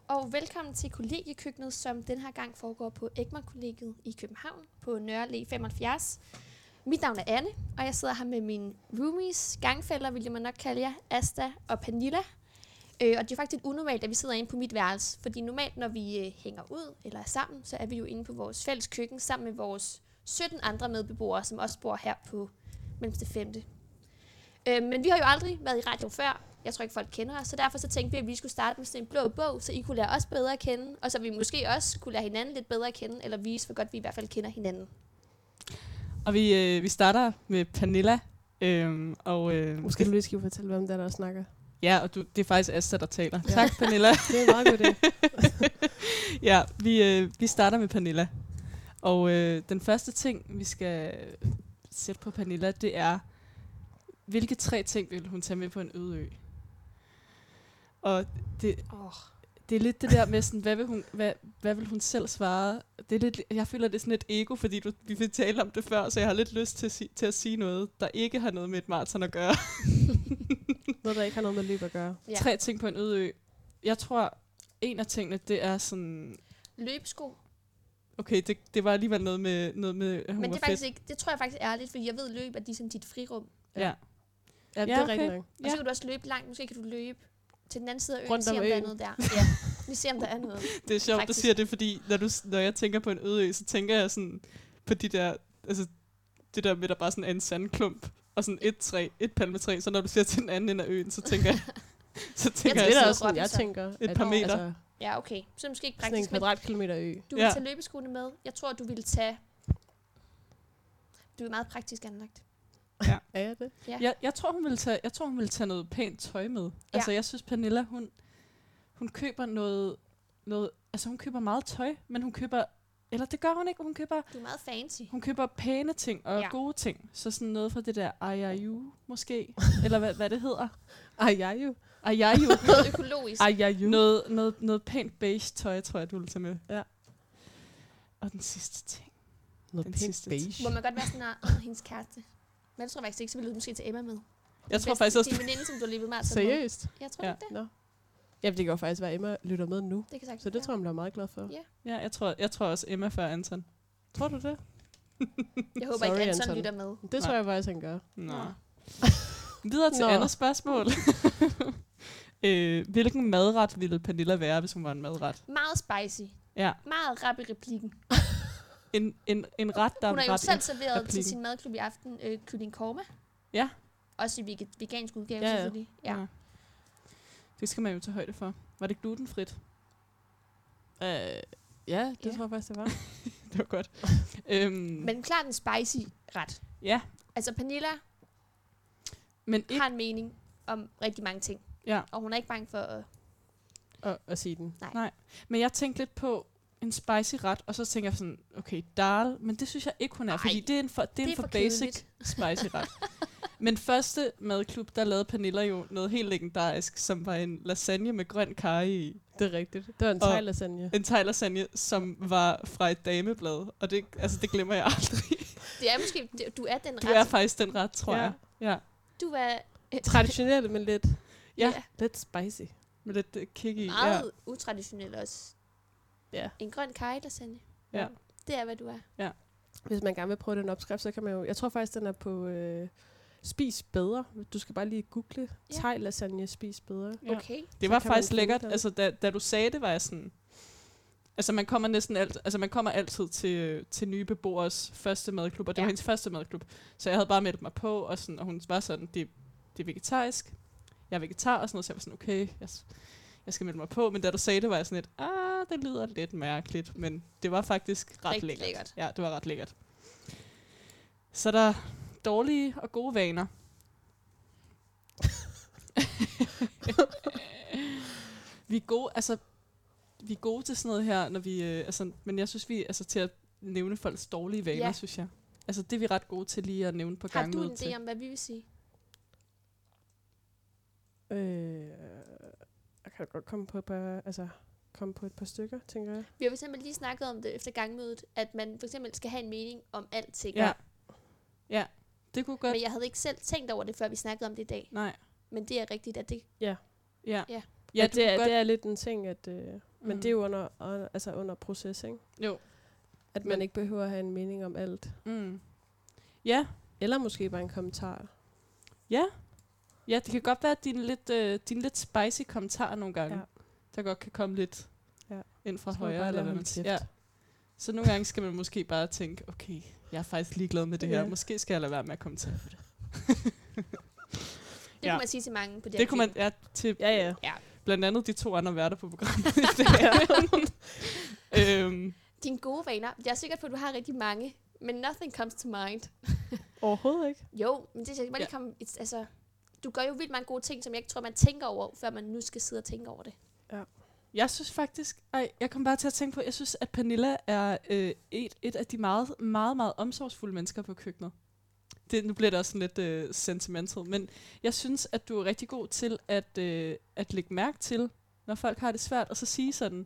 og velkommen til kollegiekøkkenet, som den her gang foregår på Egmont-kollegiet i København på Nørre Allé 75. Mit navn er Anne, og jeg sidder her med mine roomies, gangfæller, vil man nok kalde jer, Asta og Pernilla. Og det er faktisk lidt unormalt, at vi sidder inde på mit værelse, fordi normalt, når vi hænger ud eller er sammen, så er vi jo inde på vores fælles køkken sammen med vores 17 andre medbeboere, som også bor her på Mellemste 5. Men vi har jo aldrig været i radio før. Jeg tror ikke, folk kender os, så derfor så tænkte vi, at vi skulle starte med sådan en blå bog, så I kunne lære os bedre at kende, og så vi måske også kunne lære hinanden lidt bedre at kende, eller vise, hvor godt vi i hvert fald kender hinanden. Og vi starter med Pernilla. Måske du lige skal fortælle, hvem der snakker. Ja, og det er faktisk Asta, der taler. Ja. Tak, Pernilla. Det er en meget god idé. Ja, vi starter med Pernilla. Og den første ting, vi skal sætte på Pernilla, det er, hvilke 3 ting vil hun tage med på en øde ø? Og det er lidt det der med, sådan, hvad vil hun selv svare? Det er lidt, jeg føler, det er sådan et ego, fordi vi vil tale om det før, så jeg har lidt lyst til at sige noget, der ikke har noget med et maraton at gøre. Noget, der ikke har noget med løb at gøre. Ja. 3 ting på en øde ø. Jeg tror, en af tingene, det er sådan... Løbesko. Okay, det var alligevel noget med at hun Men det er var faktisk fedt. ikke, det tror jeg faktisk er ærligt, fordi jeg ved løb, at de er sådan dit frirum. Ja. Ja, det Ja, er okay. rigtigt nok. Og så kan du også løbe langt. Måske kan du løbe til den anden side af øen, Rundt se om om der er øen. noget der. Ja, vi ser om der er noget. Det er sjovt, du Faktisk. siger det, fordi når jeg tænker på en øde ø, så tænker jeg sådan på de der, altså det der med, der bare sådan er en sandklump, og sådan et palmetræ, så når du ser til den anden ende af øen, så tænker jeg, Det jeg er da sidder også sådan, jeg Robinson. tænker. Et par meter. Altså, Ja, okay. Så måske ikke sådan en praktisk, men kvadratkilometer ø. du vil Ja. tage løbeskoene med. Jeg tror, du ville tage... Du er meget praktisk anlagt. Er jeg det? Ja. Jeg tror, hun ville tage noget pænt tøj med. Altså, jeg synes, Pernilla, hun køber noget, altså hun køber meget tøj, men hun køber, eller det gør hun ikke, Du er meget fancy. hun køber pæne ting og Ja. gode ting. Så sådan noget fra det der IRU, måske, eller hvad det hedder. Ej, jeg jo. IRU. Noget økologisk. Noget pænt beige tøj, tror jeg, du vil tage med. Ja. Og den sidste ting. Noget Den pænt sidste beige. Må man godt være sådan hendes kæreste. Men jeg tror faktisk ikke, så ville du måske tage Emma med. Jeg tror faktisk også, Din veninde, som du har løbet meget Seriøst? Jeg tror Ja. ikke det. Nå. Jamen, det kan jo faktisk være, Emma lytter med nu. Det kan sagtens Så det tror jeg, hun bliver meget glad for. Ja. ja, jeg tror også Emma før Anton. Tror du det? Jeg håber Sorry, ikke, Anton Anton. lytter med. Det tror jeg faktisk, han gør. Nå. Videre til Nå. andet spørgsmål. Hvilken madret ville Pernilla være, hvis hun var en madret? Meget spicy. Ja, Meget rap i replikken. en ret, der Hun har er jo ret. selv serveret til replikken. sin madklub i aften kylling korma. Ja. Også i vegansk udgave, Ja, ja. selvfølgelig. Ja. Det skal man jo tage højde for. Var det glutenfrit? Ja, det tror jeg faktisk, det var. Det var godt. Men klart en spicy ret. Ja, Altså, Pernilla men ikke... har en mening om rigtig mange ting. Ja, Og hun er ikke bange for at... At sige den. nej. Men jeg tænkte lidt på en spicy ret, og så tænker jeg sådan, okay, dal, men det synes jeg ikke, hun er, Ej, fordi det er en for for basic kedeligt. spicy ret. Men første madklub, der lavede Pernilla jo noget helt legendarisk, som var en lasagne med grøn karry i. Det er rigtigt. Det var en Og- thai-lasagne. En thai-lasagne, som var fra et dameblad, og det glemmer jeg aldrig. Det er måske... Du er den Du ret. er faktisk den ret, tror Ja. jeg. Ja. Du er... Traditionelt, men lidt, Ja. lidt spicy. Med lidt kick i. Meget utraditionel også. Ja. En grøn karry-lasagne. Ja. Det er, hvad du er. Hvis man gerne vil prøve den opskrift, så kan man jo... Jeg tror faktisk, den er på Spis Bedre. Du skal bare lige google Ja. thai-lasagne Spis Bedre. Ja. Okay. Det var Så kan man faktisk finde lækkert. den. Altså, da du sagde det, var jeg sådan... Altså, man kommer altid til nye beboers første madklub, og det var hendes første madklub. Så jeg havde bare meldt mig på, og hun var sådan, det er vegetarisk. Jeg er vegetar, og sådan noget, så jeg var sådan, okay, jeg skal melde mig på. Men da du sagde det, var jeg sådan lidt, det lyder lidt mærkeligt. Men det var faktisk ret Rigtig lækkert. lækkert. Ja, det var ret lækkert. Så der er dårlige og gode vaner. Vi er gode til sådan noget her, når vi, men jeg synes, vi er til at nævne folks dårlige vaner, Ja. synes jeg. Altså, det er vi ret gode til lige at nævne på Har du gangen. en idé om, hvad vi vil sige? Jeg kan godt komme på et par stykker, tænker jeg. Vi har for eksempel lige snakket om det efter gangmødet, at man for eksempel skal have en mening om alting. Ja. Ja, det kunne godt. Men jeg havde ikke selv tænkt over det, før vi snakkede om det i dag. Nej. Men det er rigtigt, at det... Ja. Ja. Ja, du kunne det er lidt en ting, at, men Mm. det er jo under proces, ikke? Jo. At man ikke behøver at have en mening om alt. Mm. Ja, Eller måske bare en kommentar. ja. Ja, det kan godt være, at dine lidt spicy kommentarer nogle gange, Ja. der godt kan komme lidt ind fra Så må man højre. bare Eller lade hvad holde man kæft. siger. Ja. Så nogle gange skal man måske bare tænke, okay, jeg er faktisk ligeglad med det her. Ja. Måske skal jeg lade være med at kommentere på det. Det kunne man sige til mange på det Det kunne man, til Ja. blandt andet de 2 andre værter på programmet. Dine gode vaner. Jeg er sikker på, at du har rigtig mange, men nothing comes to mind. Overhovedet ikke. Jo, men det skal bare lige komme... Altså, du gør jo vildt mange gode ting, som jeg ikke tror, man tænker over, før man nu skal sidde og tænke over det. Jeg synes faktisk, jeg kom bare til at tænke på, jeg synes, at Pernilla er et af de meget, meget, meget omsorgsfulde mennesker på køkkenet. Nu bliver det også sådan lidt sentimental, men jeg synes, at du er rigtig god til at lægge mærke til, når folk har det svært, og så sige sådan,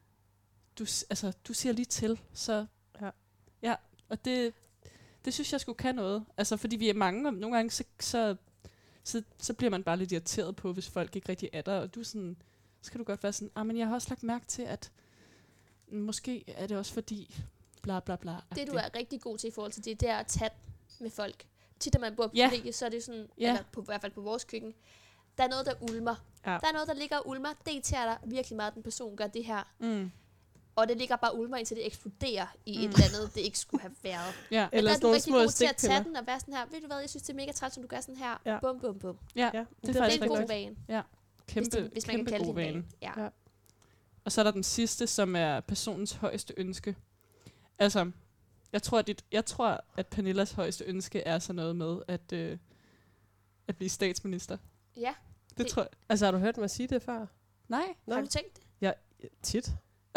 du siger lige til, så ja, og det synes jeg skulle kan noget. Altså, fordi vi er mange, og nogle gange så bliver man bare lidt irriteret på, hvis folk ikke rigtig er der, og du sådan, så kan du godt være sådan, men jeg har også lagt mærke til, at måske er det også fordi, bla bla bla. Det, du er rigtig god til i forhold til det er at tage med folk. Tit, når man bor på kollegie, så er det sådan, eller i hvert fald på vores køkken, der er noget, der ulmer. Ja. Der er noget, der ligger og ulmer. Det irriterer dig virkelig meget, at den person gør det her. Mm. Og det ligger bare og ulmer, indtil det eksploderer i et eller andet, det ikke skulle have været. Ja. Men Eller der er sådan du nogle rigtig små god til at stikpiller. tage den og være sådan her, ved du hvad, jeg synes, det er mega træls, som du gør sådan her. Ja. Bum, bum, bum. Ja, Ja, det er Det faktisk er en god rigtig vane. kæmpe, hvis man kæmpe kan kalde god det en vane. Ja. Ja. Og så er der den sidste, som er personens højeste ønske. Altså, jeg tror, at Pernillas højeste ønske er sådan noget med at blive statsminister. Ja. Det tror jeg. Altså, har du hørt mig sige det før? Nej. Har du tænkt det? Ja, tit.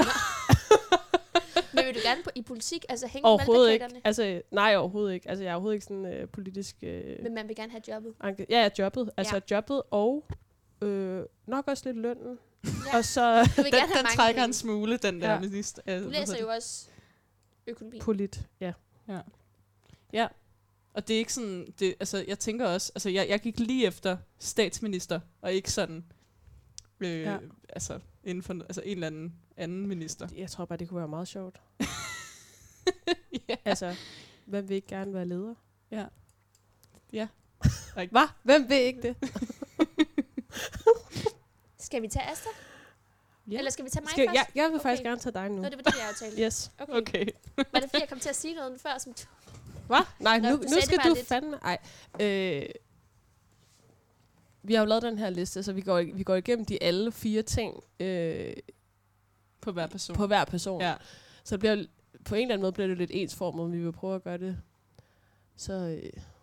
Men vil du gerne i politik, altså hænge Overhovedet ikke. valgplakaterne? Altså, nej, overhovedet ikke. Altså, jeg er overhovedet ikke sådan politisk... Men man vil gerne have jobbet. Ja, jobbet. Altså, Ja. jobbet og nok også lidt lønnen. Ja. Og så Du vil gerne have Den mange trækker penge. en smule, den der Ja. minister. Du læser jo også økonomi. polit. Ja. Ja. Og det er ikke sådan, altså jeg tænker også, altså jeg gik lige efter statsminister, og ikke sådan, altså inden for altså en eller anden minister. Jeg tror bare, det kunne være meget sjovt. Ja. Altså, hvem vil ikke gerne være leder? Ja. Ja. Hvad? Hvem vil ikke det? Skal vi tage Asta? Ja. Eller skal vi tage mig Skal, først? jeg vil Okay. faktisk gerne tage dig nu. Nå, det var det, jeg aftalte. Yes. Okay. Var det fordi, jeg kom til at sige noget før, som Hvad? Nej, Nå, nu du sagde skal det bare du lidt. fandme... Ej. Vi har jo lavet den her liste, så vi går igennem de alle 4 ting På hver person. på hver person. Ja. Så det bliver, på en eller anden måde bliver det lidt ensformet, men vi vil prøve at gøre det så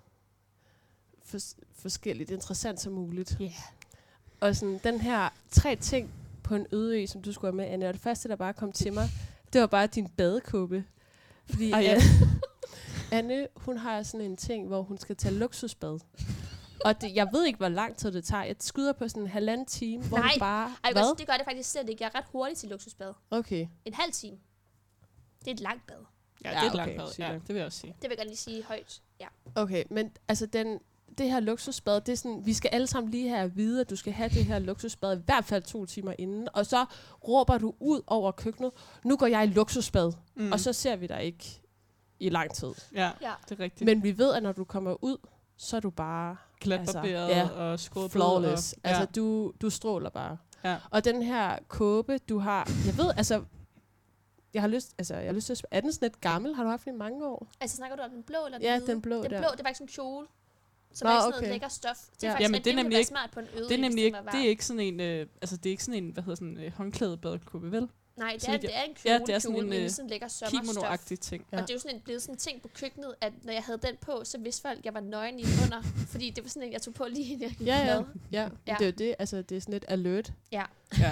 forskelligt interessant som muligt. Yeah. Og sådan den her 3 ting på en øde ø, som du skulle have med, Anne, og det første, der bare kom til mig, det var bare din badekåbe. Fordi Ah, ja. Anne, hun har sådan en ting, hvor hun skal tage luksusbad. Og det, jeg ved ikke, hvor lang tid det tager. Jeg skyder på sådan en 1,5 time, hvor Nej. du bare... Ej, Hvad? det gør det faktisk slet ikke. Jeg er ret hurtig til luksusbad. Okay. En halv time. Det er et langt bad. Ja, det er et okay, langt bad. siger Ja, du. det vil jeg også sige. Det vil jeg godt lige sige højt. Ja. Okay, men altså det her luksusbad, det er sådan, vi skal alle sammen lige have at vide, at du skal have det her luksusbad i hvert fald 2 timer inden, og så råber du ud over køkkenet, nu går jeg i luksusbad, og så ser vi dig ikke i lang tid. Ja, Ja. det er rigtigt. Men vi ved, at når du kommer ud, så er du bare Klatbarberet ja, og skruet flawless. Og, Altså, du stråler bare. Ja. Og den her kåbe, du har, jeg ved, altså, jeg har lyst til at spørge, er den sådan lidt gammel? Har du haft den i mange år? Altså, snakker du om den blå eller den Ja, hvide? den blå Den der. blå, det var ikke sådan en kjole. Som Nå, er sådan okay. noget lækker stof. Det er Ja. faktisk Jamen, men det er ville nemlig være ikke- smart på en øde det er ø, nemlig hvis den ikke, var det varm. er ikke sådan en, altså det er ikke sådan en, hvad hedder sådan en håndklædebadekluppe, vel? Nej, det så er, vidt jeg- det er en Ja, kjole, det er sådan en, men sådan lækker sommerstof. Kimono-agtig ting. Ja. Og det er jo sådan blevet sådan en ting på køkkenet, at når jeg havde den på, så vidste folk, at jeg var nøgen i under. Fordi det var sådan en, jeg tog på lige inden jeg gik Ja. med. Ja, Ja. det er jo det. Altså, det er sådan lidt alert. Ja. Ja.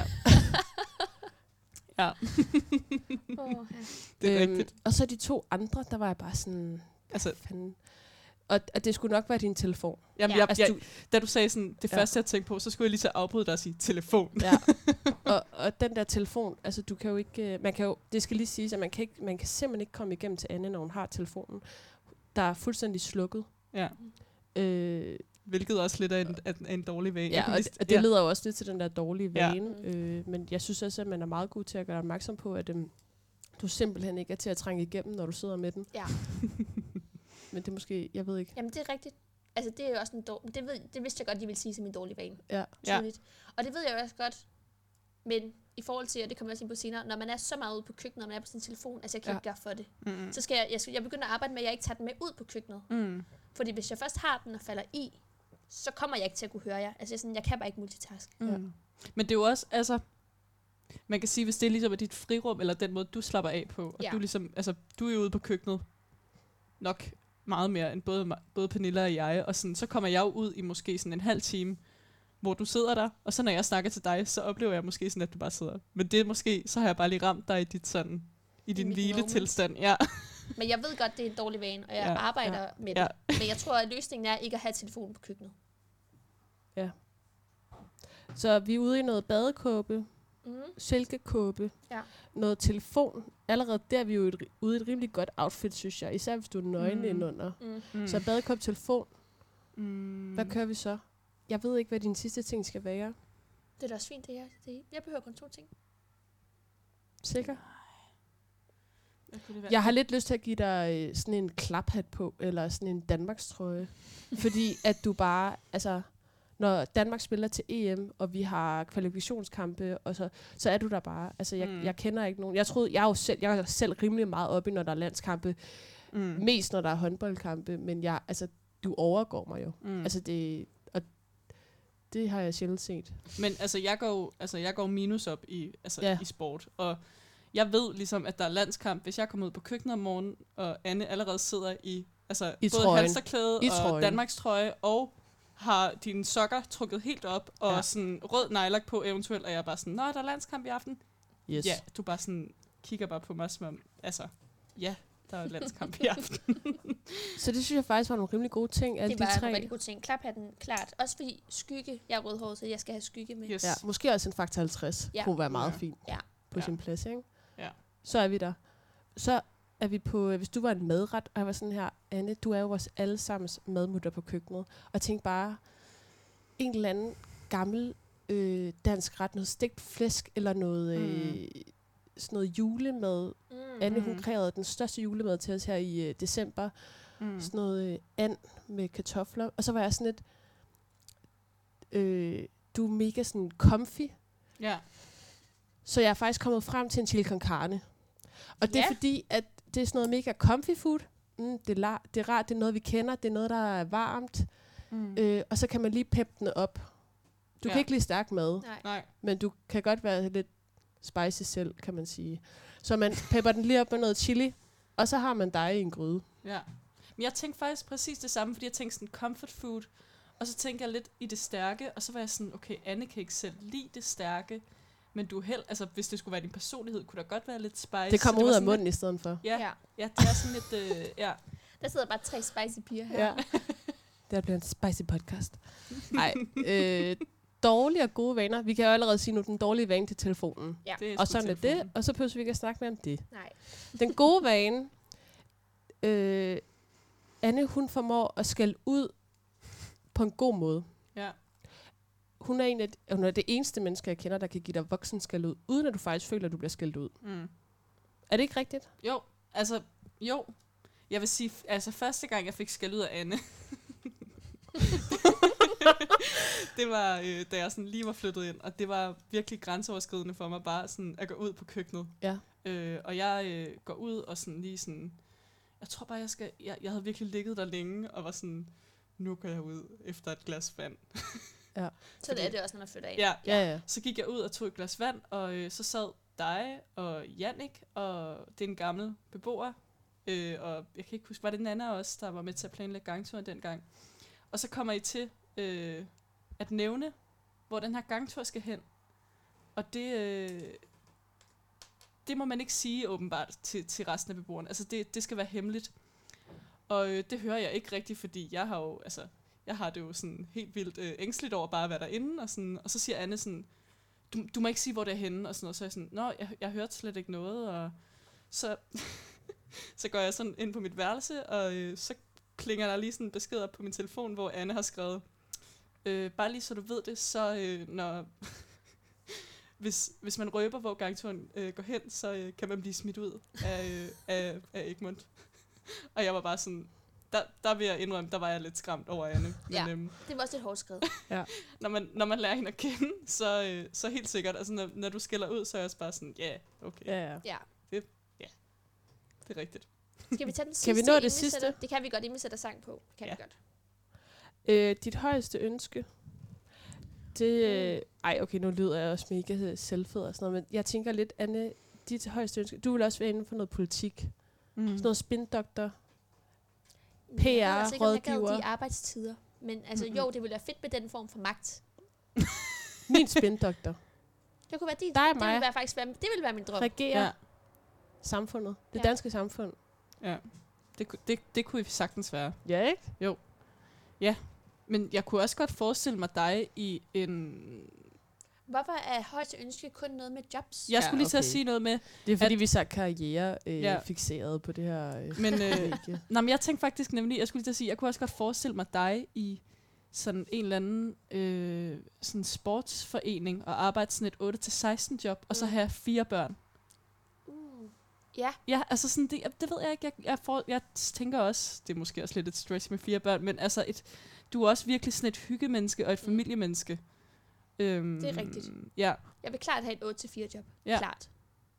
Ja, det er rigtigt. Og så de 2 andre, der var jeg bare sådan, Altså, fanden. Og det skulle nok være din telefon. jamen, Ja. jeg, da du sagde sådan, det Ja. første jeg tænkte på, så skulle jeg lige så afbryde dig og sige telefon. Ja. og den der telefon, altså du kan jo ikke, man kan jo, det skal lige siges, at man kan simpelthen ikke komme igennem til Anne, når hun har telefonen. Der er fuldstændig slukket. Ja. hvilket også lidt er en dårlig vane. Ja, og det leder jo også lidt til den der dårlige vane. Men jeg synes også, at man er meget god til at gøre opmærksom på, at du simpelthen ikke er til at trænge igennem, når du sidder med den. Ja. Men det er måske, jeg ved ikke. Jamen, det er rigtigt. Altså, det er jo også en det vidste jeg godt, de ville sige som en dårlig vane. Ja. Tydeligt. Og det ved jeg jo også godt. Men i forhold til, og det kommer jeg også ind på senere, når man er så meget ude på køkkenet, og man er på sin telefon, altså jeg kan ikke gøre for det. Så skal jeg begynder at arbejde med, at jeg ikke tager den med ud på køkkenet. Fordi hvis jeg først har den og falder i, så kommer jeg ikke til at kunne høre jer. Altså jeg kan bare ikke multitask. Ja. Men det er jo også, altså, man kan sige, hvis det er ligesom dit frirum, eller den måde, du slapper af på, og du ligesom, altså, du er jo ude på køkkenet nok meget mere end både Pernilla og jeg, og sådan, så kommer jeg jo ud i måske sådan en halv time, hvor du sidder der, og så når jeg snakker til dig, så oplever jeg måske sådan, at du bare sidder. Men det er måske, så har jeg bare lige ramt dig i dit sådan, i din hviletilstand. Ja. Men jeg ved godt, det er en dårlig vane, og jeg arbejder med det. Men jeg tror, at løsningen er ikke at have telefonen på køkkenet. Ja. Så vi er ude i noget badekåbe, silkekåbe, noget telefon. Allerede der er vi jo ude i et rimelig godt outfit, synes jeg. Især hvis du er nøgen indenunder. Så badekåbe, telefon. Hvad kører vi så? Jeg ved ikke, hvad din sidste ting skal være. Det er da også fint, det her. Jeg behøver kun 2 ting. Sikker? Jeg har lidt lyst til at give dig sådan en klaphat på, eller sådan en Danmarkstrøje. Fordi at du bare, altså, når Danmark spiller til EM, og vi har kvalifikationskampe, og så er du der bare. Altså, jeg kender ikke nogen. Jeg er selv rimelig meget oppe i, når der er landskampe. Mest når der er håndboldkampe, men du overgår mig jo. Altså, det har jeg sjældent set. Men altså, jeg går minus op i sport, og jeg ved ligesom, at der er landskamp, hvis jeg kommer ud på køkkenet om morgenen, og Anne allerede sidder i både trøjen. halsterklæde og Danmarks trøje, og har dine sokker trukket helt op, og sådan rød nejlak på eventuelt, og jeg er bare sådan, nå, der er landskamp i aften? Yes. Ja, du bare sådan kigger bare på mig, som om, altså, ja, der er landskamp i aften. Så det synes jeg faktisk var nogle rimelig gode ting, alle de 3. Det var en rigtig god ting. Klaphatten, klart. Også fordi skygge, jeg er rødhåret, så jeg skal have skygge med. Yes. Ja, måske også en faktor 50 kunne være meget fint på sin plads, ikke? Ja. Så er vi der. Så er vi på, hvis du var en madret, og jeg var sådan her, Anne, du er jo vores allesammens madmutter på køkkenet. Og jeg tænkte bare, en eller anden gammel dansk ret, noget stegt flæsk, eller noget, sådan noget julemad. Anne, hun krævede den største julemad til os her i december. Sådan noget and med kartofler. Og så var jeg sådan lidt, du er mega sådan comfy. Ja. Så jeg er faktisk kommet frem til en chili con carne. Og det er fordi, at det er sådan noget mega comfy food. Det er rart, det er noget, vi kender. Det er noget, der er varmt. Og så kan man lige peppe den op. Du kan ikke lide stærk mad. Nej. Men du kan godt være lidt spicy selv, kan man sige. Så man pepper den lige op med noget chili, og så har man dig i en gryde. Ja. Men jeg tænkte faktisk præcis det samme, fordi jeg tænkte sådan comfort food, og så tænkte jeg lidt i det stærke, og så var jeg sådan, okay, Anne kan ikke selv lide det stærke, men du altså hvis det skulle være din personlighed, kunne der godt være lidt spicy. Det kommer ud af munden i stedet for. Ja, det er sådan lidt, Der sidder bare 3 spicy piger her. Ja. Det bliver en spicy podcast. Nej, dårlige og gode vaner. Vi kan jo allerede sige nu, den dårlige vane til telefonen. Ja. Og sådan er det, og så behøver vi ikke at snakke mere om det. Nej. Den gode vane, Anne, hun formår at skælde ud på en god måde. Ja. Hun er det eneste menneske, jeg kender, der kan give dig voksen skæld ud, uden at du faktisk føler, at du bliver skældt ud. Er det ikke rigtigt? Jo. Jeg vil sige, altså første gang, jeg fik skæld ud af Anne, det var, da jeg sådan lige var flyttet ind, og det var virkelig grænseoverskridende for mig, bare sådan at gå ud på køkkenet. Ja. Og jeg går ud og sådan lige sådan, jeg tror bare, jeg havde virkelig ligget der længe, og var sådan, nu går jeg ud efter et glas vand. Ja. Så det er det også, når man flytter ind. Ja. Så gik jeg ud og tog et glas vand, og så sad dig og Jannik, og det er en gammel beboer, og jeg kan ikke huske, var det den anden af os, der var med til at planlægge gangturen dengang. Og så kommer I til at nævne, hvor den her gangtur skal hen. Og det må man ikke sige åbenbart til resten af beboerne. Altså det skal være hemmeligt. Og det hører jeg ikke rigtigt, fordi jeg har det jo sådan helt vildt ængstligt over bare at være derinde. Og så siger Anne sådan, du må ikke sige, hvor det er henne. Og sådan noget. Så er jeg sådan, nå, jeg hørte slet ikke noget. Og så, så går jeg sådan ind på mit værelse, og så klinger der lige sådan en besked op på min telefon, hvor Anne har skrevet, bare lige så du ved det, så når... hvis man røber, hvor gangturen går hen, så kan man blive smidt ud af Egmont. Og jeg var bare sådan... Der vil jeg indrømme, der var jeg lidt skræmt over Anne. Ja, det var også lidt hårdt skrevet. Ja. Når man lærer hende at kende, så helt sikkert. Altså, når du skælder ud, så er jeg også bare sådan, okay. Ja. Det er rigtigt. Skal vi tage den sidste? Kan vi nå inden det sidste? sætter- Det kan vi godt, inden vi sætter sang på. Det kan Ja. vi godt. Dit højeste ønske, det... okay, nu lyder jeg også mega selvfed og sådan noget, men jeg tænker lidt, Anne, dit højeste ønske, du vil også være inden for noget politik. Sådan noget spindoktor. Jeg ved altså ikke, om jeg gad PR-rådgiver. de arbejdstider. Men altså, jo, det ville være fedt med den form for magt. Min spindoktor. Det kunne være din. Dig og Det mig. ville være faktisk være, det ville være min drøm. Regerer samfundet. Det danske samfund. Ja. Det kunne sagtens være. Ja, ikke? Men jeg kunne også godt forestille mig dig i en... Hvorfor er højeste ønske kun noget med jobs? Jeg skulle lige til at okay. sige noget med... Det er fordi, vi så karriere Ja. fixeret på det her. Men, medie. men jeg tænkte faktisk nemlig... Jeg skulle lige til at sige, jeg kunne også godt forestille mig dig i sådan en eller anden sådan sportsforening og arbejde sådan et 8-16 job, og så have 4 børn. Ja. Ja, altså sådan, det ved jeg ikke. Jeg tænker også, det er måske også lidt et stress med 4 børn, men altså, du er også virkelig sådan et hyggemenneske og et familiemenneske. Det er rigtigt. Ja, Jeg vil klart have et 8-4 job. Ja. Klart.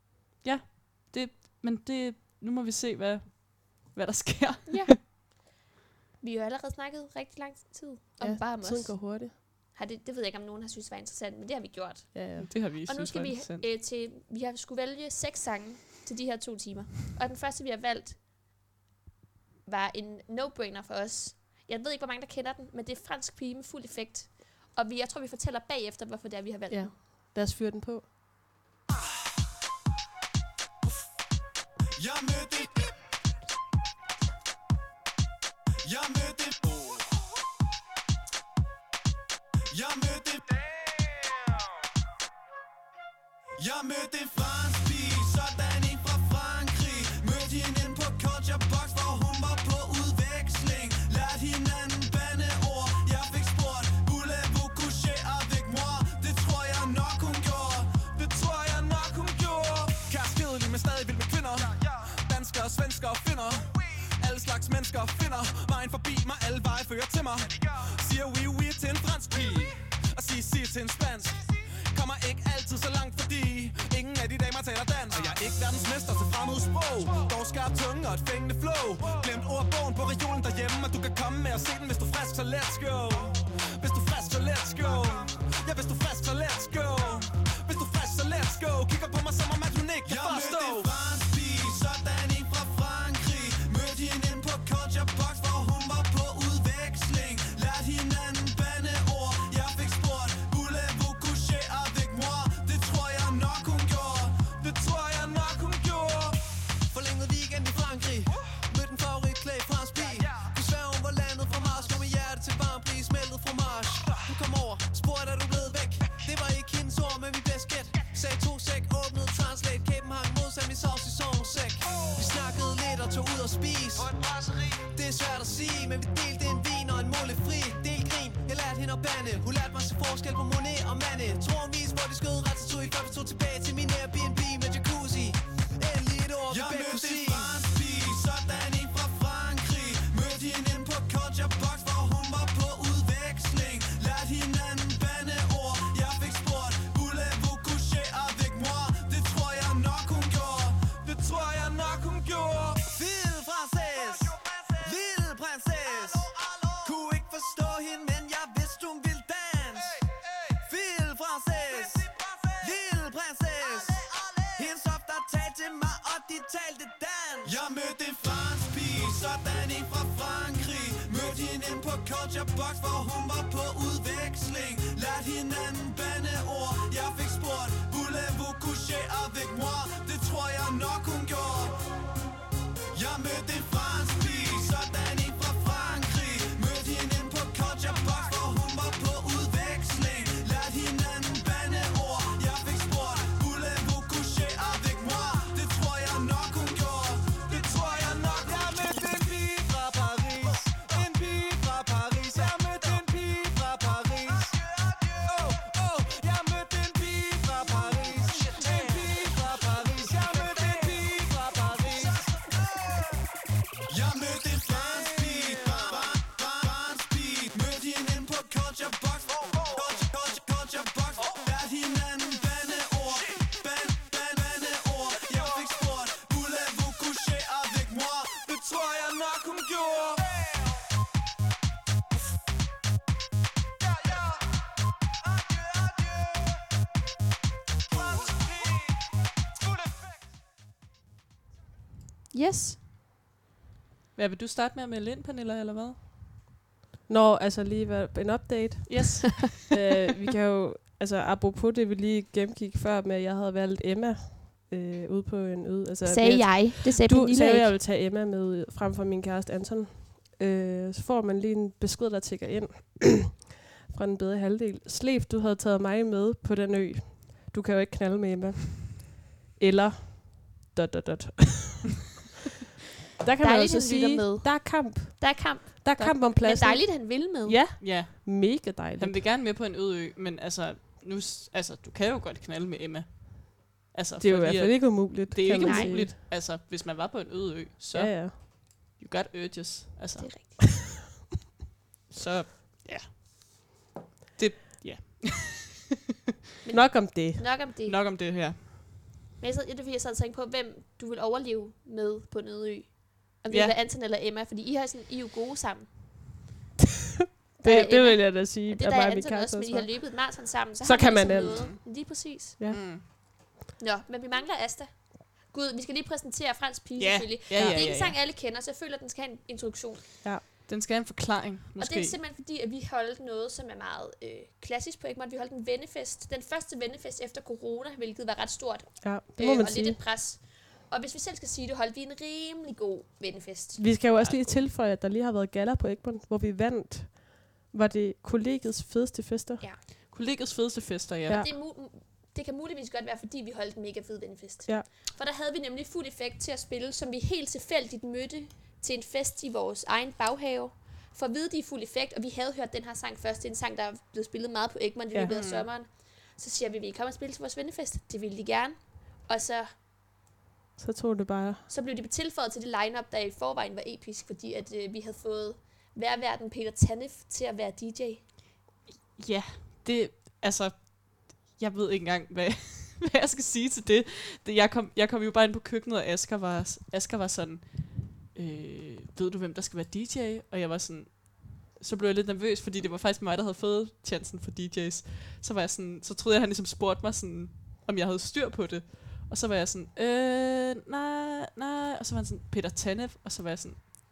men nu må vi se, hvad der sker. Ja. Vi har jo allerede snakket rigtig lang tid om bare om tiden os. går hurtigt. Det ved jeg ikke, om nogen har synes var interessant, men det har vi gjort. Ja. Det har vi Og nu synes skal var vi interessant. vi har skulle vælge 6 sange til de her 2 timer. Og den første, vi har valgt, var en no-brainer for os. Jeg ved ikke, hvor mange der kender den, men det er fransk pige med fuld effekt. Og jeg tror, vi fortæller bagefter, hvorfor det er, vi har valgt Ja. den. Lad os fyre den på. Jeg mødte en fransk pige, sådan en fra Frankrig. Mødte hende inde på Culture Box, hvor hun var på udveksling. Lærte hinanden bandeord, jeg fik spurgt voulez-vous coucher avec moi? Det tror jeg nok hun gjorde. Kærskidelig, men stadig vild med kvinder. Danskere, svenskere og finner. Alle slags mennesker finder vejen forbi mig, alle veje fører til mig. Siger oui til en fransk pige, og siger til en spansk. Kommer ikke altid så langt, fordi ingen af de damer taler dansk. Og jeg er ikke verdensmester til fremmedsprog, dog skarp tunge og et fængende flow. Glemt ordbogen på regionen derhjemme, og du kan komme med og se den, hvis du er frisk, så let's go. Hvis du er frisk, så let's go. Ja, hvis du er frisk, så let's go. Hvis du er frisk, så let's go. Kigger på mig som om, at hun ikke kan forstå. Jeg mødte en fransk pige, sådan en fra Frankrig. Mødte hende inde på Culture Box, hvor hun var på udveksling. Lærte hinanden bandeord, jeg fik spurgt voulez-vous coucher avec moi? Det tror jeg nok hun gjorde. Forlænget weekend i Frankrig. Mødte en favoritklædt fransk pige. Du svær hun var landet fra Mars. Kom i hjertet til varm blive smeltet fra march. Du kom over, spurgte er du blevet væk? Det var ikke hendes ord, men vi bedst gæt. Sagde 2 sæk, åbnede translate. Kæben hang modsat min sovs i sovnsæk. Vi snakkede lidt og tog ud og spise. Det er svært at sige, men vi delte en vin og en måle fri. Del grin, jeg lærte hende at bande. Hun lærte mig se forskel på Monet og Mane. Tror hun vis, hvor de skød ratatouille. Før vi tog tilbage til min Airbnb med jacuzzi. Endelig et ord, vi begge kunne sige. Jeg mødte en fransk pige, sådan en fra Frankrig. Mødte hende inde på Culture Box, hvor hun var på udveksling. Lærte hinanden bandeord, jeg fik spurgt voulez-vous coucher avec moi? Det tror jeg nok hun gjorde. Vild francés, vild prinsesse. Kunne ikke forstå hende, men jeg vidste hun ville danse. Vild francés, vild prinsesse. Hendes hofter talte til mig, og de talte dans. Jeg mødte en fransk pige, sådan en fra Frankrig. Mødte hende inde på Culture Box, hvor hun var på udveksling. Lærte hinanden bandeord, jeg fik spurgt voulez-vous coucher avec moi? Det tror jeg nok hun gjorde. Jeg mødte en fransk pige, sådan en fra Frankrig. Mødte hende inde på Culture Box, hvor hun var på udveksling. Lærte hinanden bandeord, jeg fik spurgt voulez-vous coucher avec moi? Det tror jeg nok hun gjorde. Jeg mødte en pige fra Paris. En pige fra Paris. Jeg mødte en pige fra Paris. Jeg mødte en fransk pige, fransk pige. Mødte hende inde på Culture Box, Culture Box. Lærte hinanden bandeord, bandeord. Jeg fik spurgt, voulez-vous coucher avec moi? Det tror jeg nok hun gjorde. Yes. Hvad vil du starte med at melde ind, Pernilla, eller hvad? Nå, altså lige en update. Yes. Vi kan jo, altså apropos det, vi lige gennemgik før med, at jeg havde valgt Emma ude på en øde. Altså, Sagde jeg. Det sagde Du Pernilla sagde, at ikke. jeg ville tage Emma med frem for min kæreste Anton. Så får man lige en besked, der tikker ind fra den bedre halvdel. Slef, du havde taget mig med på den ø. Du kan jo ikke knalde med Emma. Eller ... Der kan man Dejligt, også han lytter sige, med. der er kamp. Der er kamp. Der er kamp om Men pladsen. dejligt, han vil med. Ja, Ja, mega dejligt. han vil gerne med på en øde ø, men altså, du kan jo godt knalde med Emma. Altså, Det er jo i fordi hvert fald ikke umuligt. det er kan ikke man sige. umuligt. Altså, hvis man var på en øde ø, så Ja, ja. you got urges. Altså, Det er rigtigt. så Nok om det. Nok om det. nok om det her. Men det er fordi, jeg sad og tænkte på, hvem du vil overleve med på en øde ø. Om det Ja. vil være Anton eller Emma, fordi I er jo gode sammen. Det vil jeg da sige. Det er der mig er og min Anton kæreste også, men I også har løbet et maraton sammen. Så har kan man ligesom alt. noget. Lige præcis. Ja. Mm. Nå, men vi mangler Asta. Gud, vi skal lige præsentere Fransk Pige, Ja. selvfølgelig. Ja, Det er ikke en sang, alle kender, så jeg føler, at den skal have en introduktion. Den skal have en forklaring, Og måske. det er simpelthen fordi, at vi holdt noget, som er meget klassisk på Egmont. Vi holdt en vennefest. Den første vennefest efter corona, hvilket var ret stort. Ja, det må man og lidt sige. et pres. Og hvis vi selv skal sige det, holdt vi en rimelig god vennefest. Vi skal jo også Ja, lige tilføje, at der lige har været gala på Egmont, hvor vi vandt. Var det kollegiets fedeste fester? Ja. Kollegiets fedeste fester, ja. Ja. Og det kan muligvis godt være, fordi vi holdt en mega fed vennefest. Ja. For der havde vi nemlig fuld effekt til at spille, som vi helt tilfældigt mødte til en fest i vores egen baghave. For at vide, de er fuld effekt, og vi havde hørt den her sang først. Det er en sang, der er blevet spillet meget på Egmont i løbet af sommeren. Så siger vi, vil I komme og spille til vores vennefest? Det ville de gerne. Og Så tog det bare. så blev de tilføjet til det line-up, der i forvejen var episk, fordi at vi havde fået værverden Peter Tanef til at være DJ. Ja, det, altså, jeg ved ikke engang, hvad jeg skal sige til det. Jeg kom jo bare ind på køkkenet, og Asger var sådan, ved du, hvem der skal være DJ? Og jeg var sådan, så blev jeg lidt nervøs, fordi det var faktisk mig, der havde fået chancen for DJ's. Så var jeg sådan, så troede jeg, han ligesom spurgte mig sådan, om jeg havde styr på det. Og så var jeg sådan, nej. Og så var han sådan, Peter Tanef, og så var jeg sådan,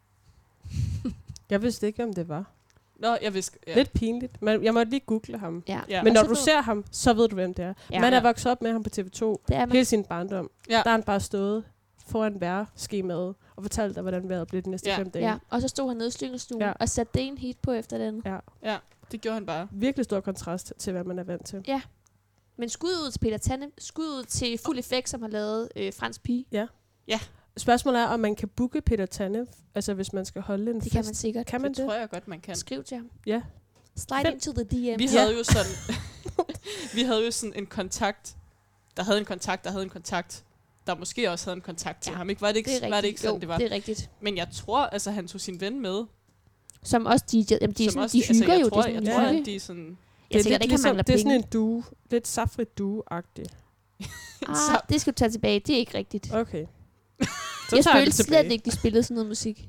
Jeg vidste ikke, om det var. nå, jeg vidste, ja. Lidt pinligt. Men jeg måtte lige google ham. Ja. Ja. Men Og når så du ved- ser ham, så ved du, hvem det er. Ja. Man er vokset op med ham på TV2 Det er man. hele sin barndom. Ja. Der har han bare stået foran vejrskemaet og fortalt dig, hvordan vejret bliver de næste Ja. 5 dage. Ja, og så stod han nede i slyngelstuen Ja. og satte det en hit på efter den. Ja, det gjorde han bare. Virkelig stor kontrast til, hvad man er vant til. Men skud ud til Peter Tanef, skud ud til Fuld Effekt, som har lavet Fransk Pige. Spørgsmålet er, om man kan booke Peter Tanef, altså hvis man skal holde en Det fest. kan man sikkert. Kan man Det det? tror jeg godt, man kan. Skriv til ham. Ja. Slide Fedt. into the DM. Vi havde jo sådan, vi havde jo sådan en kontakt, der havde en kontakt, der måske også havde en kontakt til Ja, ham. Ikke? Var det ikke, det er rigtigt. var det ikke sådan, jo, det var? det er rigtigt. Men jeg tror, altså han tog sin ven med. Som også DJ. Jamen, de, er som sådan, også, de hygger jeg jo. tror, Det er jeg sådan tror, hygge. at de er sådan... Jeg tænker, ikke, han mangler det er sådan penge. en duo. Lidt safrit duo-agtigt. Det skal du tage tilbage. Det er ikke rigtigt. Okay. Jeg tager følte det slet tilbage. ikke, de spillede sådan noget musik.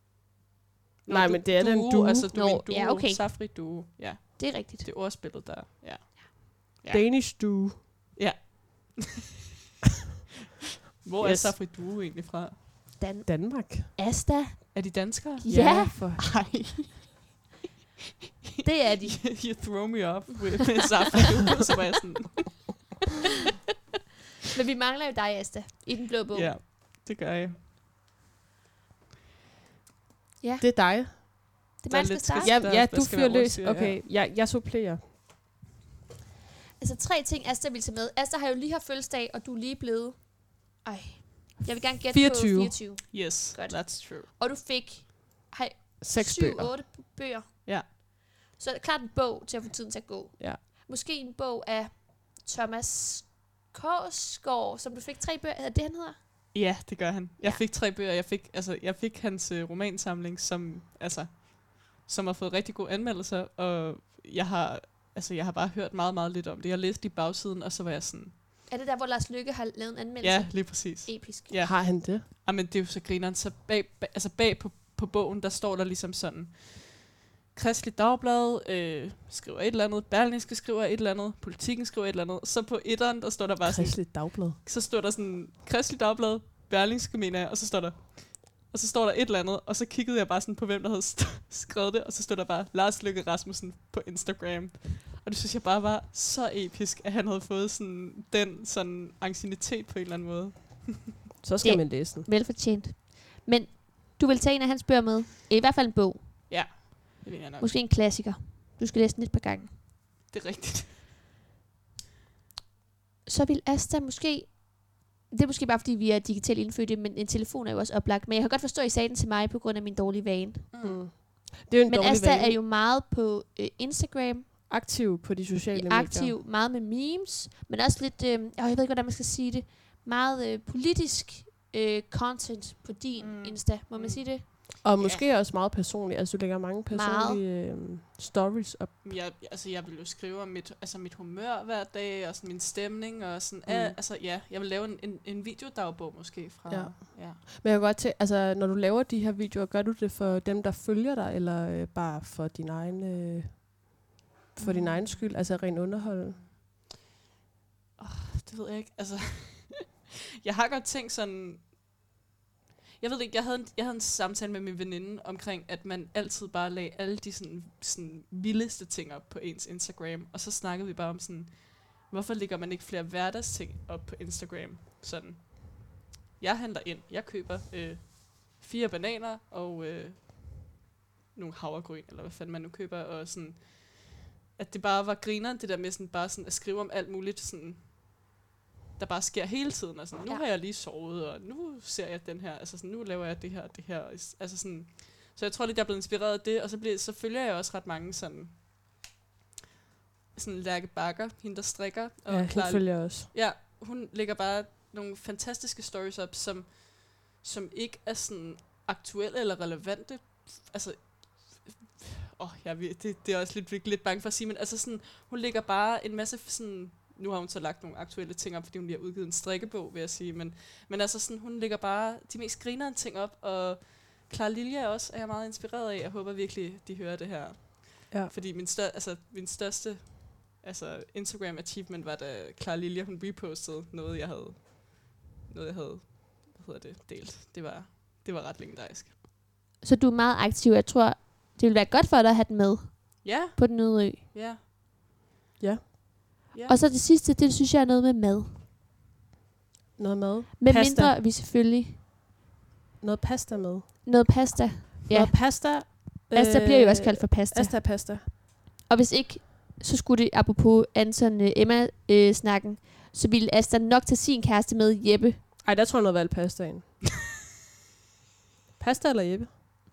Nej, men det er da en duo. Altså, du er en Nå, duo. ja, okay. Safri duo. Ja, Det er rigtigt. det er ordspillet der. Ja. Ja. Danish duo. Hvor er Yes. Safri duo egentlig fra? Danmark. Asta. Er de danskere? Ja, for Ej, det er de. you throw me off with Safri duo. Så var jeg sådan, Men vi mangler jo dig, Asta, i den blå bog. ja, det gør jeg. det er dig. Det Der er er mig, der lidt skal starte. skidt. Ja, Der- ja der du skal fyrer være løs. ordstyr, Okay, jeg supplerer. Altså 3 ting, Asta vil tage med. Asta har jo lige haft fødselsdag, og du er lige blevet... Jeg vil gerne gætte 24. på 24. Yes, Godt. that's true. Og du fik 6 bøger. 7-8 bøger. Ja. Så er det klart en bog til at få tiden til at gå. Ja. Måske en bog af Thomas Korsgaard, som du fik 3 bøger. Er det, han hedder? Ja, det gør han. Jeg Ja. fik 3 bøger. Jeg fik hans romansamling, som har fået rigtig gode anmeldelser, og jeg har bare hørt meget, meget lidt om det. Jeg læste i bagsiden, og så var jeg sådan... Er det der, hvor Lars Løkke har lavet en anmeldelse? Ja, lige præcis. Episk. Ja. Har han det? Men det er jo så grineren. Så bag på bogen, der står der ligesom sådan... Kristelig Dagblad skriver et eller andet, Berlingske skriver et eller andet, Politikken skriver et eller andet. Så på etteren, der står der bare sådan... Kristelig Dagblad. Så står der sådan, Kristelig Dagblad, Berlingske mener jeg, og så står der et eller andet, og så kiggede jeg bare sådan på, hvem der havde skrevet det, og så stod der bare Lars Løkke Rasmussen på Instagram. Og det synes jeg bare var så episk, at han havde fået sådan den sådan anciennitet på en eller anden måde. Så skal man læse den. Velfortjent. Men du vil tage en af hans bøger med. I hvert fald en bog. Ja, det vil jeg nok. Måske en klassiker. Du skal læse den et par gange. Det er rigtigt. Så vil Asta måske... Det er måske bare, fordi vi er digitalt indfødte, men en telefon er jo også oplagt. Men jeg kan godt forstå, at I sagde den til mig på grund af min dårlige vane. Mm. Det er jo en Men dårlig Asta vane. er jo meget på Instagram. Aktiv på de sociale Aktiv, meget med memes. Men også lidt... jeg ved ikke, hvordan man skal sige det. Meget politisk content på din Insta. Må man sige det? Og måske også meget personligt. Altså, du lægger mange personlige stories op. Jeg vil jo skrive om mit humør hver dag, og sådan min stemning, og sådan... Jeg vil lave en videodagbog måske fra... Ja. Ja. Men jeg kan godt til, altså, når du laver de her videoer, gør du det for dem, der følger dig, eller bare for din egen... for din egen skyld, altså ren underhold? Det ved jeg ikke. Altså, jeg har godt tænkt sådan... Jeg ved ikke, jeg havde en samtale med min veninde omkring, at man altid bare lagde alle de sådan vildeste ting op på ens Instagram. Og så snakkede vi bare om sådan, hvorfor lægger man ikke flere hverdagsting op på Instagram? Sådan, jeg handler ind. Jeg køber 4 bananer og nogle havregryn, eller hvad fanden man nu køber. Og sådan, at det bare var grineren, det der med sådan, bare sådan at skrive om alt muligt, sådan, der bare sker hele tiden. Og sådan, nu har jeg lige sovet, og nu ser jeg den her, altså sådan, nu laver jeg det her og det her. Altså sådan, så jeg tror lidt, jeg er blevet inspireret af det, og så følger jeg også ret mange sådan Lærke Bakker, hende der strikker. Og Ja, hende følger jeg også. Ja, hun lægger bare nogle fantastiske stories op, som ikke er sådan aktuelle eller relevante. Altså, det er også lidt bange for at sige, men altså sådan, hun lægger bare en masse sådan... Nu har hun så lagt nogle aktuelle ting op, fordi hun lige har udgivet en strikkebog, vil jeg sige. Men altså sådan, hun lægger bare de mest grinerende ting op, og Clara Lilja også er jeg meget inspireret af. Jeg håber virkelig, de hører det her. Ja. Fordi min største Instagram achievement var, da Clara Lilja, hun repostede noget, jeg havde delt. Det var ret legendarisk. Så du er meget aktiv. Jeg tror, det vil være godt for dig at have den med Ja. på den øde ø. Ja. Ja. Ja. Og så det sidste, det synes jeg er noget med mad. Noget mad? Med Pasta. mindre vi selvfølgelig... Noget pasta med? Noget pasta. Ja. Noget pasta? Asta bliver jo også kaldt for pasta. Asta pasta. Og hvis ikke, så skulle det, apropos Anton Emma-snakken, så ville Asta nok tage sin kæreste med, Jeppe. Ej, der tror jeg noget valgt pastaen. Pasta eller Jeppe?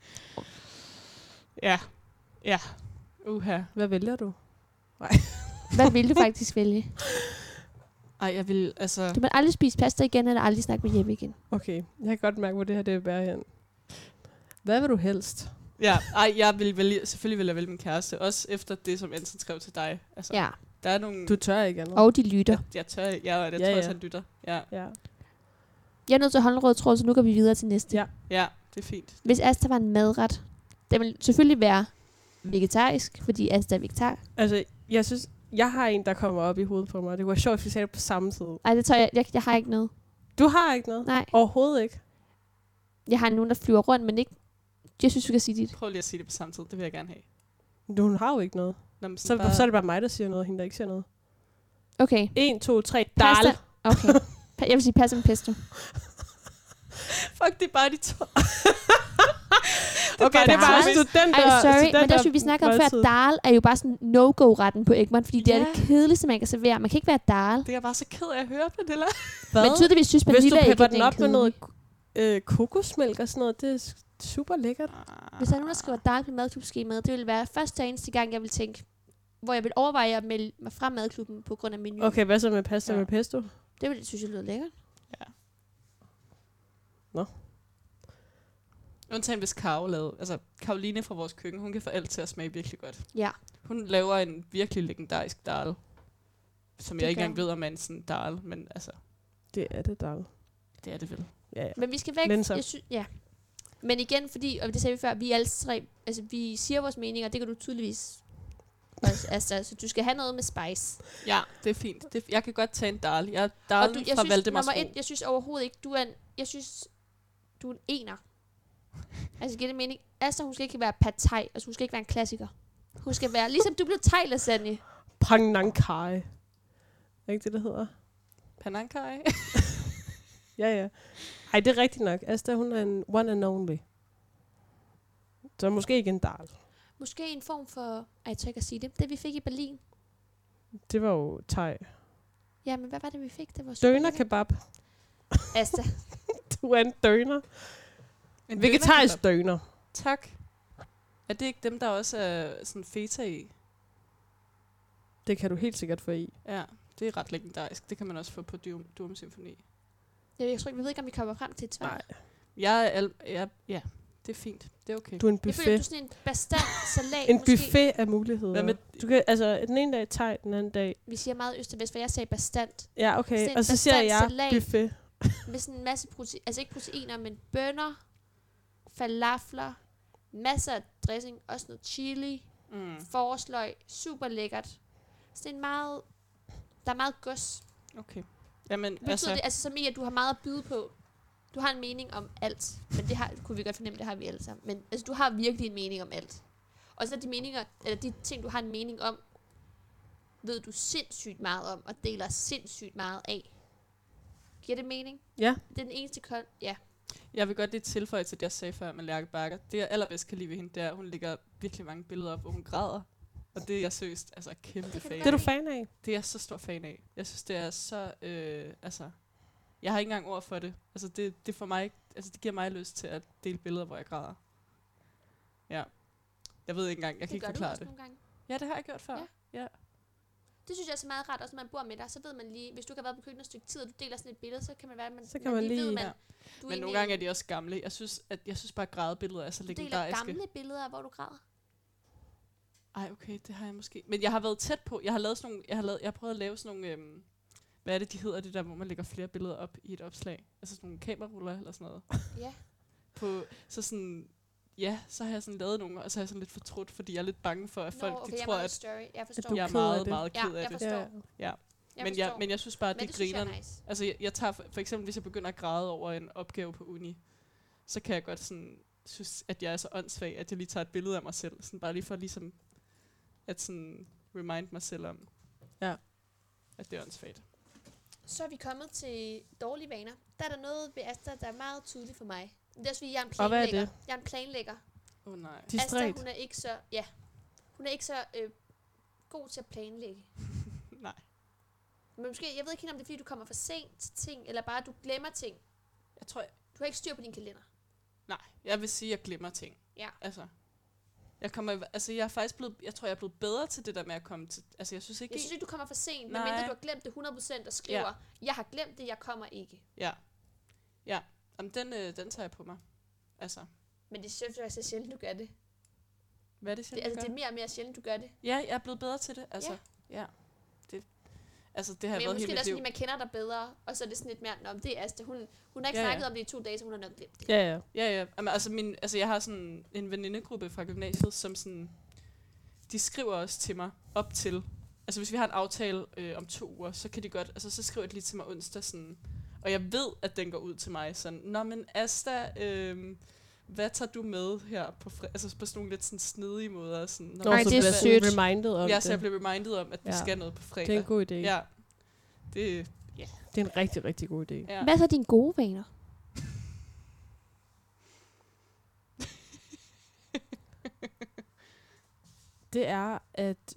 Ja. Ja. Uha. Hvad vælger du? Hvad vil du faktisk vælge? Ej, jeg vil, altså... Du må aldrig spise pasta igen, eller aldrig snakke med Jeppe igen. Okay, jeg kan godt mærke, hvor det her det bærer hen. Hvad vil du helst? Ja, selvfølgelig vil jeg vælge min kæreste, også efter det, som Anton skrev til dig. Altså, Ja. der er nogle... Du tør ikke andet. Og de lytter. Jeg tør, og jeg tror også, han lytter. Ja. Ja. Jeg er nødt til at holde en rød tråd, så nu går vi videre til næste. Ja. Ja, det er fint. Hvis Asta var en madret, det vil selvfølgelig være vegetarisk, fordi Asta er vegetar. Altså, jeg synes, jeg har en, der kommer op i hovedet på mig. Det var sjovt, hvis vi sagde det på samme tid. Ej, det tror jeg har ikke noget. Du har ikke noget? Nej. Overhovedet ikke? Jeg har nogen, der flyver rundt, men ikke... Jeg synes, du kan sige dit. Prøv lige at sige det på samme tid, det vil jeg gerne have. Du har jo ikke noget. Nå, men Så er det bare mig, der siger noget, og hende, der ikke siger noget. Okay. 1, 2, 3, Pasta. dal. Okay. Jeg vil sige pasta med pesto. Fuck, det er bare de to. Okay, det er bare dal. studenter. Ej, sorry, men studenter det er, som vi snakker om før, måltid. dal er jo bare sådan no-go-retten på Egmont, fordi det er Ja. det kedeligste, man kan servere. Man kan ikke være dal. Det er jeg bare så ked af at høre, Pernilla. Hvad? Men tydeligvis synes man Hvis du lille ikke, pepper at den den op med kedelig. noget kokosmælk og sådan noget, det er super lækkert. Hvis der er nogen, der skriver dal på madklubskemaet, det vil være første og eneste gang, jeg vil tænke, hvor jeg vil overveje at melde mig fra madklubben på grund af menuen. Okay, hvad så med pasta med pesto? Det synes jeg lyder lækkert. Undtagen hvis Karo lavede. Altså, Karoline fra vores køkken, hun kan få alt til at smage virkelig godt. Ja. Hun laver en virkelig legendarisk dal, som Det jeg ikke gør engang ved, om er en sådan dal, men altså, Det er det, der. det er det vel. Ja, ja. Men vi skal væk. Men så. Jeg ja. Men igen, fordi, og det sagde vi før, vi er alle tre, altså vi siger vores meninger, det kan du tydeligvis også, altså, du skal have noget med spice. Ja, det er fint. Jeg kan godt tage en dal. Jeg er Og dalen jeg fra synes, Valdemars nummer 1, jeg synes overhovedet ikke, du er en ener. Altså, giver det mening? Altså, hun skal ikke være pad thai, altså hun skal ikke være en klassiker. Hun skal være, ligesom du blev thai-lasagne. Panang Kai. Er ikke det, der hedder? Panang Kai. Ja, ja. Ej, det er rigtigt nok. Asta, hun er en one and only. Så måske ikke en dal. Måske en form for, jeg tør ikke at sige det, det vi fik i Berlin. Det var jo thai. Ja, men hvad var det, vi fik? Det var super Døner lækkert. kebab. Asta. Du er en døner. En Vegetarisk dønerkebab. døner. Tak. Er det ikke dem, der også er sådan feta i? Det kan du helt sikkert få i. Ja, det er ret legendarisk. Det kan man også få på Duum Symfoni. Jeg tror ikke, vi ved ikke, om vi kommer frem til et svar. Nej. Ja, det er fint. Det er okay. Du er en Jeg føler, du er buffet. sådan en bastant salat. En måske. buffet af muligheder. Hvad med Du kan, altså, den ene dag thai, den anden dag. Vi siger meget øst og vest, for jeg sagde bastant. Ja, okay. Sådan en Og så siger bastant jeg salat. buffet. Med sådan en masse proteiner, altså ikke proteiner, men bønner, falafler, masser af dressing, også noget chili, forårsløg, super lækkert. Sådan en meget, der er meget gods. Okay. Jamen, Betyder det, altså som i, at du har meget at byde på? Du har en mening om alt, men det kunne vi godt fornemme, det har vi alle sammen. Men altså, du har virkelig en mening om alt. Og så de meninger, eller de ting, du har en mening om, ved du sindssygt meget om, og deler sindssygt meget af. Giver det mening? Ja. Det er den eneste ja. Jeg vil godt lige tilføje til det, jeg sagde før med Lærke Bakker. Det, jeg allerbedst kan lide ved hende, det er, at hun lægger virkelig mange billeder op, hvor hun græder. Og det er jeg seriøst altså kæmpe Det kan fan du Det er du Nej. fan af? Det er jeg så stor fan af. Jeg synes, det er så... altså, jeg har ikke engang ord for det. Altså, det for mig, altså, det giver mig lyst til at dele billeder, hvor jeg græder. Ja. Jeg ved ikke engang, jeg kan ikke gør du forklare også det. nogle gange. Ja, det har jeg gjort før. Ja. Ja. Det synes jeg er så meget rart, også når man bor med dig, så ved man lige, hvis du ikke har været på køkkenet et stykke tid, og du deler sådan et billede, så kan man være, at man, Så kan man lige- ved, Ja. du Men nogle gange er de også gamle. Jeg synes bare, at grædebilleder er så du deler legendariske. gamle billeder, hvor du græder. Ej, okay, det har jeg måske. Men jeg har været tæt på. Jeg har lavet sådan nogle, jeg har prøvet at lave sådan nogle, hvad er det, de hedder, det der, hvor man lægger flere billeder op i et opslag? Altså sådan nogle kameraruller eller sådan noget. Ja. Så sådan, ja, så har jeg sådan lavet nogle, og så er jeg sådan lidt fortrudt, fordi jeg er lidt bange for, at folk okay, de jeg tror, er meget at story. Jeg forstår. du jeg er ked af meget, det. meget Ja, ked af jeg det. forstår. Ja. Jeg Men forstår. jeg synes bare, at Men det synes jeg griner. er nice. Altså, jeg tager for eksempel, hvis jeg begynder at græde over en opgave på uni, så kan jeg godt sådan, synes, at jeg er så åndssvag, at jeg lige tager et billede af mig selv. Sådan bare lige for ligesom, at sådan remind mig selv om, Ja. at det er åndssvagt. Så er vi kommet til dårlige vaner. Der er der noget ved Asta, der er meget tydeligt for mig. Det er også fordi, jeg er en Og hvad er planlægger. det? Jeg er en planlægger. Nej. Distræt. Asta, hun er ikke så, hun er ikke så god til at planlægge. Nej. Men måske, jeg ved ikke helt, om det er, fordi du kommer for sent til ting, eller bare, du glemmer ting. Jeg tror, Du har ikke styr på din kalender. nej, jeg vil sige, at jeg glemmer ting. Ja. Altså, jeg er faktisk blevet, jeg tror, jeg er blevet bedre til det der med at komme til, altså jeg synes ikke, Jeg synes ikke, du kommer for sent, Nej. medmindre du har glemt det 100% og skriver, jeg har glemt det, jeg kommer ikke. ja. Jamen, den tager jeg på mig. Altså, Men det synes jeg er så sjældent, du gør det. hvad er det, Det er mere og mere sjældent, du gør det. Ja, jeg er blevet bedre til det. Altså, ja. Det har Men jeg været måske hele det er mit også, liv. fordi man kender dig bedre, og så er det sådan lidt mere, nå, det er Asta. Hun har ikke Ja, snakket ja. om det i 2 dage, så hun har nok glemt det. Ja, ja. Ja. Jamen, altså, jeg har sådan en venindegruppe fra gymnasiet, som sådan, de skriver også til mig op til, altså hvis vi har en aftale om 2 uger, så kan de godt, altså så skriver de lige til mig onsdag sådan, og jeg ved, at den går ud til mig sådan, nå, men Asta, hvad tager du med her på altså på sådan nogle lidt sådan snedige måder? Sådan, Nå, Ej, så det er du bliver sødt. sådan reminded om ja, det. så jeg blev reminded om, at vi Ja. skal noget på fredag. Det er en god idé. Ja, det, Det er en rigtig, rigtig god idé. ja. Hvad er så dine gode vaner? Det er, at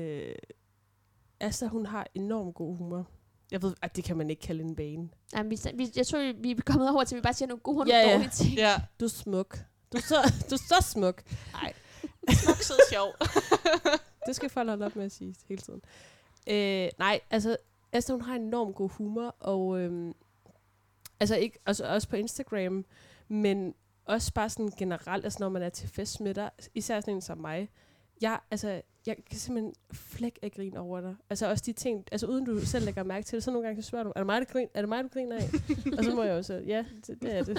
Asta, hun har enormt god humor. Jeg ved, at det kan man ikke kalde en vane. Nej, jeg tror, vi er kommet over til, at vi bare siger nogle gode og Ja, nogle ja. dårlige ting. Ja, Du er smuk. Du er så smuk. smuk, sød, sjov. Det skal folk holde op med at sige hele tiden. Nej, altså, Asta, hun har enormt god humor, og Altså ikke, også på Instagram, men også bare sådan generelt, altså når man er til festmiddag, især sådan en som mig, jeg kan simpelthen flække af grin over dig. Altså også de ting, altså uden du selv lægger mærke til det, så nogle gange så spørger du, er det mig, du griner af? Og så må jeg jo så, ja, det er det.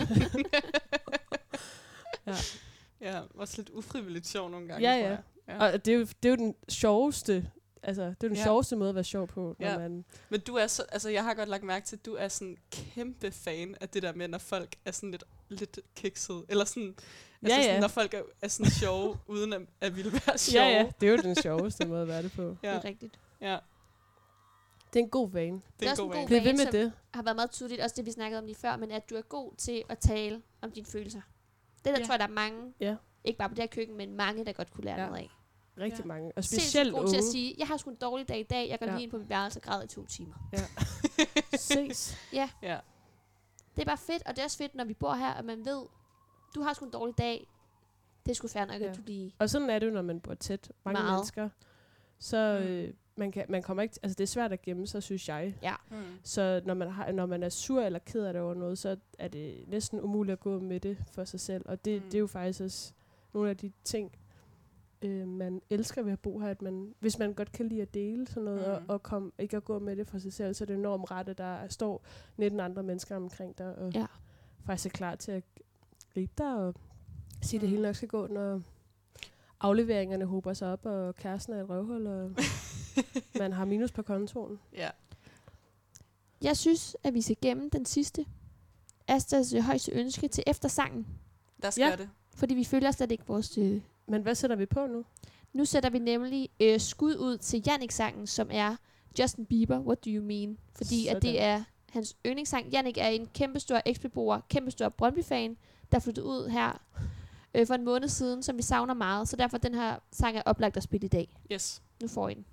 Ja. Ja, også lidt ufrivilligt sjov nogle gange, Ja, tror ja. jeg. Og det er jo den sjoveste, altså det er den sjoveste måde at være sjov på, når man... Men du er så, altså jeg har godt lagt mærke til, at du er sådan kæmpe fan af det der med, når folk er sådan lidt kikset, eller sådan, altså sådan, når folk er sådan sjove, uden at ville være sjove. Ja, det er jo den sjoveste måde at være det på. Det er rigtigt. Ja. Det er en god vane. Det er også en god vane. Bliv ved med som det. har været meget tydeligt, også det vi snakkede om lige før, men at du er god til at tale om dine følelser. Det der tror jeg, der er mange, ikke bare på det her køkken, men mange, der godt kunne lære noget af. Rigtig mange. Og specielt specielt god unge. til at sige, jeg har sgu en dårlig dag i dag, jeg går lige ind på mit værelse og græder i 2 timer. Ja. Ses. Ja. Det er bare fedt, og det er også fedt, når vi bor her, at man ved, du har sgu en dårlig dag. Det er sgu fair nok, at du lige... Og sådan er det jo, når man bor tæt. Mange mennesker. Så man kommer ikke... Altså det er svært at gemme sig, synes jeg. Ja. Så når man er sur eller ked af det over noget, så er det næsten umuligt at gå med det for sig selv. Og det er jo faktisk også nogle af de ting, man elsker ved at bo her, at hvis man godt kan lide at dele sådan noget, og ikke at gå med det for sig selv, så er det enormt ret, at der står 19 andre mennesker omkring dig, og faktisk er klar til at gribe dig, og sige, at det hele nok skal gå, når afleveringerne hober sig op, og kæresten er et røvhul, og man har minus på kontoen. Ja. Jeg synes, at vi skal gemme den sidste Astas højeste ønske til efter sangen. Der skal det. Fordi vi følger slet ikke vores... Men hvad sætter vi på nu? Nu sætter vi nemlig skud ud til Jannik-sangen, som er Justin Bieber, What Do You Mean? Fordi at det er hans yndlingssang. Jannik er en kæmpestor eksbeboer, kæmpestor Brøndby-fan, der flyttede ud her for en måned siden, som vi savner meget. Så derfor den her sang er oplagt at spille i dag. Yes. Nu får I den.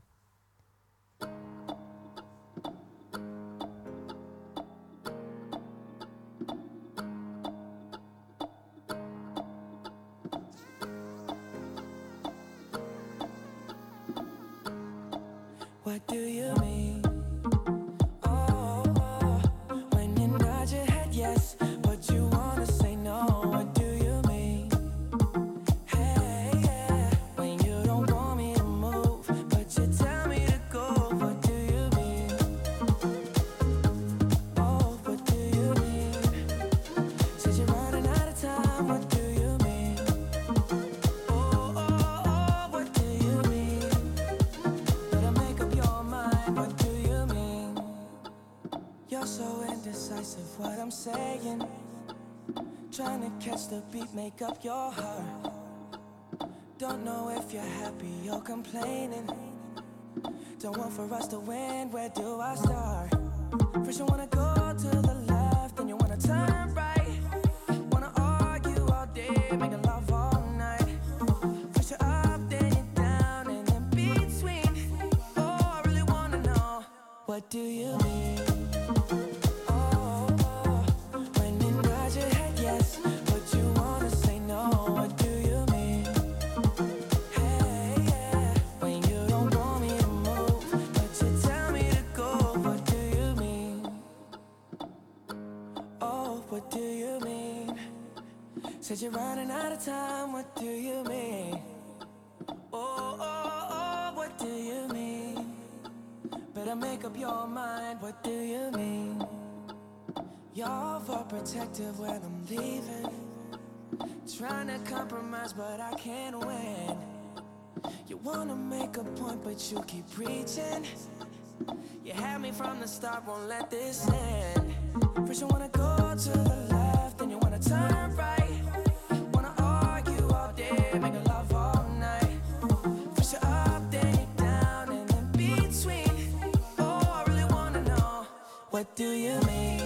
What do you mean? Oh, when you nod your head yes, but you wanna say no. What do you mean? Hey, yeah, when you don't want me to move, but you tell me to go. What do you mean? Oh, what do you mean? Said you're running out of time. What do you mean? Oh, what do you mean? Better make up your mind. What do you mean? You're so indecisive. What I'm saying. Trying to catch the beat, make up your heart. Don't know if you're happy or complaining. Don't want for us to win, where do I start? First you wanna go to the left, then you wanna turn right. Wanna argue all day, making love all night. First you're up, then you're down, and in between. Oh, I really wanna know, what do you mean? When you nod your head yes, but you wanna say no. What do you mean? Hey, yeah, when you don't want me to move, but you tell me to go. What do you mean? Oh, what do you mean? Said you're running out of time. What do you mean? Oh, what do you mean? Better make up your mind. What do you mean? You're overprotective when I'm leaving. Trying to compromise, but I can't win. You wanna make a point, but you keep preaching. You had me from the start, won't let this end. First you wanna go to the left, then you wanna turn right. Wanna argue all day, make love all night. First you're up, then you're down, and in between. Oh, I really wanna know, what do you mean?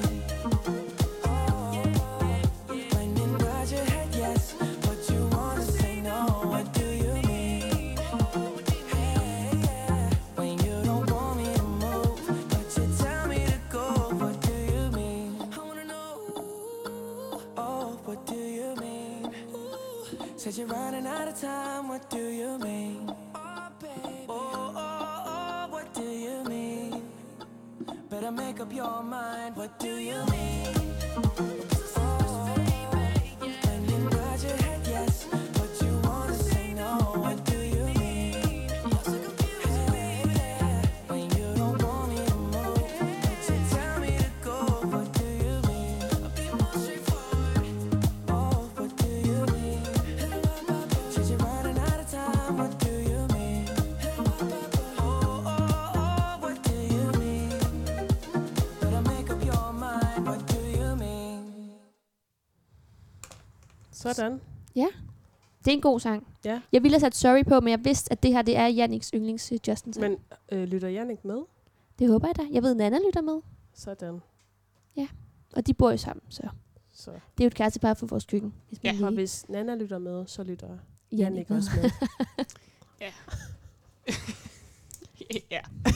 When you nod your head yes, but you wanna say no. What do you mean? Hey, yeah, when you don't want me to move, but you tell me to go. What do you mean? I wanna know. Oh, what do you mean? Said you're running out of time. What do you mean? Oh, baby. Oh, what do you mean? Better make up your mind. What do you mean? Sådan. Det er en god sang. Ja. Jeg ville have sat Sorry på, men jeg vidste, at det her det er Janniks yndlings Justin sang. Men lytter Jannik med? Det håber jeg da. Jeg ved, Nana lytter med. Sådan. Og de bor jo sammen, så Så. det er jo et kærestepar for vores køkken. Hvis man Og lige hvis Nana lytter med, så lytter Jannik Jannik med. også med. Ja.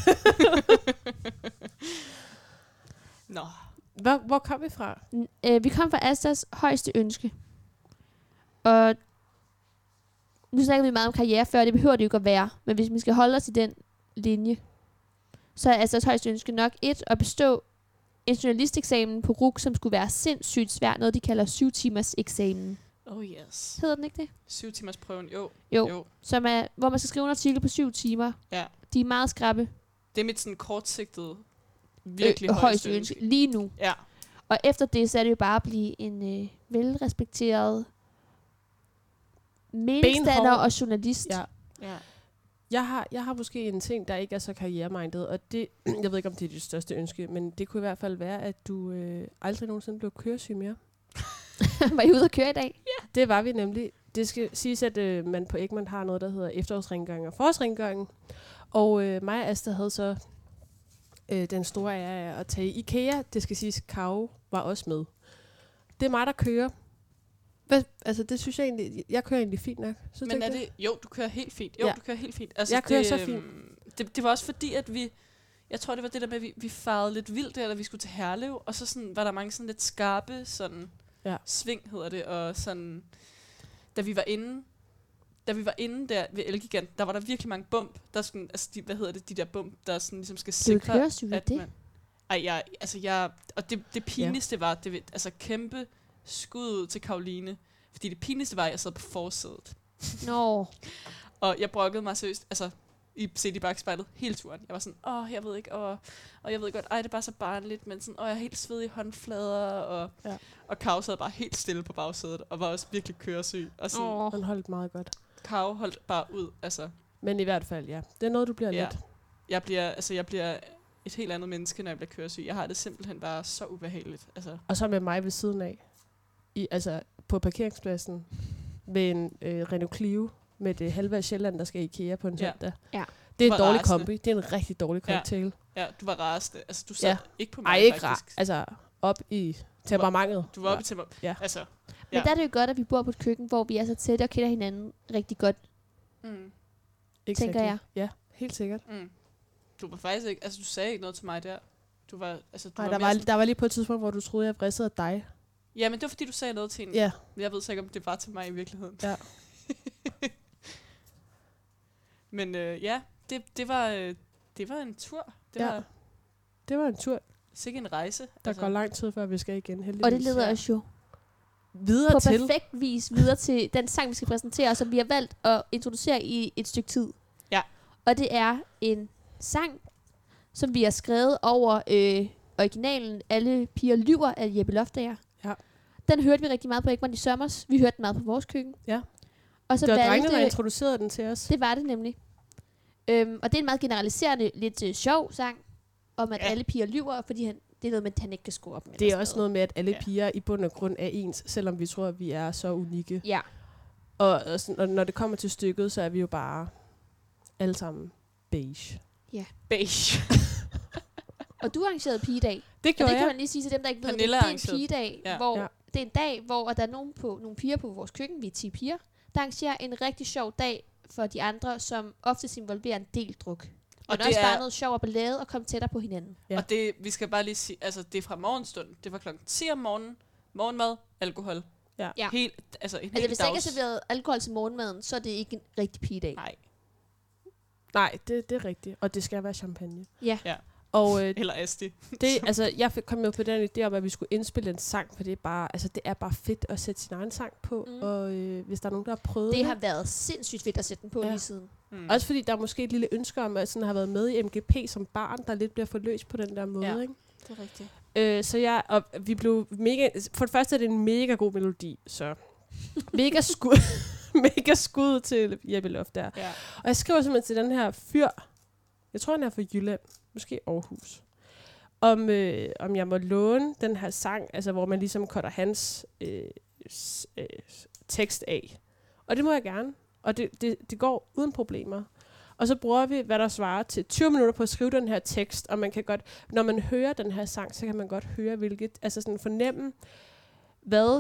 Nå. Hvor kom vi fra? Vi kom fra Astas højeste ønske. Og nu snakker vi meget om karriere før, det behøver det jo ikke at være. Men hvis vi skal holde os i den linje, så er Astas højeste ønske nok at bestå en journalisteksamen på RUC, som skulle være sindssygt svært. Noget, de kalder 7-timers eksamen. Oh yes. Hedder den ikke det? 7 timers prøven, jo. Jo. Som er, hvor man skal skrive en artikel på 7 timer. Ja. De er meget skrappe. Det er mit sådan kortsigtede, virkelig højeste ønske. Lige nu. Ja. Og efter det, så er det jo bare at blive en velrespekteret meningsdanner Benhård. og journalist. Ja. Ja. Jeg har måske en ting, der ikke er så karrieremindet, og det, jeg ved ikke, om det er dit største ønske, men det kunne i hvert fald være, at du aldrig nogensinde blev køresyg mere. Var I ude at køre i dag? Det var vi nemlig. Det skal siges, at man på Egmont har noget, der hedder efterårsrengøring og forårsrengøring. Og mig og Asta havde så den store ære af at tage i IKEA. Det skal siges, Karo var også med. Det er mig, der kører. Altså, det synes jeg egentlig... Jeg kører egentlig fint nok. Synes Men du er ikke det... Jo, du kører helt fint. Jo, Ja. du kører helt fint. Altså, Jeg kører det, så fint. Det var også fordi, at vi... Jeg tror, det var det der med, at vi farede lidt vildt der, da vi skulle til Herlev. Og så sådan, var der mange sådan lidt skarpe sådan, sving, hedder det. Og sådan... Da vi var inde der ved Elgigant, der var der virkelig mange bump. Der skulle, altså, de der bump, der sådan, ligesom skal sikre, køresyg at det? man... Og det pinligste var, kæmpe skud ud til Karoline. Fordi det pinligste var, at jeg sad på forsædet. Nå. Og jeg brokkede mig seriøst, set i bagspejlet hele turen. Jeg var sådan, jeg ved ikke, og jeg ved godt, det er bare så barnligt, men sådan, jeg er helt svedig i håndflader, og Karo sad bare helt stille på bagsædet, og var også virkelig køresyg. Og sådan, Han holdt meget godt. Karo holdt bare ud, Men i hvert fald, ja. Det er noget, du bliver let. Jeg bliver et helt andet menneske, når jeg bliver køresyg. Jeg har det simpelthen bare så ubehageligt. Og så med mig ved siden af. På parkeringspladsen med en Renault Clio med det halve af Sjælland, der skal i IKEA på en søndag. Ja. Det er Du en var dårlig rasende. kombi. Det er en rigtig dårlig cocktail. Ja, du var rasende. Du sad ikke på mig, Ej, ikke faktisk. op i temperamentet. Du var oppe i temperamentet. Ja. Men der er det jo godt, at vi bor på et køkken, hvor vi er så tætte og kender hinanden rigtig godt, tænker jeg. Ja, helt sikkert. Du var faktisk ikke... du sagde ikke noget til mig der. Du var... Der var lige på et tidspunkt, hvor du troede, jeg vrissede af dig. Ja, men det var fordi, du sagde noget til hende. Ja. Jeg ved så ikke, om det var til mig i virkeligheden. Ja. Men det var en tur. Det var en tur. Sikke en rejse. Der går lang tid, før vi skal igen, heldigvis. Og det leder os jo videre på til... perfekt vis videre til den sang, vi skal præsentere, som vi har valgt at introducere i et stykke tid. Ja. Og det er en sang, som vi har skrevet over originalen Alle piger lyver af Jeppe Loftager. Ja. Den hørte vi rigtig meget på Egmont i sommers. Vi hørte den meget på vores køkken. Ja. Og så Det var drengene, der valgte... introducerede den til os. Det var det nemlig. Og det er en meget generaliserende, lidt sjov sang, om at alle piger lyver, fordi det er noget med, at han ikke kan score op med. Det er også noget med, at alle piger i bund og grund er ens, selvom vi tror, at vi er så unikke. Ja. Og når det kommer til stykket, så er vi jo bare alle sammen beige. Ja. Beige. Og du arrangerede pigedag. Det gjorde og det kan jeg. man lige sige til dem, der ikke ved, Pernille det er en arrangerede. pigedag, hvor det er en dag, hvor der er nogle piger på vores køkken, vi er 10 piger, der arrangerer en rigtig sjov dag for de andre, som ofte involverer en del druk. Og det også bare noget sjov og ballade og komme tættere på hinanden. Ja. Og det, vi skal bare lige sige, det er fra morgenstund. Det var klokken 10 om morgenen. Morgenmad, alkohol. Ja. En Altså hvis der ikke er serveret alkohol til morgenmaden, så er det ikke en rigtig pigedag. Nej, det er rigtigt. Og det skal være champagne. Ja. Og eller Asti. jeg kom jo på den idé om, at vi skulle indspille en sang, for det er bare fedt at sætte sin egen sang på. Og hvis der er nogen, der har prøvet det har været sindssygt fedt at sætte den på lige siden. Også fordi der er måske et lille ønske om, at sådan har været med i MGP som barn, der lidt bliver forløst på den der måde. Ikke? Det er rigtigt. Vi blev mega... For det første er det en mega god melodi, så mega skud til Jeppe Loft der. Ja. Og jeg skriver simpelthen til den her fyr, jeg tror han er fra Jylland, måske Aarhus, om jeg må låne den her sang, altså hvor man ligesom cutter hans tekst af. Og det må jeg gerne. Og det går uden problemer. Og så bruger vi, hvad der svarer til 20 minutter på at skrive den her tekst, og man kan godt, når man hører den her sang, så kan man godt høre, hvilket, altså sådan fornemme, hvad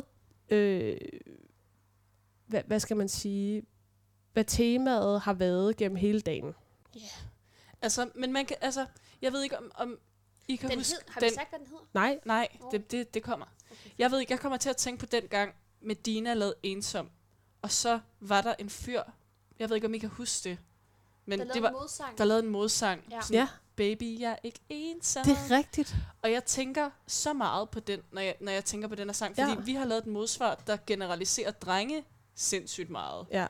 skal man sige, hvad temaet har været gennem hele dagen. Ja. Yeah. Altså, men man kan, altså, jeg ved ikke om I kan huske... Har vi sagt, hvad den hedder? Nej. Det kommer. Okay. Jeg ved ikke, jeg kommer til at tænke på den gang, Medina lavede Ensom, og så var der en fyr, jeg ved ikke, om I kan huske det, men det var, der lavede en modsang. Ja. Sådan, baby, jeg er ikke ensom. Det er rigtigt. Og jeg tænker så meget på den, når jeg tænker på den her sang, fordi vi har lavet et modsvar, der generaliserer drenge sindssygt meget. Ja.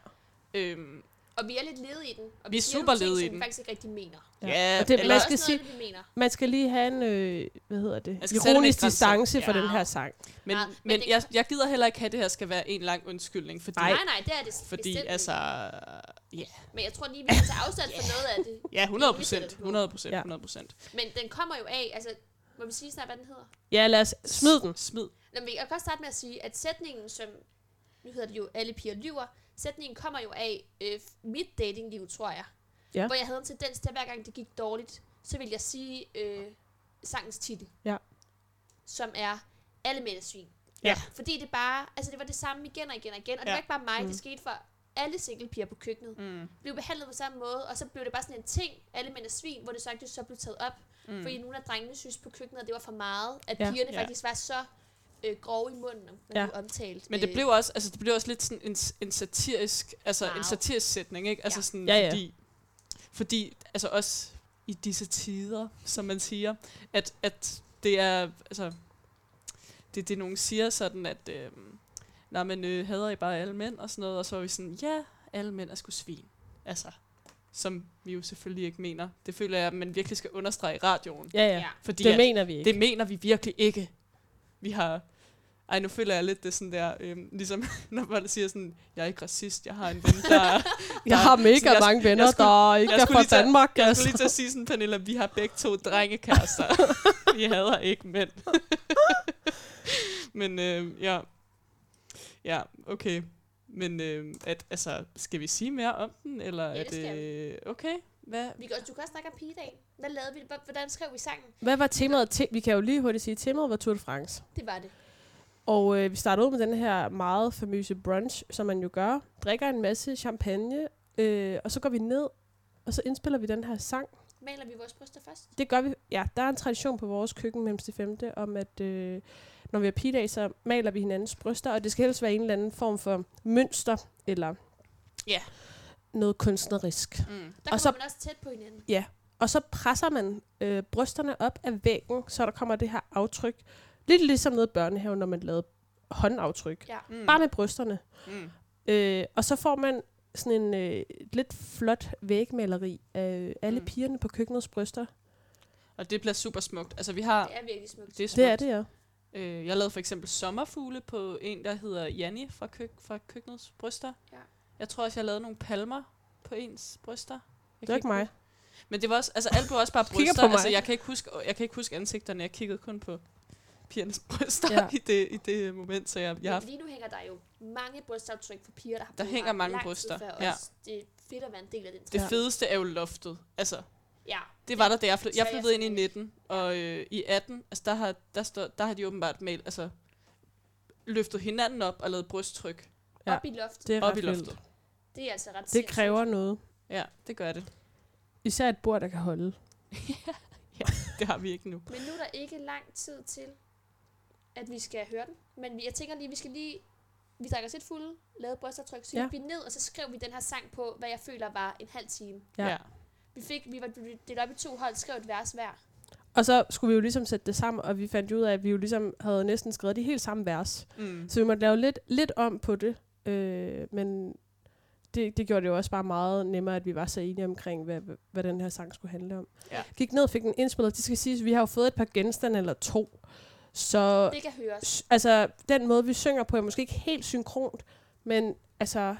Og vi er lidt lede i den. Og vi er super lede i den. Vi faktisk ikke rigtig mener. Ja, og det, eller man skal sige, noget, vi mener. man skal lige have en, ironisk distance for den her sang. Men jeg gider heller ikke have, at det her skal være en lang undskyldning. Fordi, nej, det er det fordi altså, ja. Men jeg tror lige, vi kan tage afstand for noget af det. Ja, 100%. Men den kommer jo af, altså, må vi sige snart, hvad den hedder? Ja, lad os smide den. Jeg kan også starte med at sige, at sætningen, som, nu hedder det jo Alle piger lyver, sætningen kommer jo af mit datingliv, tror jeg. Ja. Hvor jeg havde en tendens til, at hver gang det gik dårligt, så ville jeg sige sangens titel. Ja. Som er Alle mænd er svin. Ja. Fordi det bare, altså det var det samme igen og igen og igen. Og det var ikke bare mig, det skete for alle singlepiger på køkkenet. Blev behandlet på samme måde, og så blev det bare sådan en ting, Alle mænd er svin, hvor det så blev taget op. Fordi nogle af drengene synes på køkkenet, at det var for meget, at pigerne faktisk var så grove i munden, når man blev omtalt. Men det blev også, altså det blev også lidt sådan en satirisk, altså en satirisk sætning, ikke? Altså sådan, fordi altså også i disse tider, som man siger, at det er, altså det nogen siger sådan, at nej, men hader I bare alle mænd og sådan noget, og så er vi sådan, ja, alle mænd er sgu svin. Altså, som vi jo selvfølgelig ikke mener. Det føler jeg, at man virkelig skal understrege i radioen. Ja. Fordi det mener vi ikke. Det mener vi virkelig ikke. Vi har... Ej, nu føler jeg lidt det sådan der, ligesom når man siger sådan, jeg er ikke racist, jeg har en ven, der jeg har mega mange venner, der ikke er fra Danmark. Jeg skulle lige til at sige sådan, Pernilla, vi har begge 2 drengekærester. Vi hader ikke mænd. Men ja, okay. Men altså, skal vi sige mere om den, eller ja, er det okay? Hvad? Du kan også snakke om pigedagen. Hvad lavede vi? Hvordan skrev vi sangen? Hvad var temaet? Vi kan jo lige hurtigt sige, at temaet var Tour de France. Det var det. Og vi startede ud med den her meget famøse brunch, som man jo gør. Drikker en masse champagne, og så går vi ned, og så indspiller vi den her sang. Maler vi vores bryster først? Det gør vi. Ja, der er en tradition på vores køkken mellem det 5. om, at når vi har pigedag, så maler vi hinandens bryster, og det skal helst være en eller anden form for mønster, eller noget kunstnerisk. Der kommer man også tæt på hinanden. Ja, og så presser man brysterne op af væggen, så der kommer det her aftryk. Lidt ligesom noget børnehave, når man lavede håndaftryk. Ja. Bare med brysterne. Og så får man sådan en lidt flot vægmaleri af alle pigerne på køkkenets bryster. Og det bliver super smukt. Altså, vi har... Det er virkelig smukt. Det er det, ja. Jeg lavede for eksempel sommerfugle på en, der hedder Janni fra køkkenets bryster. Ja. Jeg tror også, jeg lavede nogle palmer på ens bryster. Det er ikke mig. Men det var også... Altså, alt blev også bare bryster. Altså, jeg kan ikke huske ansigterne. Jeg kiggede kun på pigernes bryster i det moment, så jeg har... Lige nu hænger der jo mange brystaftryk for piger, der hænger mange bryster. Ja. Det er fedt at være en del af den. Det fedeste er jo loftet. Altså, ja. Det var der, da jeg flyttede ind i 19, og i 18, altså der har de åbenbart løftet hinanden op og lavet brysttryk. Op i loftet. Det er op i loftet. Det er altså ret det kræver noget. Ja, det gør det. Især et bord, der kan holde. Ja, det har vi ikke nu. Men nu er der ikke lang tid til, at vi skal høre den. Men jeg tænker lige, vi drikker os lidt fulde, lavede brystaftryk, så gik vi ned, og så skrev vi den her sang på, hvad jeg føler var en halv time. Ja. Vi var delt op i 2 hold, skrev et vers hver. Og så skulle vi jo ligesom sætte det sammen, og vi fandt ud af, at vi jo ligesom havde næsten skrevet de helt samme vers. Så vi måtte lave lidt om på det. Men det gjorde det jo også bare meget nemmere, at vi var så enige omkring, hvad den her sang skulle handle om. Ja. Gik ned og fik den indspillet. Det skal siges, at vi har jo fået et par genstande eller 2. Så det kan høres. Altså, den måde, vi synger på, er måske ikke helt synkront, men altså...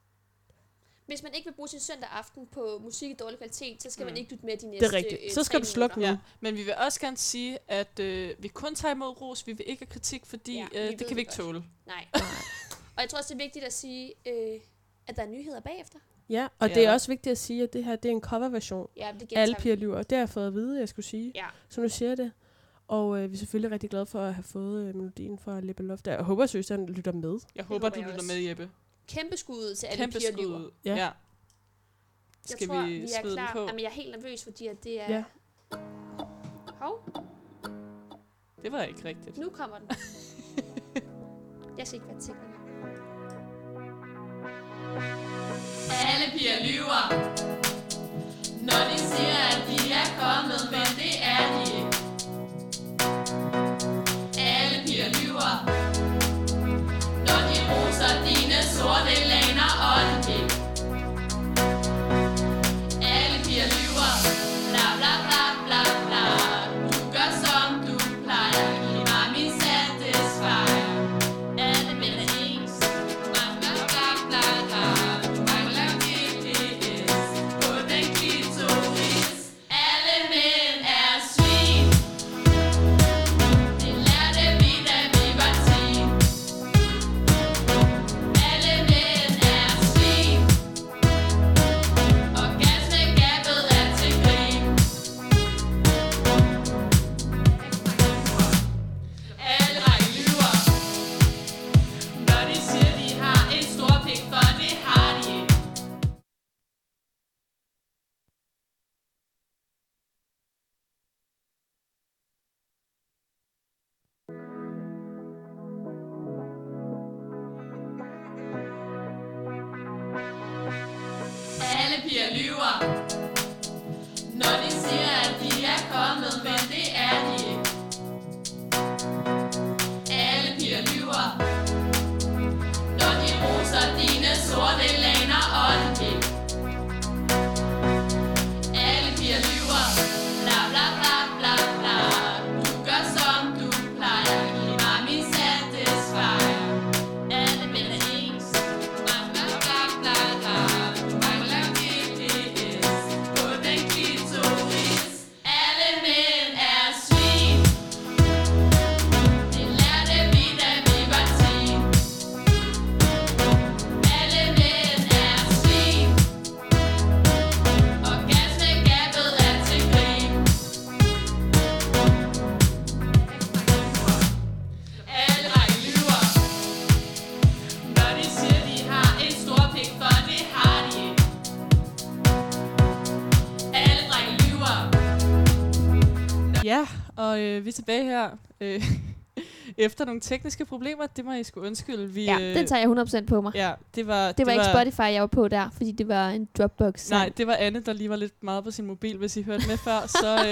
Hvis man ikke vil bruge sin søndag aften på musik i dårlig kvalitet, så skal man ikke lytte med de næste. Det er rigtigt. Så skal du slukke nu. Ja. Men vi vil også gerne sige, at vi kun tager imod ros. Vi vil ikke have kritik, fordi det kan vi ikke tåle. Nej. Og jeg tror også, det er vigtigt at sige, at der er nyheder bagefter. Ja, og det er også vigtigt at sige, at det her det er en coverversion Ja, det af gentager Alle vi. piger lyver. Det har jeg fået at vide, jeg skulle sige. Ja. Så nu siger jeg det. Og vi er selvfølgelig rigtig glade for at have fået melodien fra Lippe Loft. Jeg håber, at han lytter med. Jeg håber, håber du jeg lytter også. med, Jeppe. Kæmpe skud til Alle Kæmpe piger skud. lyver. Ja. Ja. Jeg Skal tror, vi er smide den klar. på? Jamen, jeg er helt nervøs, fordi at det er... Ja. Hov, Det var ikke rigtigt. nu kommer den. Jeg skal ikke være til. Alle piger lyver, når de siger, at de er kommet, men det er de ikke. Alle piger lyver, når de roser dine sorte laner og din pik. Alle piger lyver, bla bla bla bla bla. Du gør som du plejer, giv mig min satisfier. Alle mænd er ens, bla bla bla bla bla. Du mangler GPS på den klitoris. Alle mænd er svin. Det lærte vi, da vi var teen. Alle mænd er svin. Orgasmegabet er til grin. Alle drenge lyver, når de siger, de har en stor pik, for det har de ikke. Alle piger lyver, når de siger, at de er kommet, men det er de ikke. Alle piger lyver, når de roser dine sorte laner og din pik. Alle piger lyver, bla bla bla bla bla. Du gør som du plejer, giv mig min satisfier. Alle mænd er ens, bla bla bla bla bla. Du mangler GPS på den klitoris. Alle mænd er svin. Det lærte vi, da vi var teen. Alle mænd er svin. Orgasmegabet er til grin. Alle drenge lyver, når de siger, de har en stor pik, for det har de ikke. Alle drenge lyver. Ja, og vi er tilbage her. Efter nogle tekniske problemer, det må I sgu undskylde. Vi, Ja, den tager jeg 100% på mig. Ja, det var Ikke Spotify, jeg var på der, fordi det var en Dropbox. Nej, det var Anne, der lige var lidt meget på sin mobil. Hvis I hørte med før,